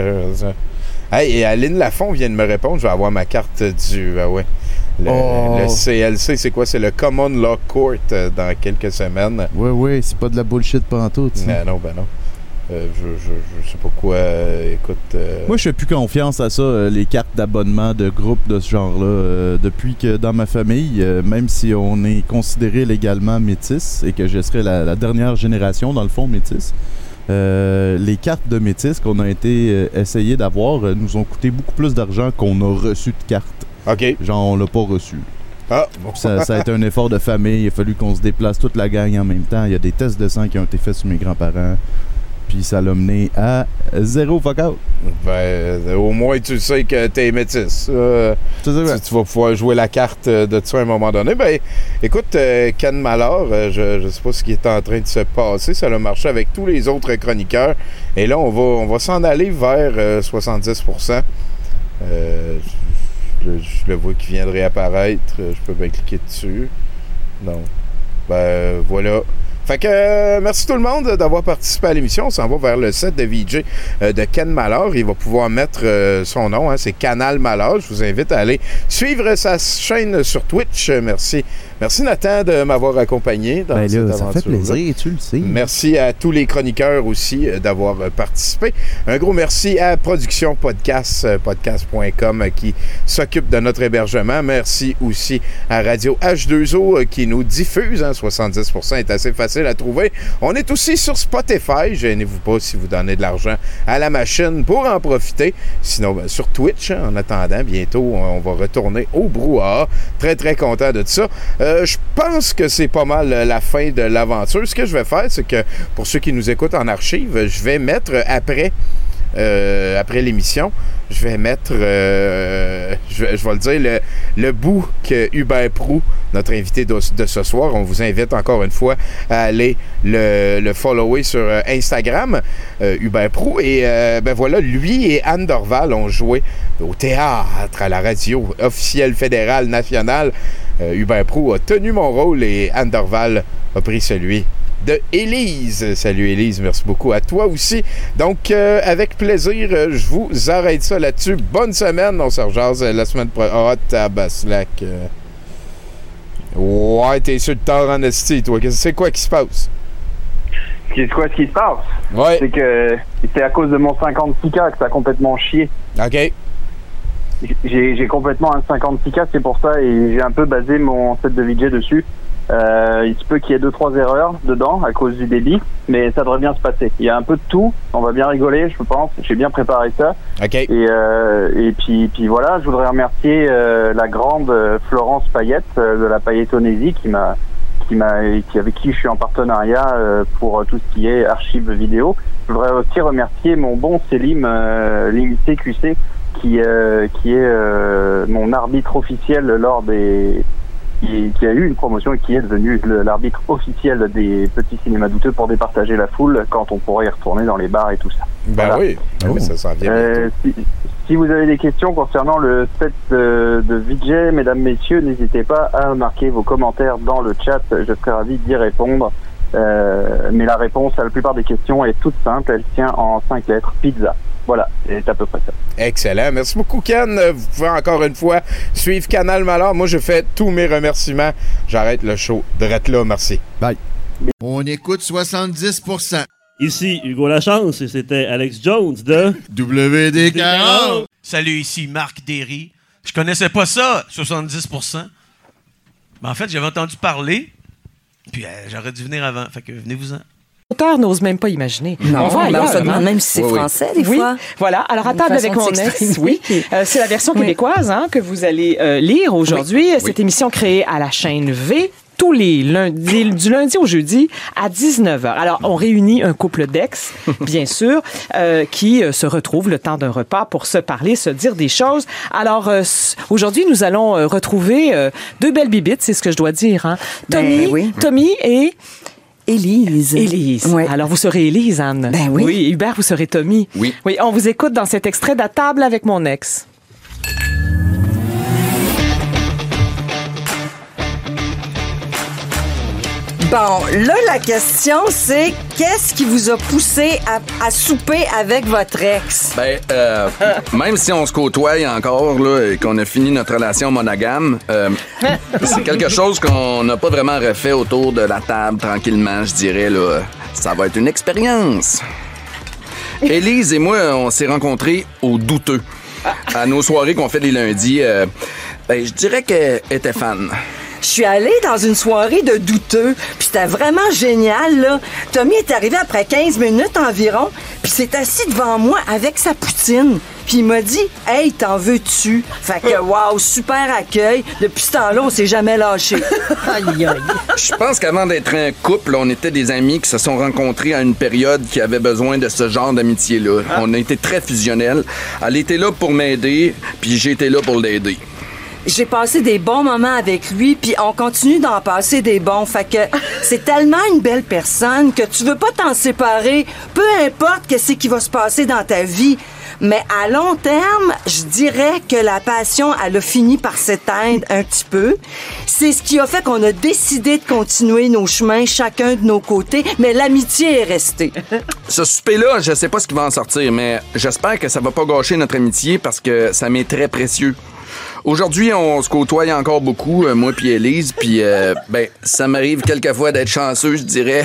Hey, et Aline Lafont vient de me répondre. Je vais avoir ma carte du. Ben ouais. Le, Oh. le C L C, c'est quoi? C'est le Common Law Court euh, dans quelques semaines. Ouais, ouais, c'est pas de la bullshit pantoute, ça. Non, non, ben non. Euh, je, je, je sais pas quoi. euh, écoute. euh, Moi, je fais plus confiance à ça, euh, les cartes d'abonnement de groupes de ce genre-là. Euh, depuis que dans ma famille, euh, même si on est considéré légalement métis et que je serais la, la dernière génération, dans le fond, métis, euh, les cartes de métis qu'on a été euh, essayé d'avoir euh, nous ont coûté beaucoup plus d'argent qu'on a reçu de cartes. OK. Genre, on l'a pas reçu. Ah, bon. Ça, ça a été un effort de famille. Il a fallu qu'on se déplace toute la gang en même temps. Il y a des tests de sang qui ont été faits sur mes grands-parents. Puis ça l'a mené à zéro fuck out. Ben, euh, au moins, tu sais que t'es métis. Euh, tu, tu vas pouvoir jouer la carte euh, de ça à un moment donné. Ben, écoute, euh, Ken Mallard, euh, je, je sais pas ce qui est en train de se passer. Ça a marché avec tous les autres chroniqueurs. Et là, on va, on va s'en aller vers euh, soixante-dix pour cent. Euh, je, je le vois qui vient de réapparaître. Je peux bien cliquer dessus. Non. Ben, voilà. Fait que euh, merci tout le monde d'avoir participé à l'émission. On s'en va vers le set de V J euh, de Ken Mallard. Il va pouvoir mettre euh, son nom, hein, c'est Canal Mallard. Je vous invite à aller suivre sa chaîne sur Twitch. Euh, merci. Merci Nathan de m'avoir accompagné dans Ben cette là, ça fait aventure-là. plaisir, tu le sais. Merci à tous les chroniqueurs aussi euh, d'avoir euh, participé. Un gros merci à Production Podcast, euh, podcast point com euh, qui s'occupe de notre hébergement. Merci aussi à Radio H deux O euh, qui nous diffuse. Hein, soixante-dix pour cent est assez facile à trouver. On est aussi sur Spotify. Gênez-vous pas si vous donnez de l'argent à la machine pour en profiter. Sinon, ben, sur Twitch, hein, en attendant, bientôt, on va retourner au brouhaha. Très, très content de ça. Euh, je pense que c'est pas mal la fin de l'aventure. Ce que je vais faire, c'est que pour ceux qui nous écoutent en archive, je vais mettre après, euh, après l'émission, je vais mettre, euh, je, vais, je vais le dire, le, le bout que Hubert Proulx, notre invité de, de ce soir, on vous invite encore une fois à aller le, le follower sur euh, Instagram, euh, Hubert Proulx. Et euh, ben voilà, lui et Anne Dorval ont joué au théâtre, à la radio officielle fédérale nationale. Euh, Hubert Proulx a tenu mon rôle et Anne Dorval a pris celui de Élise. Salut Élise, merci beaucoup à toi aussi. Donc, euh, avec plaisir, euh, je vous arrête ça là-dessus. Bonne semaine, on se rejase euh, la semaine prochaine. Ah, oh, tabaslac. Euh... Ouais, t'es sur le tard en esti, toi. C'est quoi qui se passe? C'est quoi ce qui se passe? Ouais. C'est que c'est à cause de mon cinquante-six K que ça a complètement chié. OK. J'ai, j'ai complètement un cinquante-six K, c'est pour ça, et j'ai un peu basé mon set de V J dessus. Euh, il se peut qu'il y ait deux trois erreurs dedans à cause du débit, mais ça devrait bien se passer. Il y a un peu de tout, on va bien rigoler, je pense. J'ai bien préparé ça. OK. Et, euh, et puis, puis voilà, je voudrais remercier euh, la grande Florence Payette euh, de la Payettonésie qui m'a, qui m'a, qui avec qui je suis en partenariat euh, pour tout ce qui est archives vidéo. Je voudrais aussi remercier mon bon Selim euh, Limité Q C qui, euh, qui est euh, mon arbitre officiel lors des qui, qui a eu une promotion et qui est devenu le- l'arbitre officiel des petits cinémas douteux pour départager la foule quand on pourra y retourner dans les bars et tout ça. Ben Voilà. oui, ben oui, ça s'en vient. Euh, si, si vous avez des questions concernant le set de, de V J, mesdames, messieurs, n'hésitez pas à marquer vos commentaires dans le chat. Je serai ravi d'y répondre. Euh, mais la réponse à la plupart des questions est toute simple. Elle tient en cinq lettres. Pizza. Voilà, c'est à peu près ça. Excellent. Merci beaucoup, Ken. Euh, Vous pouvez encore une fois suivre Canal Malheur. Moi, je fais tous mes remerciements. J'arrête le show. Drette là, merci. Bye. On écoute soixante-dix pour cent. Ici Hugo Lachance et c'était Alex Jones de W D quarante. Salut, ici Marc Derry. Je connaissais pas ça, soixante-dix pour cent. Mais en fait, j'avais entendu parler, puis euh, j'aurais dû venir avant. Fait que venez-vous-en. L'auteur n'ose même pas imaginer. Non, on va ben, ailleurs, on se demande hein? même si c'est Oui, oui. français, des Oui, fois. voilà. Alors, à Une table façon avec de mon ex, s'exprimer. oui. Euh, c'est la version Oui. québécoise hein, que vous allez euh, lire aujourd'hui. Cette émission créée à la chaîne V, tous les lundis, du lundi au jeudi à dix-neuf heures. Alors, on réunit un couple d'ex, bien sûr, euh, qui euh, se retrouvent le temps d'un repas pour se parler, se dire des choses. Alors, euh, s- aujourd'hui, nous allons euh, retrouver euh, deux belles bibites, c'est ce que je dois dire. Hein. Tommy, Ben oui. Tommy et... Élise. Élise. Ouais. Alors, vous serez Élise, Anne. Ben oui. Oui, Hubert, vous serez Tommy. Oui. Oui, on vous écoute dans cet extrait d'À table avec mon ex. Bon, là, la question, c'est qu'est-ce qui vous a poussé à, à souper avec votre ex? Ben, euh, même si on se côtoie encore, là, et qu'on a fini notre relation monogame, euh, c'est quelque chose qu'on n'a pas vraiment refait autour de la table, tranquillement, je dirais, là. Ça va être une expérience. Élise et moi, on s'est rencontrés au Douteux, à nos soirées qu'on fait les lundis. Euh, ben, je dirais qu'elle était fan. Je suis allée dans une soirée de douteux, puis c'était vraiment génial, là. Tommy est arrivé après quinze minutes environ, puis s'est assis devant moi avec sa poutine. Puis il m'a dit « Hey, t'en veux-tu? » Fait que, wow, super accueil. Depuis ce temps-là, on s'est jamais lâché. Aïe, aïe. Je pense qu'avant d'être un couple, on était des amis qui se sont rencontrés à une période qui avait besoin de ce genre d'amitié-là. On a été très fusionnels. Elle était là pour m'aider, puis j'ai été là pour l'aider. J'ai passé des bons moments avec lui, puis on continue d'en passer des bons. Fait que c'est tellement une belle personne que tu veux pas t'en séparer, peu importe qu'est-ce qui va se passer dans ta vie. Mais à long terme, je dirais que la passion, elle a fini par s'éteindre un petit peu. C'est ce qui a fait qu'on a décidé de continuer nos chemins, chacun de nos côtés, mais l'amitié est restée. Ce souper-là, je sais pas ce qui va en sortir, mais j'espère que ça va pas gâcher notre amitié parce que ça m'est très précieux. Aujourd'hui, on se côtoie encore beaucoup, euh, moi puis Élise, puis euh, ben, ça m'arrive quelquefois d'être chanceux, je dirais.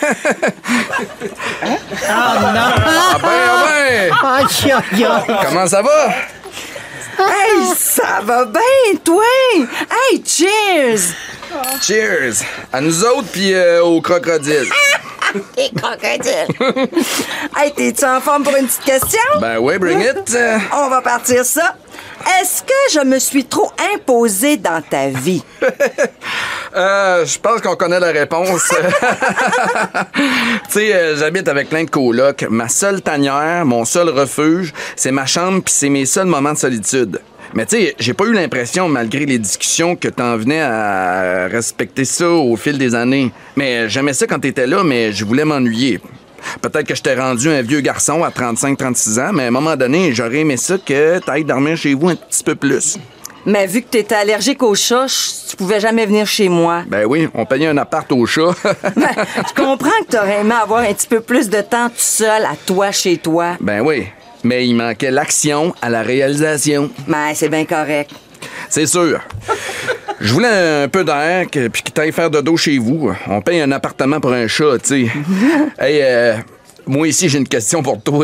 Ah non! Ah ben, ah ben! Aïe, aïe, aïe. Comment ça va? Hey, ça va bien, toi? Hey, cheers! Cheers! À nous autres, puis euh, aux crocodiles. Les crocodiles! Hey, t'es-tu en forme pour une petite question? Ben oui, bring it! On va partir ça. Est-ce que je me suis trop imposée dans ta vie? Euh, je pense qu'on connaît la réponse. Tu sais, euh, j'habite avec plein de colocs. Ma seule tanière, mon seul refuge, c'est ma chambre puis c'est mes seuls moments de solitude. Mais tu sais, j'ai pas eu l'impression, malgré les discussions, que t'en venais à respecter ça au fil des années. Mais j'aimais ça quand t'étais là, mais je voulais m'ennuyer. Peut-être que je t'ai rendu un vieux garçon à trente-cinq trente-six ans, mais à un moment donné, j'aurais aimé ça que t'ailles dormir chez vous un petit peu plus. Mais vu que t'étais allergique aux chats, tu pouvais jamais venir chez moi. Ben oui, on payait un appart au chat. Ben, je comprends que t'aurais aimé avoir un petit peu plus de temps tout seul à toi, chez toi. Ben oui, mais il manquait l'action à la réalisation. Ben, c'est bien correct. C'est sûr. Je voulais un peu d'air, que, puis que t'ailles faire dodo chez vous. On paye un appartement pour un chat, tu sais. Hey, euh, moi ici, j'ai une question pour toi.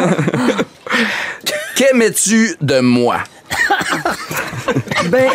Qu'aimais-tu de moi? Ben...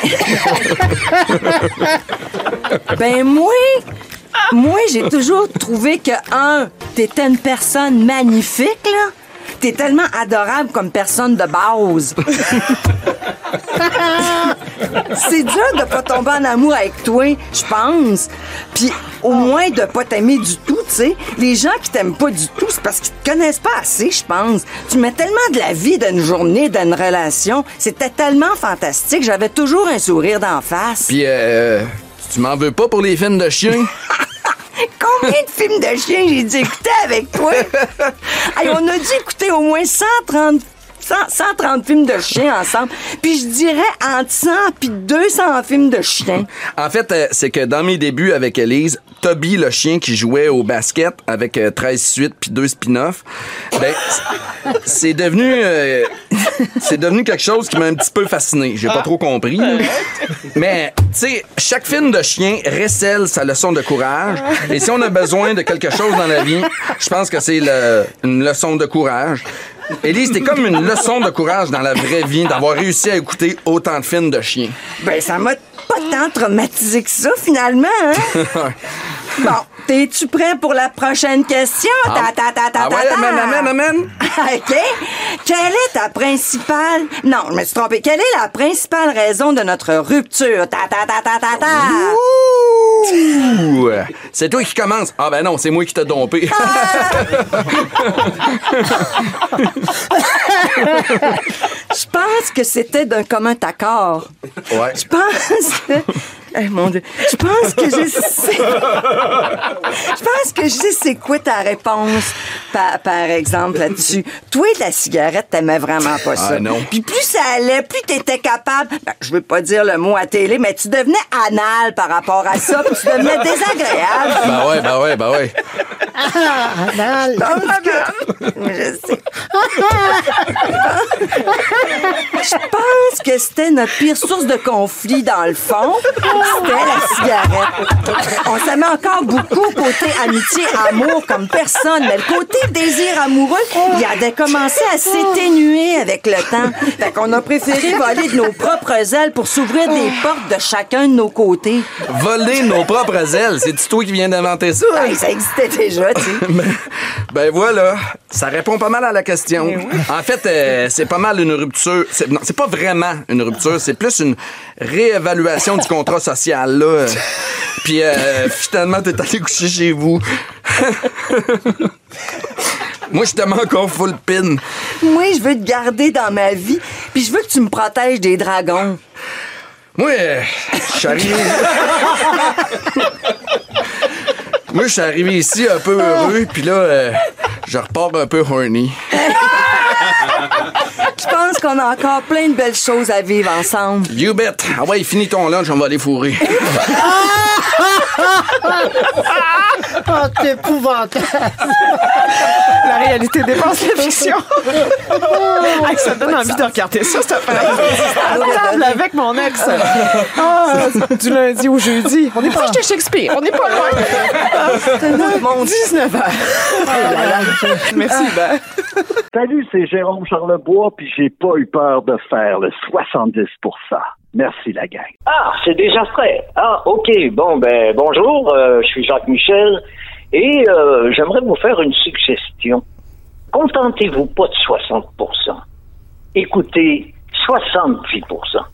ben moi... Moi, j'ai toujours trouvé que, un, t'étais une personne magnifique, là. T'es tellement adorable comme personne de base. C'est dur de pas tomber en amour avec toi, je pense. Puis au moins de pas t'aimer du tout, tu sais. Les gens qui t'aiment pas du tout, c'est parce qu'ils te connaissent pas assez, je pense. Tu mets tellement de la vie d'une journée, d'une relation. C'était tellement fantastique, j'avais toujours un sourire d'en face. Puis, euh, tu m'en veux pas pour les films de chiens? Combien de films de chiens j'ai dû écouter avec toi? Hey, on a dû écouter au moins cent trente cent trente films de chiens ensemble. Puis je dirais entre cent puis deux cents films de chiens. En fait, euh, c'est que dans mes débuts avec Élise, Toby, le chien qui jouait au basket avec euh, treize suites puis deux spin-offs, ben, c'est devenu euh, c'est devenu quelque chose qui m'a un petit peu fasciné. J'ai pas trop compris. Mais, tu sais, chaque film de chien récèle sa leçon de courage. Et si on a besoin de quelque chose dans la vie, je pense que c'est le, une leçon de courage. Élise, c'était comme une leçon de courage dans la vraie vie d'avoir réussi à écouter autant de films de chiens. Ben, ça m'a pas tant traumatisé que ça, finalement, hein? Bon, t'es-tu prêt pour la prochaine question? Ah, ta, ta, ta, ta, ah ouais, ta, ta. amène, amène, amène. OK. Quelle est ta principale... Non, je me suis trompée. Quelle est la principale raison de notre rupture? Ta, ta, ta, ta, ta, ta. Ouh! C'est toi qui commence. Ah ben non, c'est moi qui t'ai dompé. Je pense que c'était d'un commun accord. Ouais. Je pense que... Eh, mon Dieu. Je pense que je sais... Je pense que je sais c'est quoi ta réponse, par, par exemple, là-dessus. Toi, la cigarette, t'aimais vraiment pas ça. Ah non. Puis plus ça allait, plus t'étais capable... Ben, je veux pas dire le mot à télé, mais tu devenais anal par rapport à ça, puis tu devenais désagréable. Ben ouais, ben ouais, ben ouais. Ah, anal. Je pense que... Je sais. Je pense que c'était notre pire source de conflit, dans le fond. C'était la cigarette. On s'aimait encore beaucoup côté amitié, amour, comme personne. Mais le côté désir amoureux, il avait commencé à s'éténuer avec le temps. Fait qu'on a préféré voler de nos propres ailes pour s'ouvrir des portes de chacun de nos côtés. Voler nos propres ailes, c'est-tu toi qui viens d'inventer ça? Ben, ça existait déjà, tu sais. ben, ben voilà, ça répond pas mal à la question. Oui. En fait, euh, c'est pas mal une rupture. C'est, non, c'est pas vraiment une rupture, c'est plus une réévaluation du contrat social, là. Puis euh, finalement, t'es allé coucher chez vous. Moi, je t'aime encore full pin. Moi, je veux te garder dans ma vie, puis je veux que tu me protèges des dragons. Moi, euh, je suis arrivé... Moi, je suis arrivé ici un peu heureux, puis là, euh, je repars un peu horny. Je pense qu'on a encore plein de belles choses à vivre ensemble. You bet. Ah ouais, finis ton lunch, on va aller fourrer. Oh, c'est épouvantable. La réalité dépasse la fiction. Hey, ça donne envie de regarder ça, cette affaire. À table avec mon ex. Ah, du lundi au jeudi. On est proche de Shakespeare. On n'est pas loin. Ah, mon dix-neuf heures. Merci, Ben. Salut, c'est Jérôme Charlebois, puis j'ai pas eu peur de faire le soixante-dix pour cent. Merci, la gang. Ah, c'est déjà fait. Ah, OK. Bon, ben, bonjour. Euh, je suis Jacques Michel et euh, j'aimerais vous faire une suggestion. Contentez-vous pas de soixante pour cent. Écoutez soixante-dix pour cent.